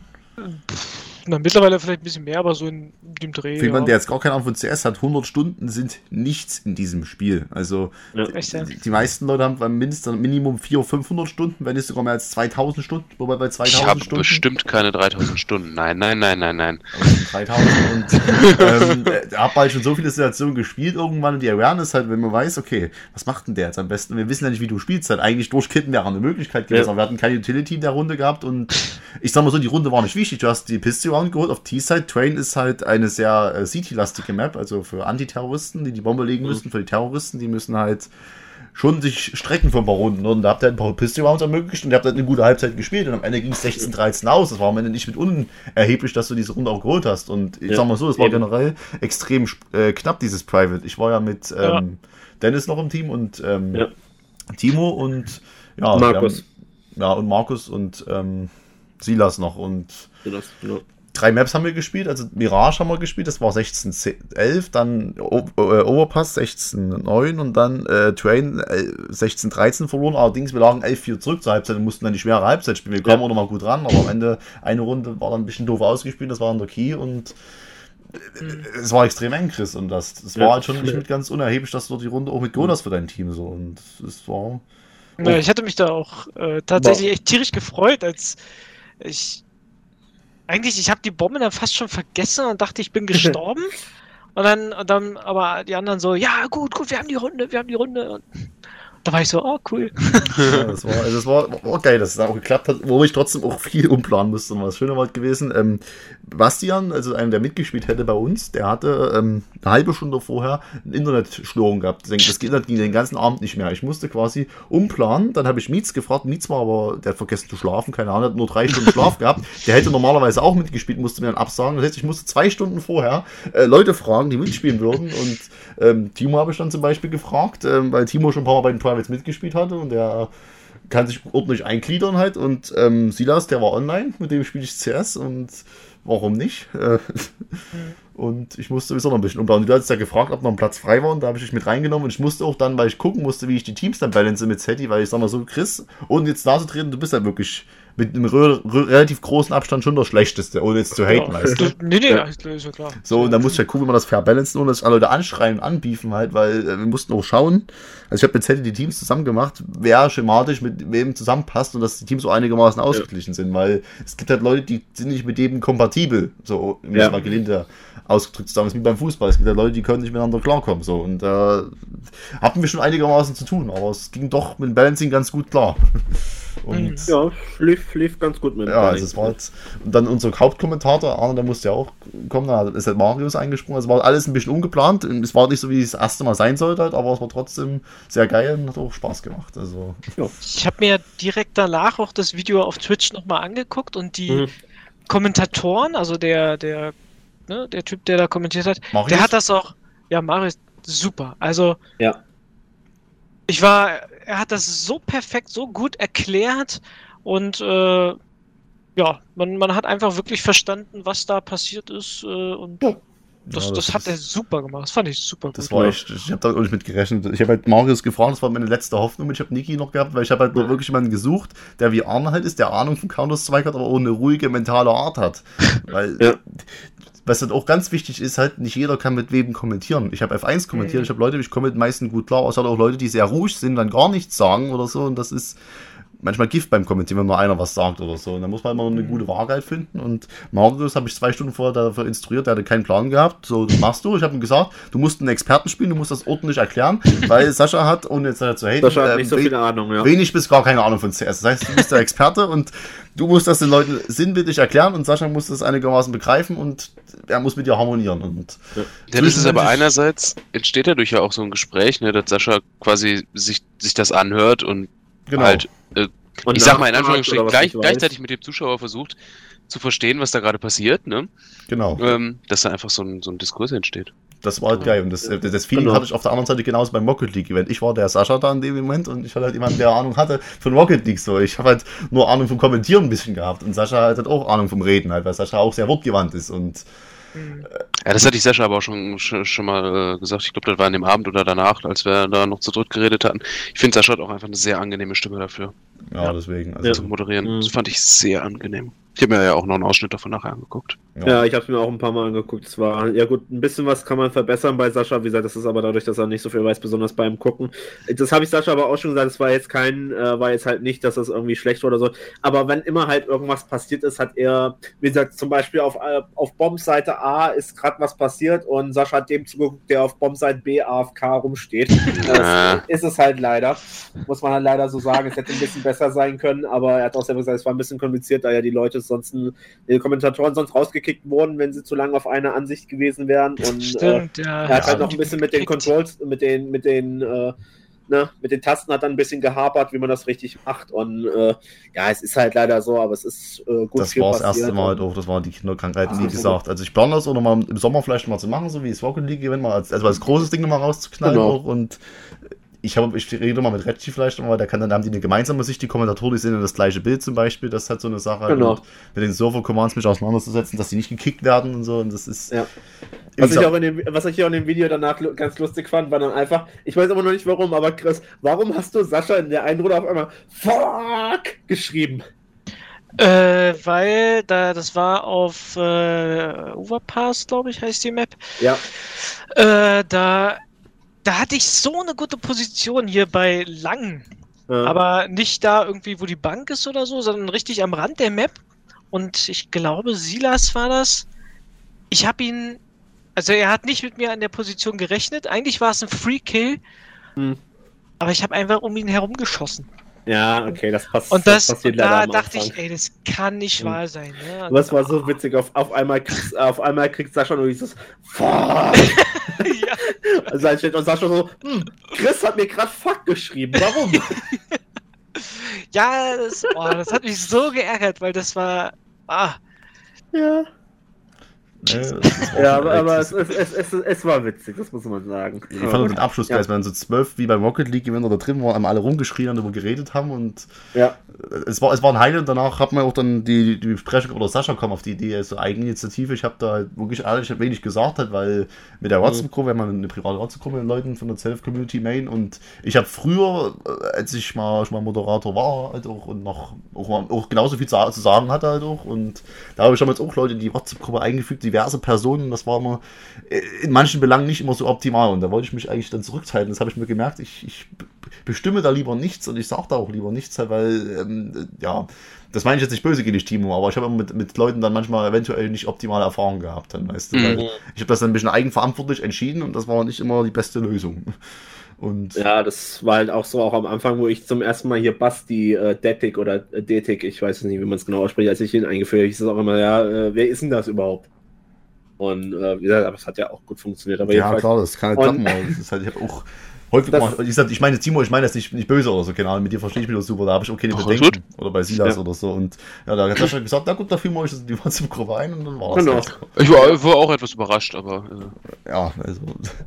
na, mittlerweile vielleicht ein bisschen mehr, aber so in dem Dreh. Für jemanden, ja. der jetzt gar keine Ahnung von C S hat, hundert Stunden sind nichts in diesem Spiel. Also, Ja. Echt, ja? die, die meisten Leute haben beim mindestens Minimum vierhundert, fünfhundert Stunden, wenn nicht sogar mehr als zweitausend Stunden, wobei bei Ich zweitausend habe Stunden. bestimmt keine dreitausend Stunden. Nein, nein, nein, nein, nein. dreitausend und ähm, da hab halt schon so viele Situationen gespielt irgendwann und die Awareness halt, wenn man weiß, okay, was macht denn der jetzt am besten? Wir wissen ja nicht, wie du spielst, halt eigentlich durchkitten wäre eine Möglichkeit gewesen, Ja. aber wir hatten keine Utility in der Runde gehabt und ich sag mal so, die Runde war nicht wichtig, du hast die Pistol Round geholt auf T-Side, Train ist halt eine sehr äh, C T-lastige Map, also für Antiterroristen, die die Bombe legen Mhm. müssen, für die Terroristen, die müssen halt schon sich strecken für ein paar Runden und da habt ihr ein paar Pistol Rounds ermöglicht und ihr habt halt eine gute Halbzeit gespielt und am Ende ging es sechzehn dreizehn aus. Das war am Ende nicht mit unerheblich, dass du diese Runde auch geholt hast. Und ich Ja, sag mal so, es war eben. generell extrem äh, knapp, dieses Private. Ich war ja mit ähm, Ja. Dennis noch im Team und ähm, Ja. Timo und ja, Markus. Wir haben, ja, und Markus und ähm, Silas noch und Genau, genau. drei Maps haben wir gespielt, also Mirage haben wir gespielt, das war sechzehn elf, dann o äh, Overpass sechzehn neun und dann äh, Train äh, sechzehn dreizehn verloren, allerdings wir lagen elf vier zurück zur Halbzeit und mussten dann die schwere Halbzeit spielen. Wir kamen Ja. auch noch mal gut ran, aber am Ende eine Runde war dann ein bisschen doof ausgespielt, das war in der Key und äh, es war extrem eng, Chris, und das, das war Ja. halt schon nicht mit ganz unerheblich, dass du dort die Runde auch mit geholt hast für dein Team so und es war... Ja, ich hatte mich da auch äh, tatsächlich echt tierisch gefreut, als ich eigentlich, ich habe die Bombe dann fast schon vergessen und dachte, ich bin gestorben. Und dann, und dann, aber die anderen so, ja, gut, gut, wir haben die Runde, wir haben die Runde. Und da war ich so, oh cool. Ja, das war, also das war, war geil, dass es auch geklappt hat, wo ich trotzdem auch viel umplanen musste. Und was schöner war gewesen, ähm, Bastian, also einer, der mitgespielt hätte bei uns, der hatte ähm, eine halbe Stunde vorher eine Internetstörung gehabt. Das Internet ging den ganzen Abend nicht mehr. Ich musste quasi umplanen, dann habe ich Mietz gefragt, Mietz war aber, der hat vergessen zu schlafen, keine Ahnung, hat nur drei Stunden Schlaf gehabt. Der hätte normalerweise auch mitgespielt, musste mir dann absagen. Das heißt, ich musste zwei Stunden vorher äh, Leute fragen, die mitspielen würden. Und ähm, Timo habe ich dann zum Beispiel gefragt, ähm, weil Timo schon ein paar Mal bei den Privates mitgespielt hatte und der kann sich ordentlich eingliedern halt. Und ähm, Silas, der war online, mit dem spiele ich C S und warum nicht? Äh, und ich musste sowieso noch ein bisschen umbauen. Du hattest ja gefragt, ob noch ein Platz frei war und da habe ich dich mit reingenommen und ich musste auch dann, weil ich gucken musste, wie ich die Teams dann balance mit Zeti, weil ich sag mal so, Chris, ohne jetzt da zu treten, du bist ja wirklich mit einem re- re- relativ großen Abstand schon der Schlechteste, ohne jetzt zu haten, Ja. weißt du? Nee, nee, Ja. ist ja klar. So, und da musste ich halt gucken, wie man das fair balancen, ohne dass alle Leute anschreien und anbiefen halt, weil äh, wir mussten auch schauen. Also ich habe mit Zeti die Teams zusammen gemacht, wer schematisch mit wem zusammenpasst und dass die Teams so einigermaßen ausgeglichen sind, weil es gibt halt Leute, die sind nicht mit jedem kompatibel, so, um Ja. es mal gelinde ausgedrückt zu sagen, es ist wie beim Fußball, es gibt halt Leute, die können nicht miteinander klarkommen, so, und da äh, hatten wir schon einigermaßen zu tun, aber es ging doch mit dem Balancing ganz gut klar. Und Mhm. Ja, lief, lief ganz gut mit dem ja, Balancing. also es war jetzt, und dann unser Hauptkommentator, Arne, der musste ja auch kommen, da ist halt Marius eingesprungen, also war alles ein bisschen umgeplant, und es war nicht so, wie es das erste Mal sein sollte, halt, aber es war trotzdem sehr geil und hat auch Spaß gemacht, also. Ich habe mir direkt danach auch das Video auf Twitch nochmal angeguckt und die Mhm. Kommentatoren, also der, der, ne, der Typ, der da kommentiert hat, Marius? der hat das auch, ja, Marius, super. Also, Ja. ich war, er hat das so perfekt, so gut erklärt und äh, ja, man, man hat einfach wirklich verstanden, was da passiert ist äh, und Ja. das, Ja, das, das hat ist- er super gemacht. Das fand ich super Das gut. war echt, ich habe da auch nicht mit gerechnet. Ich habe halt Marius gefragt, das war meine letzte Hoffnung. Ich habe Niki noch gehabt, weil ich habe halt nur wirklich jemanden gesucht, der wie Arne halt ist, der Ahnung von Counter-Strike hat, aber auch eine ruhige mentale Art hat. Weil, Ja. was halt auch ganz wichtig ist, halt, nicht jeder kann mit wem kommentieren. Ich habe F eins kommentiert, Mhm. ich habe Leute, ich komme mit den meisten gut klar, aber es hat auch Leute, die sehr ruhig sind, dann gar nichts sagen oder so, und das ist manchmal Gift beim Kommentieren, wenn nur einer was sagt oder so. Und da muss man immer eine Mhm. gute Wahrheit finden. Und Marius habe ich zwei Stunden vorher dafür instruiert, der hatte keinen Plan gehabt. So, das machst du. Ich habe ihm gesagt, du musst einen Experten spielen, du musst das ordentlich erklären, weil Sascha hat, ohne jetzt zu haten, Sascha hat ähm, nicht so we- viel Ahnung, ja. wenig bis gar keine Ahnung von C S. Das heißt, du bist der Experte und du musst das den Leuten sinnbildlich erklären und Sascha muss das einigermaßen begreifen und er muss mit dir harmonieren. Und Ja, das ist aber zwischendurch- einerseits, entsteht dadurch ja auch so ein Gespräch, ne, dass Sascha quasi sich, sich das anhört und genau. halt, äh, Und ich sag mal in nachfragt Anführungsstrichen, oder was gleich, nicht weiß. gleichzeitig mit dem Zuschauer versucht zu verstehen, was da gerade passiert, ne? genau. Ähm, dass da einfach so ein, so ein Diskurs entsteht. Das war halt geil. Und das, das, das Feeling Genau. hatte ich auf der anderen Seite genauso beim Rocket League Event. Ich war der Sascha da in dem Moment und ich hatte halt jemanden, der Ahnung hatte von Rocket League. So. Ich habe halt nur Ahnung vom Kommentieren ein bisschen gehabt. Und Sascha halt hat auch Ahnung vom Reden, halt, weil Sascha auch sehr wortgewandt ist. Und Mhm. Ja, das hatte ich Sascha aber auch schon, schon, schon mal äh, gesagt. Ich glaube, das war an dem Abend oder danach, als wir da noch zu dritt geredet hatten. Ich finde, Sascha hat auch einfach eine sehr angenehme Stimme dafür, ja, Ja. deswegen. Also, Ja. zu moderieren. Mhm. Das fand ich sehr angenehm. Ich habe mir ja auch noch einen Ausschnitt davon nachher angeguckt. Ja, ich habe es mir auch ein paar Mal angeguckt. Es war, ja gut, ein bisschen was kann man verbessern bei Sascha. Wie gesagt, das ist aber dadurch, dass er nicht so viel weiß, besonders beim Gucken. Das habe ich Sascha aber auch schon gesagt, es war jetzt kein, äh, war jetzt halt nicht, dass das irgendwie schlecht war oder so. Aber wenn immer halt irgendwas passiert ist, hat er, wie gesagt, zum Beispiel auf, äh, auf Bombseite A ist gerade was passiert und Sascha hat dem zugeguckt, der auf Bombseite B A F K rumsteht. Das ist es halt leider. Muss man halt leider so sagen. Es hätte ein bisschen besser sein können, aber er hat auch selber gesagt, es war ein bisschen kompliziert, da ja die Leute sonst, die Kommentatoren sonst rausgekickt wurden, wenn sie zu lange auf einer Ansicht gewesen wären. Und Stimmt, äh, ja. er hat halt Ja. noch ein bisschen mit den Gekickt. Controls, mit den, mit den, äh, ne, mit den Tasten hat dann ein bisschen gehapert, wie man das richtig macht. Und äh, ja, es ist halt leider so, aber es ist äh, gut das viel war das passiert. erste Mal halt auch, das waren die Kinderkrankheiten, Ah, wie gesagt. Also ich plane das auch nochmal im Sommer vielleicht mal zu machen, so wie das Rocket League Event mal, als, also als großes Ding nochmal rauszuknallen Genau. auch. Und ich habe, ich rede mal mit Reggie vielleicht nochmal, der kann dann, da haben die eine gemeinsame Sicht, die Kommentatoren, die sehen dann das gleiche Bild zum Beispiel, das ist halt so eine Sache. Genau. Und mit den Server-Commands mich auseinanderzusetzen, dass die nicht gekickt werden und so, und das ist... Ja. Wie Was ich, gesagt, auch in dem, was ich auch in dem Video danach lu- ganz lustig fand, war dann einfach, ich weiß aber noch nicht warum, aber Chris, warum hast du Sascha in der einen Runde auf einmal Fuck geschrieben? Äh, weil da, das war auf äh, Overpass, glaube ich, heißt die Map. Ja, Äh, da, da hatte ich so eine gute Position hier bei Lang. äh, Aber nicht da irgendwie, wo die Bank ist oder so, sondern richtig am Rand der Map. Und ich glaube, Silas war das. Ich habe ihn, also er hat nicht mit mir an der Position gerechnet. Eigentlich war es ein Free Kill. Hm. aber ich habe einfach um ihn herum geschossen. Ja, okay, das, pass Und das, das passiert und da leider am dachte Anfang. ich, ey, das kann nicht Mhm. wahr sein. Ne? Aber es war so witzig, auf, auf, einmal, kriegst, auf einmal kriegt Sascha nur dieses Fuck! Ja. Also dann steht und Sascha so, hm, Chris hat mir gerade Fuck geschrieben, warum? Ja, das, oh, das hat mich so geärgert, weil das war. Ah, Ja. Nee, das war Ja, schon aber, echt- aber es, es, es, es, es war witzig, das muss man sagen. Ich fand den Abschluss geil, Ja. als wir dann so zwölf wie bei Rocket League Gewinner da drin waren, haben alle rumgeschrien und darüber geredet haben und Ja. es war, es war ein Highlight und danach hat man auch dann die, die Besprechung, oder Sascha kam auf die Idee, also Eigeninitiative, ich habe da halt wirklich ehrlich wenig gesagt, halt, weil mit der WhatsApp-Gruppe, wenn man eine private WhatsApp-Gruppe mit Leuten von der Self-Community Main und ich habe früher, äh, als ich mal schon mal Moderator war, halt auch und noch auch, mal, auch genauso viel zu, zu sagen hatte halt auch und da habe ich damals auch Leute in die WhatsApp-Gruppe eingefügt, diverse Personen, das war immer äh, in manchen Belangen nicht immer so optimal und da wollte ich mich eigentlich dann zurückhalten, das habe ich mir gemerkt, ich, ich bestimme da lieber nichts und ich sage da auch lieber nichts, halt, weil, ähm, ja, das meine ich jetzt nicht böse gegen dich, Timo, aber ich habe mit, mit Leuten dann manchmal eventuell nicht optimale Erfahrungen gehabt, dann, weißt du, weil Mhm. ich habe das dann ein bisschen eigenverantwortlich entschieden und das war nicht immer die beste Lösung. Und Ja, das war halt auch so, auch am Anfang, wo ich zum ersten Mal hier Basti äh, Detik oder äh, Detik, ich weiß nicht, wie man es genau ausspricht, als ich ihn eingeführt habe, hieß es auch immer, ja, äh, wer ist denn das überhaupt? Und äh, wie gesagt, aber es hat ja auch gut funktioniert. Aber ja, jedenfalls, klar, das kann halt Und- klappen, aber das ist halt, ich habe auch häufig Das- mal, ich, sag, ich meine, Timo, ich meine das nicht, nicht böse oder so, keine Ahnung, mit dir verstehe ich mich doch super, da habe ich auch keine Ach, Bedenken. Oder bei Silas Ja. oder so. Und ja, da hat Sascha gesagt, na gut, da führen wir euch das in die WhatsApp-Gruppe ein und dann war es Genau. halt so. Ich war, war auch etwas überrascht, aber äh, Ja, also.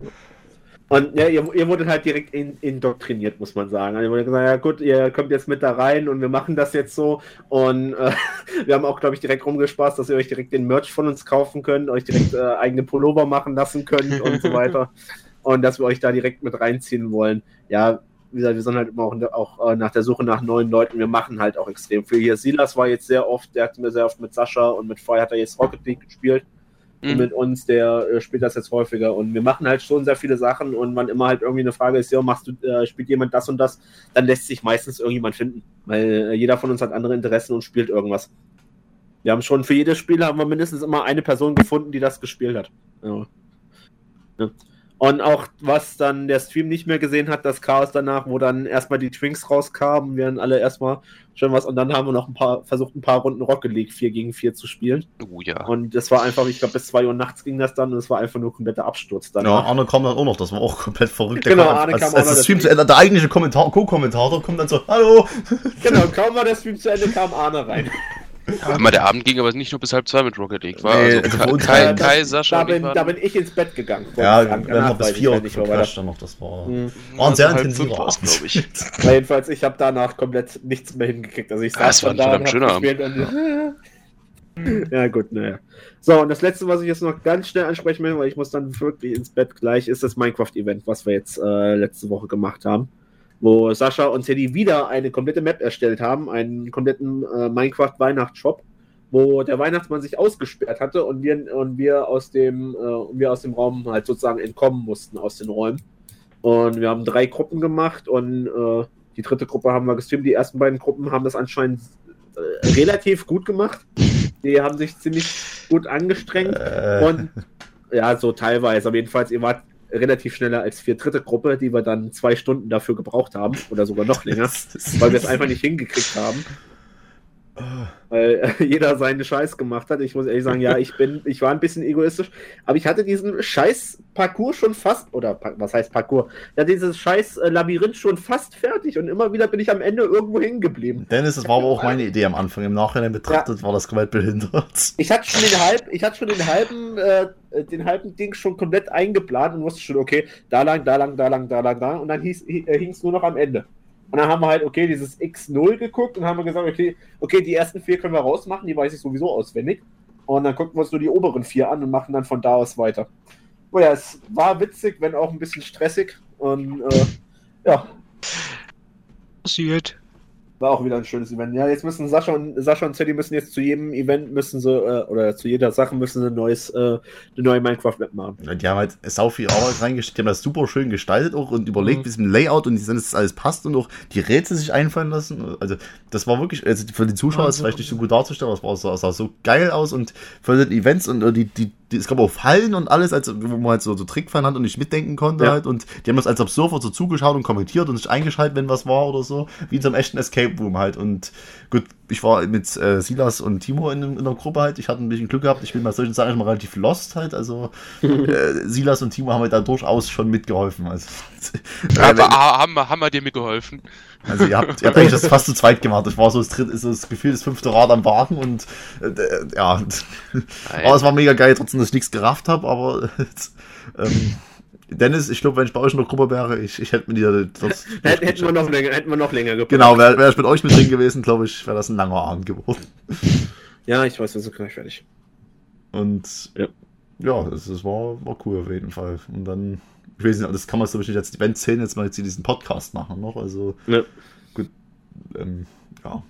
Und ja, ihr, ihr wurdet halt direkt in, indoktriniert, muss man sagen. Also ihr wurde gesagt, ja gut, ihr kommt jetzt mit da rein und wir machen das jetzt so. Und äh, wir haben auch, glaube ich, direkt rumgespaßt, dass ihr euch direkt den Merch von uns kaufen könnt, euch direkt äh, eigene Pullover machen lassen könnt und so weiter. Und dass wir euch da direkt mit reinziehen wollen. Ja, wie gesagt, wir sind halt immer auch, auch äh, nach der Suche nach neuen Leuten. Wir machen halt auch extrem viel. Hier Silas war jetzt sehr oft, der hat mir sehr oft mit Sascha und mit Fire hat er jetzt Rocket League gespielt. Und mit uns, der äh, spielt das jetzt häufiger. Und wir machen halt schon sehr viele Sachen und wann immer halt irgendwie eine Frage ist, ja, machst du, äh, spielt jemand das und das, dann lässt sich meistens irgendjemand finden. Weil äh, jeder von uns hat andere Interessen und spielt irgendwas. Wir haben schon für jedes Spiel haben wir mindestens immer eine Person gefunden, die das gespielt hat. Ja. Ja. Und auch, was dann der Stream nicht mehr gesehen hat, das Chaos danach, wo dann erstmal die Twinks rauskamen, wir dann alle erstmal schon was, und dann haben wir noch ein paar, versucht ein paar Runden Rocket League vier gegen vier zu spielen. oh ja. Und das war einfach, ich glaube, bis zwei Uhr nachts ging das dann und es war einfach nur kompletter Absturz dann. Ja, Arne kam dann auch noch, das war auch komplett verrückt. Der Genau, kam, Arne als, kam auch als noch, das Stream das- zu Ende, der eigentliche Kommentar, Co-Kommentator kommt dann so, hallo! Genau, kaum war der Stream zu Ende, kam Arne rein. Aber der Abend ging aber nicht nur bis halb zwei mit Rocket League, war Nee, also also Kai, für uns Kai, war- Kai das- Sascha da und ich bin, waren- da bin ich ins Bett gegangen. Ja, Danach wir haben noch bis weiß ich vier ja Uhr nicht, wo wir gecrasht dann noch, das war, Mhm. war ein sehr Also halb intensiver fünf war's, Abend. glaub ich. Aber jedenfalls, ich habe danach komplett nichts mehr hingekriegt. Also ich Ah, es war ein dann da und verdammt hab schöner gespielt und ja gut, naja. So, und das letzte, was ich jetzt noch ganz schnell ansprechen will, weil ich muss dann wirklich ins Bett gleich, ist das Minecraft-Event, was wir jetzt äh, letzte Woche gemacht haben. Wo Sascha und Teddy wieder eine komplette Map erstellt haben, einen kompletten äh, Minecraft-Weihnachtsshop, wo der Weihnachtsmann sich ausgesperrt hatte und wir, und wir aus dem, äh, und wir aus dem Raum halt sozusagen entkommen mussten aus den Räumen. Und wir haben drei Gruppen gemacht und äh, die dritte Gruppe haben wir gestreamt. Die ersten beiden Gruppen haben das anscheinend äh, relativ gut gemacht. Die haben sich ziemlich gut angestrengt Äh, und ja, so teilweise. Aber jedenfalls, ihr wart relativ schneller als die dritte Gruppe, die wir dann zwei Stunden dafür gebraucht haben oder sogar noch länger, weil wir es einfach nicht hingekriegt haben. Weil äh, jeder seinen Scheiß gemacht hat. Ich muss ehrlich sagen, ja, ich bin, ich war ein bisschen egoistisch, aber ich hatte diesen scheiß Parcours schon fast, oder pa- was heißt Parcours? Ja, dieses scheiß äh, Labyrinth schon fast fertig und immer wieder bin ich am Ende irgendwo hängen geblieben. Dennis, das war aber auch meine Idee am Anfang. Im Nachhinein betrachtet war das komplett behindert. Ich hatte schon den halb, ich hatte schon den halben, äh, den halben Ding schon komplett eingeplant und wusste schon, okay, da lang, da lang, da lang, da lang, da und dann hieß, äh, hing es nur noch am Ende. Und dann haben wir halt, okay, dieses X null geguckt und haben wir gesagt, okay, okay, die ersten vier können wir rausmachen, die weiß ich sowieso auswendig. Und dann gucken wir uns nur die oberen vier an und machen dann von da aus weiter. Oh ja, es war witzig, wenn auch ein bisschen stressig. Und äh, ja, passiert. war auch wieder ein schönes Event. Ja, jetzt müssen Sascha und Sascha und Teddy müssen jetzt zu jedem Event müssen sie, äh, oder zu jeder Sache müssen sie ein neues, äh, eine neue Minecraft-Map machen. Ja, die haben halt sau viel Arbeit reingestellt, die haben das super schön gestaltet auch und überlegt, Mhm. wie es im Layout und dass das alles passt und auch die Rätsel sich einfallen lassen. Also das war wirklich, also für die Zuschauer ist es vielleicht nicht so gut darzustellen, aber es war, sah, sah so geil aus und für die Events und äh, die, die die, es gab auch Fallen und alles, also, wo man halt so, so Trickfallen hat und nicht mitdenken konnte Ja. halt. Und die haben das als Observer so zugeschaut und kommentiert und sich eingeschaltet, wenn was war oder so. Wie in so einem echten Escape Room halt. Und gut, ich war mit äh, Silas und Timo in, in der Gruppe halt. Ich hatte ein bisschen Glück gehabt. Ich bin bei solchen Sachen immer relativ lost halt. Also äh, Silas und Timo haben halt da durchaus schon mitgeholfen. Also, Aber ah, haben, wir- haben wir dir mitgeholfen? also ihr habt, ihr habt eigentlich das fast zu zweit gemacht. Ich war so das, dritte, so das Gefühl, das fünfte Rad am Wagen und äh, ja, aber es war mega geil, trotzdem, dass ich nichts gerafft habe, aber ähm, Dennis, ich glaube, wenn ich bei euch in der Gruppe wäre, ich, ich hätte mir die das, Hätten hätten wir noch länger, hätten wir noch länger gebraucht. genau, wäre wär ich mit euch mit drin gewesen, glaube ich, wäre das ein langer Abend geworden. Ja, ich weiß, wir sind gleich fertig. Und Ja. ja, das, das war, war cool auf jeden Fall. Und dann, ich weiß nicht, das kann man so nicht als Event zählen, jetzt mal jetzt hier diesen Podcast machen noch, also Ja. gut, ähm, ja.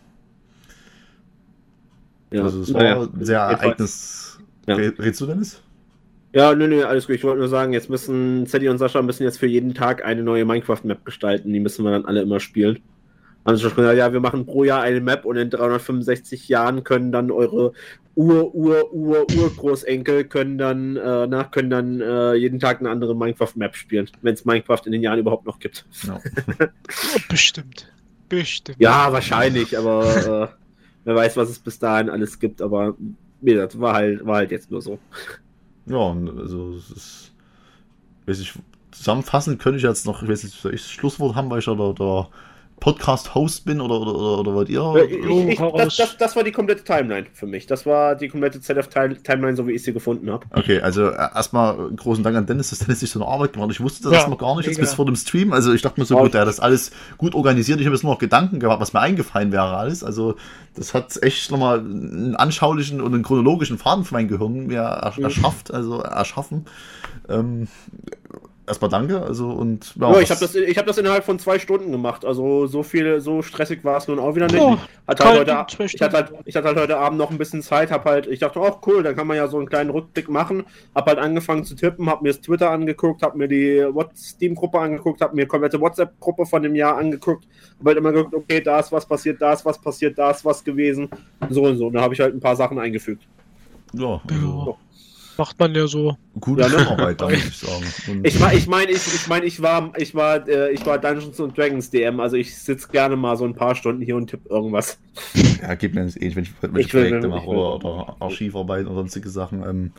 Ja. Also es Naja. war ein sehr Jedenfalls. Ereignis. Ja. Red- Redst du, Dennis? Ja, nö, nö, alles gut. Ich wollte nur sagen, jetzt müssen Sadie und Sascha müssen jetzt für jeden Tag eine neue Minecraft-Map gestalten. Die müssen wir dann alle immer spielen. Haben sie schon gesagt, ja, wir machen pro Jahr eine Map und in dreihundertfünfundsechzig Jahren können dann eure Ur, Ur, Ur, Urgroßenkel können dann, äh, nach, können dann äh, jeden Tag eine andere Minecraft-Map spielen, wenn es Minecraft in den Jahren überhaupt noch gibt. Ja. Oh, bestimmt. Bestimmt. Ja, wahrscheinlich, aber äh, wer weiß, was es bis dahin alles gibt, aber wie gesagt, war halt, war halt jetzt nur so. Ja, und also es ist, weiß ich, zusammenfassend könnte ich jetzt noch, ich weiß nicht, soll ich das Schlusswort haben, weil ich ja der, der Podcast-Host bin oder, oder, oder, oder wollt ihr? Äh, Ich, ich, hau das, raus. das, das war die komplette Timeline für mich. Das war die komplette Z F-Timeline, so wie ich sie gefunden habe. Okay, also äh, erstmal einen großen Dank an Dennis, dass Dennis sich so eine Arbeit gemacht hat. Ich wusste das Ja, erstmal gar nicht, jetzt mega. bis vor dem Stream. Also ich dachte mir so, Ja, gut, der hat das alles gut organisiert. Ich habe jetzt nur noch Gedanken gehabt, was mir eingefallen wäre alles. Also das hat echt nochmal einen anschaulichen und einen chronologischen Faden für mein Gehirn mir er, Mhm. erschafft, also erschaffen. Ähm, erstmal danke. Also und Ja, was- ich habe das, ich hab das innerhalb von zwei Stunden gemacht. Also so viel, so stressig war es nun auch wieder nicht. Oh, Hatte kalt halt heute, in zwei ich, hatte halt, ich hatte halt heute Abend noch ein bisschen Zeit. Hab halt, ich dachte, oh cool, dann kann man ja so einen kleinen Rückblick machen. Hab halt angefangen zu tippen, hab mir das Twitter angeguckt, hab mir die Steam-Gruppe angeguckt, hab mir komplette WhatsApp-Gruppe von dem Jahr angeguckt. Hab halt immer geguckt, okay, da ist was passiert, da ist was passiert, da ist was gewesen. So und so. Und da habe ich halt ein paar Sachen eingefügt. ja, also Ja. Macht man ja so. gute Ja, ne? Arbeit, da muss ich sagen. Und Ich meine, ich meine, ich, ich, mein, ich war, ich war, äh, ich war Dungeons und Dragons D M, also ich sitze gerne mal so ein paar Stunden hier und tippe irgendwas. ja, geht mir nicht ähnlich, wenn ich, wenn Ich ich will- Projekte ich mache will- oder, oder Archivarbeit oder sonstige Sachen. Ähm,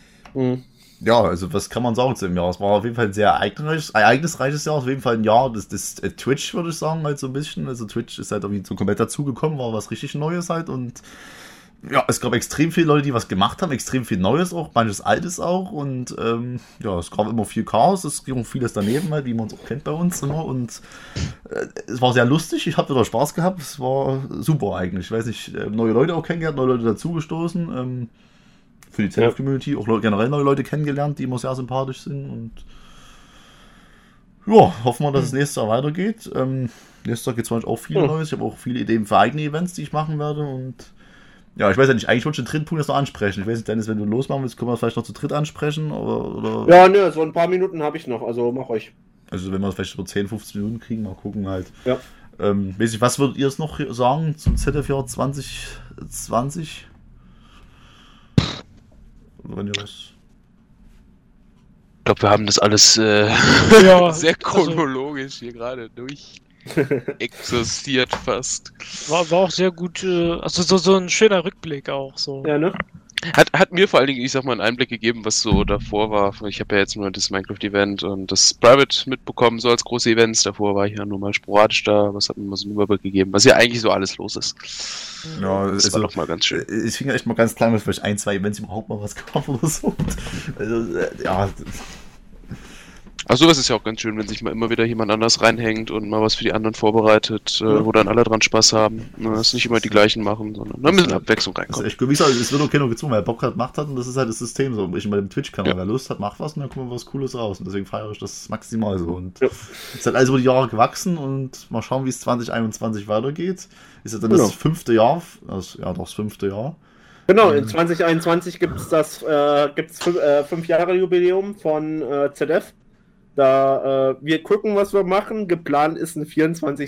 Hm. Ja, also was kann man sagen zu dem Jahr? Es war auf jeden Fall ein sehr ereignisreiches, ereignisreiches Jahr, auf jeden Fall ein Jahr des, des äh, Twitch, würde ich sagen, halt so ein bisschen. Also Twitch ist halt irgendwie so komplett dazugekommen, war was richtig Neues halt und ja, es gab extrem viele Leute, die was gemacht haben, extrem viel Neues auch, manches Altes auch und ähm, ja, es gab immer viel Chaos, es ging vieles daneben halt, wie man es auch kennt bei uns immer und äh, es war sehr lustig, ich habe wieder Spaß gehabt, es war super eigentlich, ich weiß nicht, äh, neue Leute auch kennengelernt, neue Leute dazugestoßen, ähm, für die Z F-Community, auch generell neue Leute kennengelernt, die immer sehr sympathisch sind und ja, hoffen wir, dass es nächstes Jahr weitergeht. Ähm, nächstes Jahr gibt es wahrscheinlich auch viel Ja. Neues, ich habe auch viele Ideen für eigene Events, die ich machen werde und ja, ich weiß ja nicht, eigentlich wollte ich den dritten Punkt jetzt noch ansprechen. Ich weiß nicht, Dennis, wenn du losmachen willst, können wir das vielleicht noch zu dritt ansprechen oder, oder Ja, ne, so ein paar Minuten habe ich noch, also mach euch. also wenn wir es vielleicht über zehn, fünfzehn Minuten kriegen, mal gucken halt. Ja. Ähm, weiß ich, was würdet ihr jetzt noch sagen zum Z F-Jahr zwanzig zwanzig? Oder wenn ihr was... Ich glaube, wir haben das alles äh, Ja, sehr also- chronologisch hier gerade durch exorziert fast. War, war auch sehr gut, äh, also so, so ein schöner Rückblick auch so. Ja, ne? Hat, hat mir vor allen Dingen, ich sag mal, einen Einblick gegeben, was so davor war. Ich habe ja jetzt nur das Minecraft-Event und das Private mitbekommen, so als große Events. Davor war ich ja nur mal sporadisch da, was hat mir mal so einen Überblick gegeben, was ja eigentlich so alles los ist. Ja, Das war doch mal ganz schön. Ich fing ja echt mal ganz klein, mit vielleicht ein, zwei Events überhaupt mal was gab oder so. Also, äh, ja, Also sowas ist ja auch ganz schön, wenn sich mal immer wieder jemand anders reinhängt und mal was für die anderen vorbereitet, äh, Ja. wo dann alle dran Spaß haben. Ne, dass nicht immer die gleichen machen, sondern da ein bisschen Abwechslung das ist reinkommt. echt gut. Wie gesagt, es wird auch keiner gezwungen, wer Bock hat, macht hat und das ist halt das System so. Ich bei dem Twitch-Kanal, Ja. wer Lust hat, macht was und dann kommt was Cooles raus. Und deswegen feiere ich das maximal so. Und Ja. es ist halt alles über die Jahre gewachsen und mal schauen, wie es zwanzig einundzwanzig weitergeht. Ist jetzt dann Genau. das fünfte Jahr, also, ja doch das fünfte Jahr. Genau, in zwanzig einundzwanzig gibt es das äh, gibt's fünf, äh, fünf Jahre Jubiläum von äh, Z F. Da äh, wir gucken, was wir machen. Geplant ist ein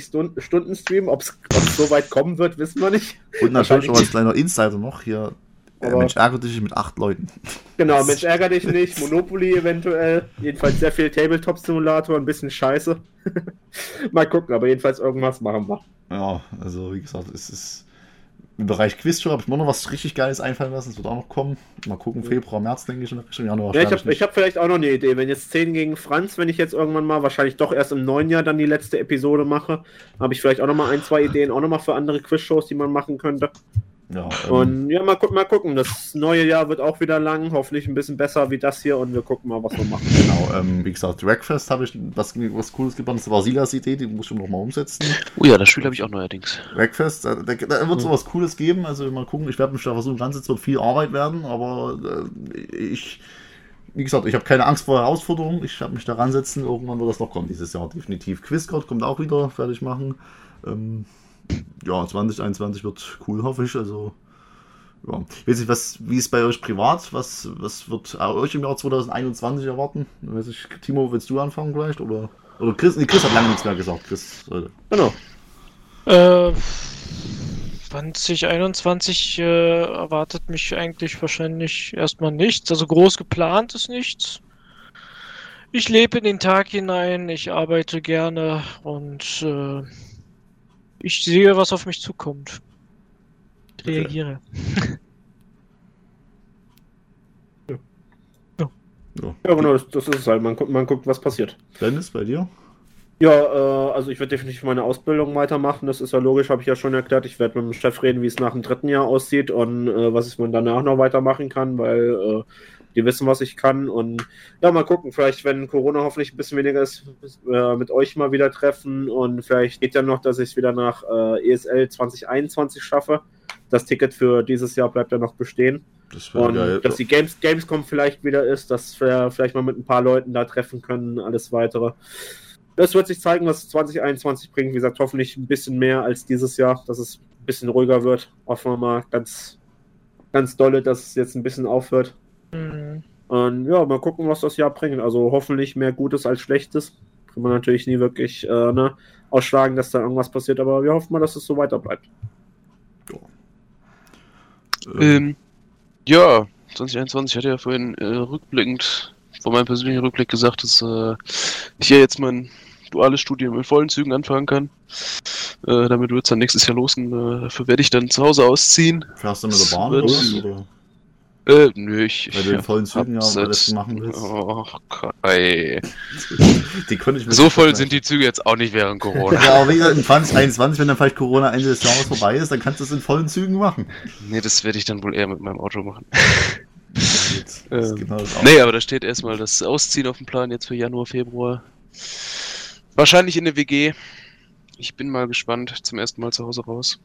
vierundzwanzig-Stunden-Stream. Ob es so weit kommen wird, wissen wir nicht. Und natürlich Wahrscheinlich auch als kleiner Insider noch hier, Äh, Mensch, ärgere dich mit acht Leuten. Genau, Mensch, ärgere dich nicht. Monopoly eventuell. Jedenfalls sehr viel Tabletop-Simulator, ein bisschen Scheiße. Mal gucken, aber jedenfalls irgendwas machen wir. Ja, also wie gesagt, es ist im Bereich Quizshow habe ich mir noch was richtig Geiles einfallen lassen. Es wird auch noch kommen. Mal gucken, Februar, März, denke ich, in Richtung Januar. Ja, ich habe hab vielleicht auch noch eine Idee. Wenn jetzt zehn gegen Franz, wenn ich jetzt irgendwann mal, wahrscheinlich doch erst im neuen Jahr dann die letzte Episode mache, habe ich vielleicht auch noch mal ein, zwei Ideen, auch noch mal für andere Quizshows, die man machen könnte. Ja, ähm, und ja, mal, gu mal gucken. Das neue Jahr wird auch wieder lang, hoffentlich ein bisschen besser wie das hier und wir gucken mal, was wir machen. Genau, ähm, wie gesagt, Dragfest habe ich was, was Cooles gebaut. Das war Silas Idee, die muss ich noch mal umsetzen. Oh ja, das Spiel habe ich auch neuerdings. Dragfest, da, da, da wird es mhm. was Cooles geben. Also mal gucken, ich werde mich da versuchen, ganz jetzt wird viel Arbeit werden, aber äh, ich, wie gesagt, ich habe keine Angst vor Herausforderungen. Ich werde mich da ransetzen. Irgendwann wird das noch kommen dieses Jahr, definitiv. Quizcard kommt auch wieder, fertig machen. Ähm, ja, zwanzig einundzwanzig wird cool, hoffe ich. Also, ja. Ich weiß nicht, was, wie ist bei euch privat? Was, was wird euch im Jahr zwanzig einundzwanzig erwarten? Weiß ich, Timo, willst du anfangen vielleicht? Oder, oder Chris? Nee, Chris hat lange nichts mehr gesagt. Chris, äh. Genau. Äh, zwanzig einundzwanzig äh, erwartet mich eigentlich wahrscheinlich erstmal nichts. Also groß geplant ist nichts. Ich lebe in den Tag hinein, ich arbeite gerne und äh, ich sehe, was auf mich zukommt. Ich reagiere. Ja. Ja. Ja, genau, das, das ist es halt. Man, man guckt, was passiert. Dennis, bei dir? Ja, äh, also ich werde definitiv meine Ausbildung weitermachen. Das ist ja logisch, habe ich ja schon erklärt. Ich werde mit dem Chef reden, wie es nach dem dritten Jahr aussieht und äh, was man danach noch weitermachen kann, weil äh, die wissen, was ich kann. Und ja, mal gucken, vielleicht, wenn Corona hoffentlich ein bisschen weniger ist, äh, mit euch mal wieder treffen. Und vielleicht geht ja noch, dass ich es wieder nach äh, E S L zwanzig einundzwanzig schaffe. Das Ticket für dieses Jahr bleibt ja noch bestehen. Das und geil. Dass die Games, Gamescom vielleicht wieder ist, dass wir vielleicht mal mit ein paar Leuten da treffen können, alles weitere. Das wird sich zeigen, was zwanzig einundzwanzig bringt. Wie gesagt, hoffentlich ein bisschen mehr als dieses Jahr, dass es ein bisschen ruhiger wird. Hoffen wir mal ganz, ganz dolle, dass es jetzt ein bisschen aufhört. Mhm. Und ja, mal gucken, was das Jahr bringt. Also hoffentlich mehr Gutes als Schlechtes. Kann man natürlich nie wirklich äh, ne, ausschlagen, dass da irgendwas passiert, aber wir hoffen mal, dass es so weiter bleibt. Ja. Ähm, ja, zwanzig einundzwanzig hatte ja vorhin äh, rückblickend von meinem persönlichen Rückblick gesagt, dass äh, ich ja jetzt mein duales Studium in vollen Zügen anfangen kann. Äh, damit wird es dann nächstes Jahr los und äh, dafür werde ich dann zu Hause ausziehen. Fährst du mit der Bahn wird, oder was? Oder? Äh, nö, ich. Weil du in vollen Zügen ja seit, alles machen willst. Oh, ey. Die konnte ich mir so voll sind die Züge jetzt auch nicht während Corona. Ja, aber wie gesagt, in zwanzig einundzwanzig, wenn dann vielleicht Corona Ende des Jahres vorbei ist, dann kannst du es in vollen Zügen machen. Nee, das werde ich dann wohl eher mit meinem Auto machen. Das ähm, genau das nee, aber da steht erstmal das Ausziehen auf dem Plan jetzt für Januar, Februar. Wahrscheinlich in der W G. Ich bin mal gespannt. Zum ersten Mal zu Hause raus.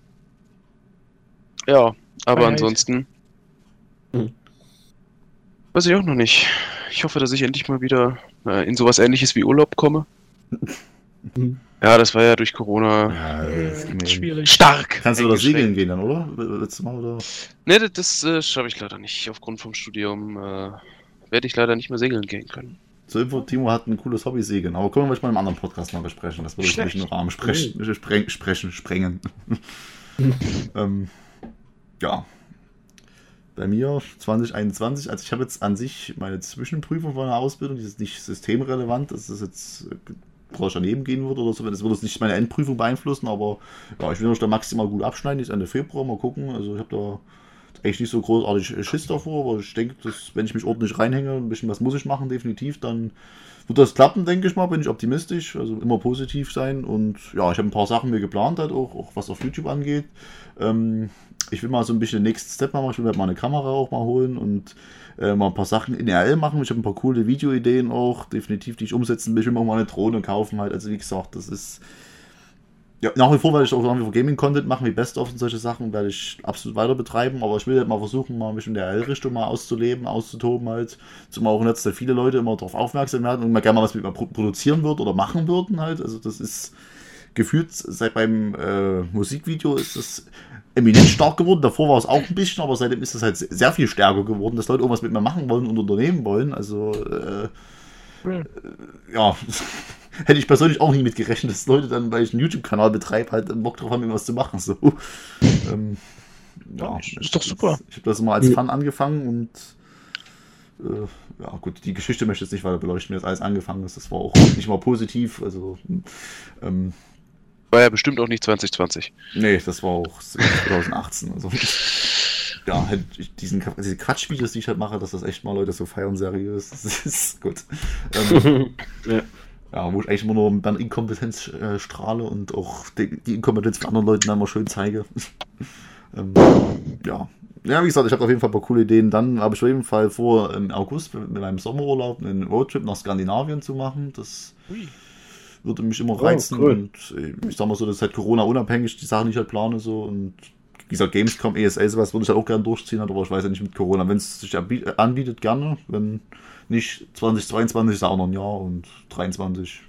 Ja, aber Freiheit. Ansonsten Hm. weiß ich auch noch nicht. Ich hoffe, dass ich endlich mal wieder äh, in sowas Ähnliches wie Urlaub komme. Mhm. Ja, das war ja durch Corona Ja, das Äh, geht mir- schwierig. stark. Kannst du wieder eingeschränkt. segeln gehen dann, oder? Willst du mal, oder? Ne, das, das äh, schaffe ich leider nicht. Aufgrund vom Studium äh, werde ich leider nicht mehr segeln gehen können. Zur Info, Timo hat ein cooles Hobby, Segeln. Aber können wir vielleicht mal im anderen Podcast mal besprechen. Das würde ich Schlecht. nicht im Rahmen sprechen, spreng, sprechen, sprengen. ähm, ja. Bei mir zwanzig einundzwanzig, also ich habe jetzt an sich meine Zwischenprüfung von der Ausbildung, die ist nicht systemrelevant, dass das jetzt groß daneben gehen wird oder so, das würde es nicht meine Endprüfung beeinflussen, aber ja, ich will noch da maximal gut abschneiden, die ist Ende Februar, mal gucken, also ich habe da eigentlich nicht so großartig Schiss davor, aber ich denke, dass wenn ich mich ordentlich reinhänge, ein bisschen was muss ich machen, definitiv, dann wird das klappen, denke ich mal, bin ich optimistisch, also immer positiv sein und ja, ich habe ein paar Sachen mir geplant, halt auch, auch was auf YouTube angeht. Ähm, ich will mal so ein bisschen den nächsten Step machen, ich will mir mal eine Kamera auch mal holen und äh, mal ein paar Sachen in R L machen, ich habe ein paar coole Videoideen auch, definitiv, die ich umsetzen will, ich will mir auch mal eine Drohne kaufen halt, also wie gesagt, das ist ja, nach wie vor werde ich auch nach wie vor Gaming-Content machen, wie Best-of und solche Sachen werde ich absolut weiter betreiben, aber ich will halt mal versuchen, mal mich in der R L-Richtung mal auszuleben, auszutoben halt, zumal auch jetzt viele Leute immer darauf aufmerksam werden und mal gerne mal was mit mir produzieren wird oder machen würden halt, also das ist gefühlt, seit beim äh, Musikvideo ist das eminent stark geworden, davor war es auch ein bisschen, aber seitdem ist es halt sehr viel stärker geworden, dass Leute irgendwas mit mir machen wollen und unternehmen wollen, also äh, Hm. ja, hätte ich persönlich auch nie mit gerechnet, dass Leute dann, weil ich einen YouTube-Kanal betreibe, halt Bock drauf haben, irgendwas zu machen. So. ähm, ja, ist doch super. Ich habe das immer als Fun angefangen und äh, ja gut, die Geschichte möchte ich jetzt nicht weiter beleuchten, wie das alles angefangen ist. Das war auch nicht mal positiv. Also ähm, war ja bestimmt auch nicht zwanzig zwanzig. Nee, das war auch zwanzig achtzehn. Also ja, halt diesen, diese Quatschvideos, die ich halt mache, dass das echt mal Leute so feiern seriös. Das ist gut. Ähm, ja. ja, wo ich eigentlich immer nur mit meiner Inkompetenz äh, strahle und auch die, die Inkompetenz von anderen Leuten dann mal schön zeige. ähm, ja. Ja, wie gesagt, ich habe auf jeden Fall ein paar coole Ideen. Dann habe ich auf jeden Fall vor, im August mit meinem Sommerurlaub einen Roadtrip nach Skandinavien zu machen. Das Ui. würde mich immer reizen. Oh, cool. Und ich sag mal so, das ist halt Corona unabhängig, die Sachen, die ich halt plane. So. Und wie gesagt, Gamescom, E S L, sowas würde ich halt auch gerne durchziehen, aber ich weiß ja nicht mit Corona. Wenn es sich anbietet, gerne. Wenn nicht, zwanzig zweiundzwanzig ist ja auch noch ein Jahr und dreiundzwanzig.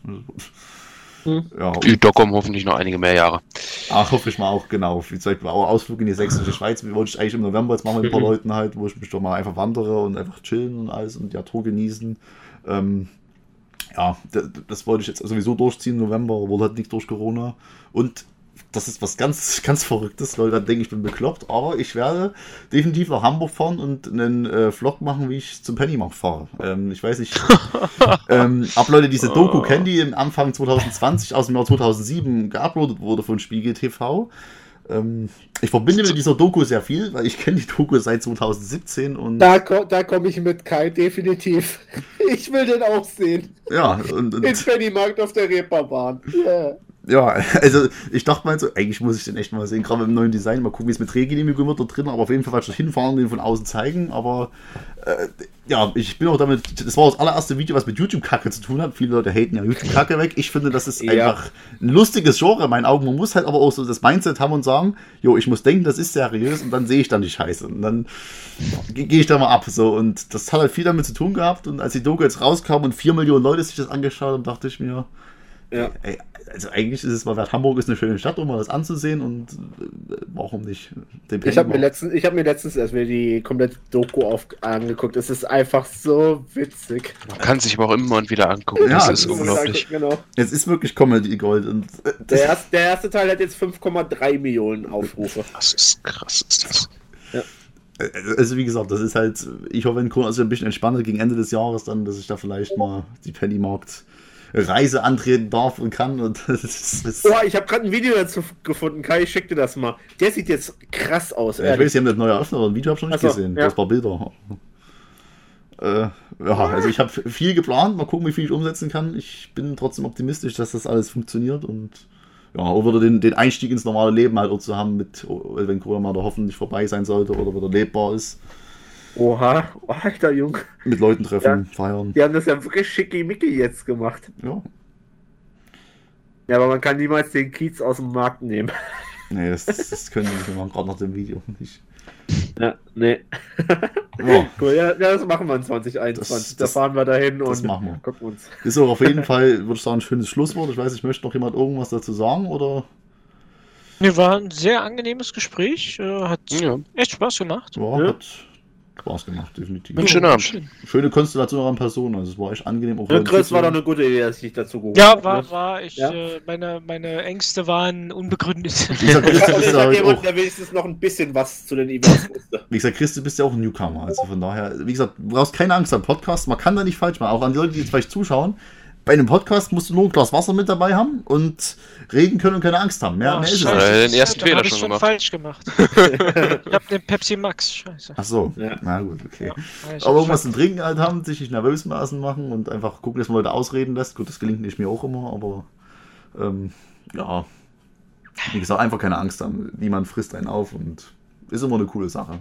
Hm. Ja, die Docom hoffentlich noch einige mehr Jahre. Ach, hoffe ich mal auch, genau. Wie gesagt, auch Ausflug in die sächsische Schweiz, wollte ich eigentlich im November jetzt machen mit ein paar mhm. Leuten halt, wo ich mich doch mal einfach wandere und einfach chillen und alles und die Natur genießen. Ähm, ja, das, das wollte ich jetzt sowieso durchziehen im November, wurde halt nicht durch Corona. Und das ist was ganz, ganz Verrücktes, Leute, dann denke ich, ich bin bekloppt, aber ich werde definitiv nach Hamburg fahren und einen äh, Vlog machen, wie ich zum Pennymarkt fahre. Ähm, ich weiß nicht, ähm, ob Leute diese Doku kennen, die im Anfang zwanzig zwanzig aus dem Jahr zweitausendsieben geuploadet wurde von Spiegel T V. Ähm, ich verbinde mit dieser Doku sehr viel, weil ich kenne die Doku seit zweitausendsiebzehn und... Da, da komme ich mit Kai, definitiv. Ich will den auch sehen. Ja, und... und in Pennymarkt auf der Reeperbahn. Yeah. Ja, also ich dachte mal so, eigentlich muss ich den echt mal sehen, gerade mit dem neuen Design, mal gucken, wie es mit Drehgenehmigung wird da drin, aber auf jeden Fall werde ich hinfahren und den von außen zeigen, aber äh, ja, ich bin auch damit, das war das allererste Video, was mit YouTube-Kacke zu tun hat, viele Leute haten ja YouTube-Kacke weg, ich finde, das ist ja. einfach ein lustiges Genre in meinen Augen, man muss halt aber auch so das Mindset haben und sagen, jo, ich muss denken, das ist seriös und dann sehe ich dann die Scheiße und dann ja, gehe ich da mal ab, so, und das hat halt viel damit zu tun gehabt und als die Doku jetzt rauskam und vier Millionen Leute sich das angeschaut haben, dachte ich mir, ja. ey, also eigentlich ist es mal wert, Hamburg ist eine schöne Stadt, um mal das anzusehen und äh, warum nicht? Den ich habe mir, letztens, hab mir letztens erst wieder die komplette Doku auf, angeguckt. Es ist einfach so witzig. Man kann sich aber auch immer und wieder angucken. Ja, das ist unglaublich. Genau. Es ist wirklich Comedy Gold. Und, äh, der, erste, der erste Teil hat jetzt fünf Komma drei Millionen Aufrufe. Das ist krass, ist das. Ja. Also wie gesagt, das ist halt, ich hoffe, wenn Corona sich ein bisschen entspannter gegen Ende des Jahres dann, dass ich da vielleicht mal die Pennymarkt Reise antreten darf und kann. Und das ist oh, ich habe gerade ein Video dazu gefunden. Kai, ich schick dir das mal. Der sieht jetzt krass aus. Ja, ich weiß, sie haben das neue eröffnet, aber ein Video habe ich schon nicht Achso, gesehen. Ja. Das paar Bilder. Äh, ja, also ich habe viel geplant. Mal gucken, wie viel ich umsetzen kann. Ich bin trotzdem optimistisch, dass das alles funktioniert und ja, auch wieder den, den Einstieg ins normale Leben halt auch zu haben, mit, wenn Corona mal da hoffentlich vorbei sein sollte oder wieder lebbar ist. Oha, alter Jung. Mit Leuten treffen, ja, feiern. Die haben das ja wirklich schickimicki jetzt gemacht. Ja. Ja, aber man kann niemals den Kiez aus dem Markt nehmen. Nee, das, das können die nicht machen, gerade nach dem Video nicht. Ja, nee. Ja. Cool, ja, das machen wir in zwanzig einundzwanzig. Das, da fahren wir dahin das und machen wir. gucken uns. Ist auch auf jeden Fall, würde ich sagen, ein schönes Schlusswort. Ich weiß nicht, möchte noch jemand irgendwas dazu sagen, oder? Nee, war ein sehr angenehmes Gespräch. Hat ja. echt Spaß gemacht. Ja, ja. hat Spaß gemacht, definitiv. Einen schönen Abend. Schöne Konstellation an Personen, also es war echt angenehm. Auch ja, Chris, war doch eine gute Idee, dass ich dich dazu geholt Ja, habe. war, war. Ich, ja? äh, meine, meine Ängste waren unbegründet. Wie gesagt, Chris, du bist ja halt jemand, auch, der wenigstens noch ein bisschen was zu den Events wusste. Wie gesagt, Chris, du bist ja auch ein Newcomer, also von daher, wie gesagt, du brauchst keine Angst am Podcast, man kann da nicht falsch machen, auch an die Leute, die jetzt vielleicht zuschauen. Bei einem Podcast musst du nur ein Glas Wasser mit dabei haben und reden können und keine Angst haben. Mehr, oh, mehr ist es nicht. nicht. Den ersten ja, Fehler hab schon ich schon gemacht. falsch gemacht. Ich hab den Pepsi Max, scheiße. Ach so, ja. Na gut, okay. Ja, aber irgendwas zu trinken halt haben, sich nicht nervös lassen machen und einfach gucken, dass man Leute ausreden lässt. Gut, das gelingt nicht mir auch immer, aber ähm, ja, wie gesagt, einfach keine Angst haben. Niemand frisst einen auf und ist immer eine coole Sache.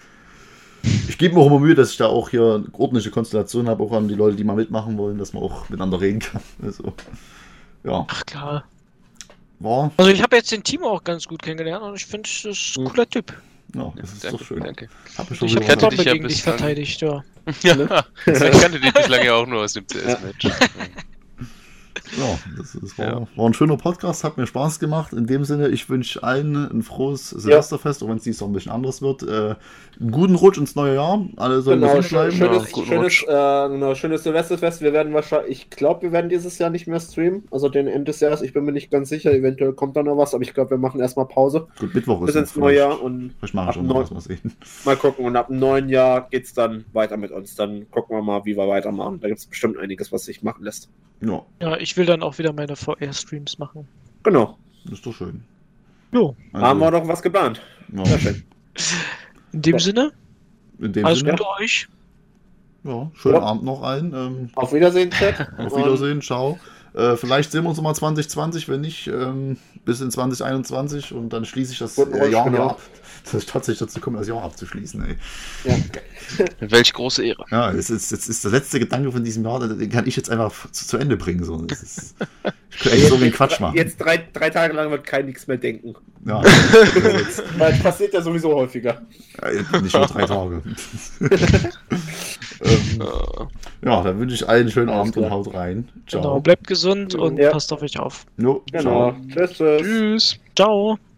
Ich gebe mir auch immer Mühe, dass ich da auch hier eine ordentliche Konstellation habe, auch an die Leute, die mal mitmachen wollen, dass man auch miteinander reden kann. Also, ja. Ach klar. War, Also ich habe jetzt den Timo auch ganz gut kennengelernt und ich finde, das ist ein cooler Typ. ja, das ist Danke, doch schön. danke. Hab ich Ich schon habe wieder kannte Bombe dich ja gegen dich bislang. verteidigt, ja. Ja, ich kannte dich bislang ja auch nur aus dem C S-Match. Ja, das, das war, Ja. war ein schöner Podcast, hat mir Spaß gemacht. In dem Sinne, ich wünsche allen ein frohes Silvesterfest, auch wenn es dieses Jahr ein bisschen anderes wird. Äh, einen guten Rutsch ins neue Jahr. Alle sollen Genau, gesund bleiben. schönes, Ja, guten schönes, Rutsch. äh, genau, schönes Silvesterfest. Wir werden wahrscheinlich, ich glaube, wir werden dieses Jahr nicht mehr streamen. Also den Ende des Jahres, ich bin mir nicht ganz sicher. Eventuell kommt da noch was, aber ich glaube, wir machen erstmal Pause Gut, Mittwoch ist bis noch ins neue vielleicht. Jahr und Vielleicht mache ich ab auch noch neu- was, mal sehen. mal gucken. Und ab dem neuen Jahr geht es dann weiter mit uns. Dann gucken wir mal, wie wir weitermachen. Da gibt es bestimmt einiges, was sich machen lässt. Ja, Ja, ich will dann auch wieder meine V R-Streams machen. Genau. das ist doch schön. Jo, Also, Haben wir doch was geplant. ja, Sehr schön. in dem Ja. Sinne, in dem alles Sinne, Gute euch. ja, schönen Ja. Abend noch allen. Ähm, Auf Wiedersehen, Chat. auf Und Wiedersehen, ciao. Äh, vielleicht sehen wir uns noch mal zwanzig zwanzig, wenn nicht, ähm, bis in zwanzig einundzwanzig und dann schließe ich das Guten äh, Rutsch, Jahr genau. hier ab. Das ist tatsächlich dazu kommen, das Jahr abzuschließen, ey. Ja. Welch große Ehre. Ja, das ist, das ist der letzte Gedanke von diesem Jahr, den kann ich jetzt einfach zu, zu Ende bringen. So. Das ist, ich könnte eigentlich so einen Quatsch machen. Jetzt drei, drei Tage lang wird kein nichts mehr denken. Ja, jetzt, Weil es passiert ja sowieso häufiger. ja, nicht nur drei Tage. ähm, Äh, ja, dann wünsche ich allen einen schönen Alles Abend und klar. haut rein. Genau, Ciao. bleibt gesund und Ja. passt auf euch auf. Jo, Genau. ciao. Tschüss, tschüss. Tschüss. Ciao.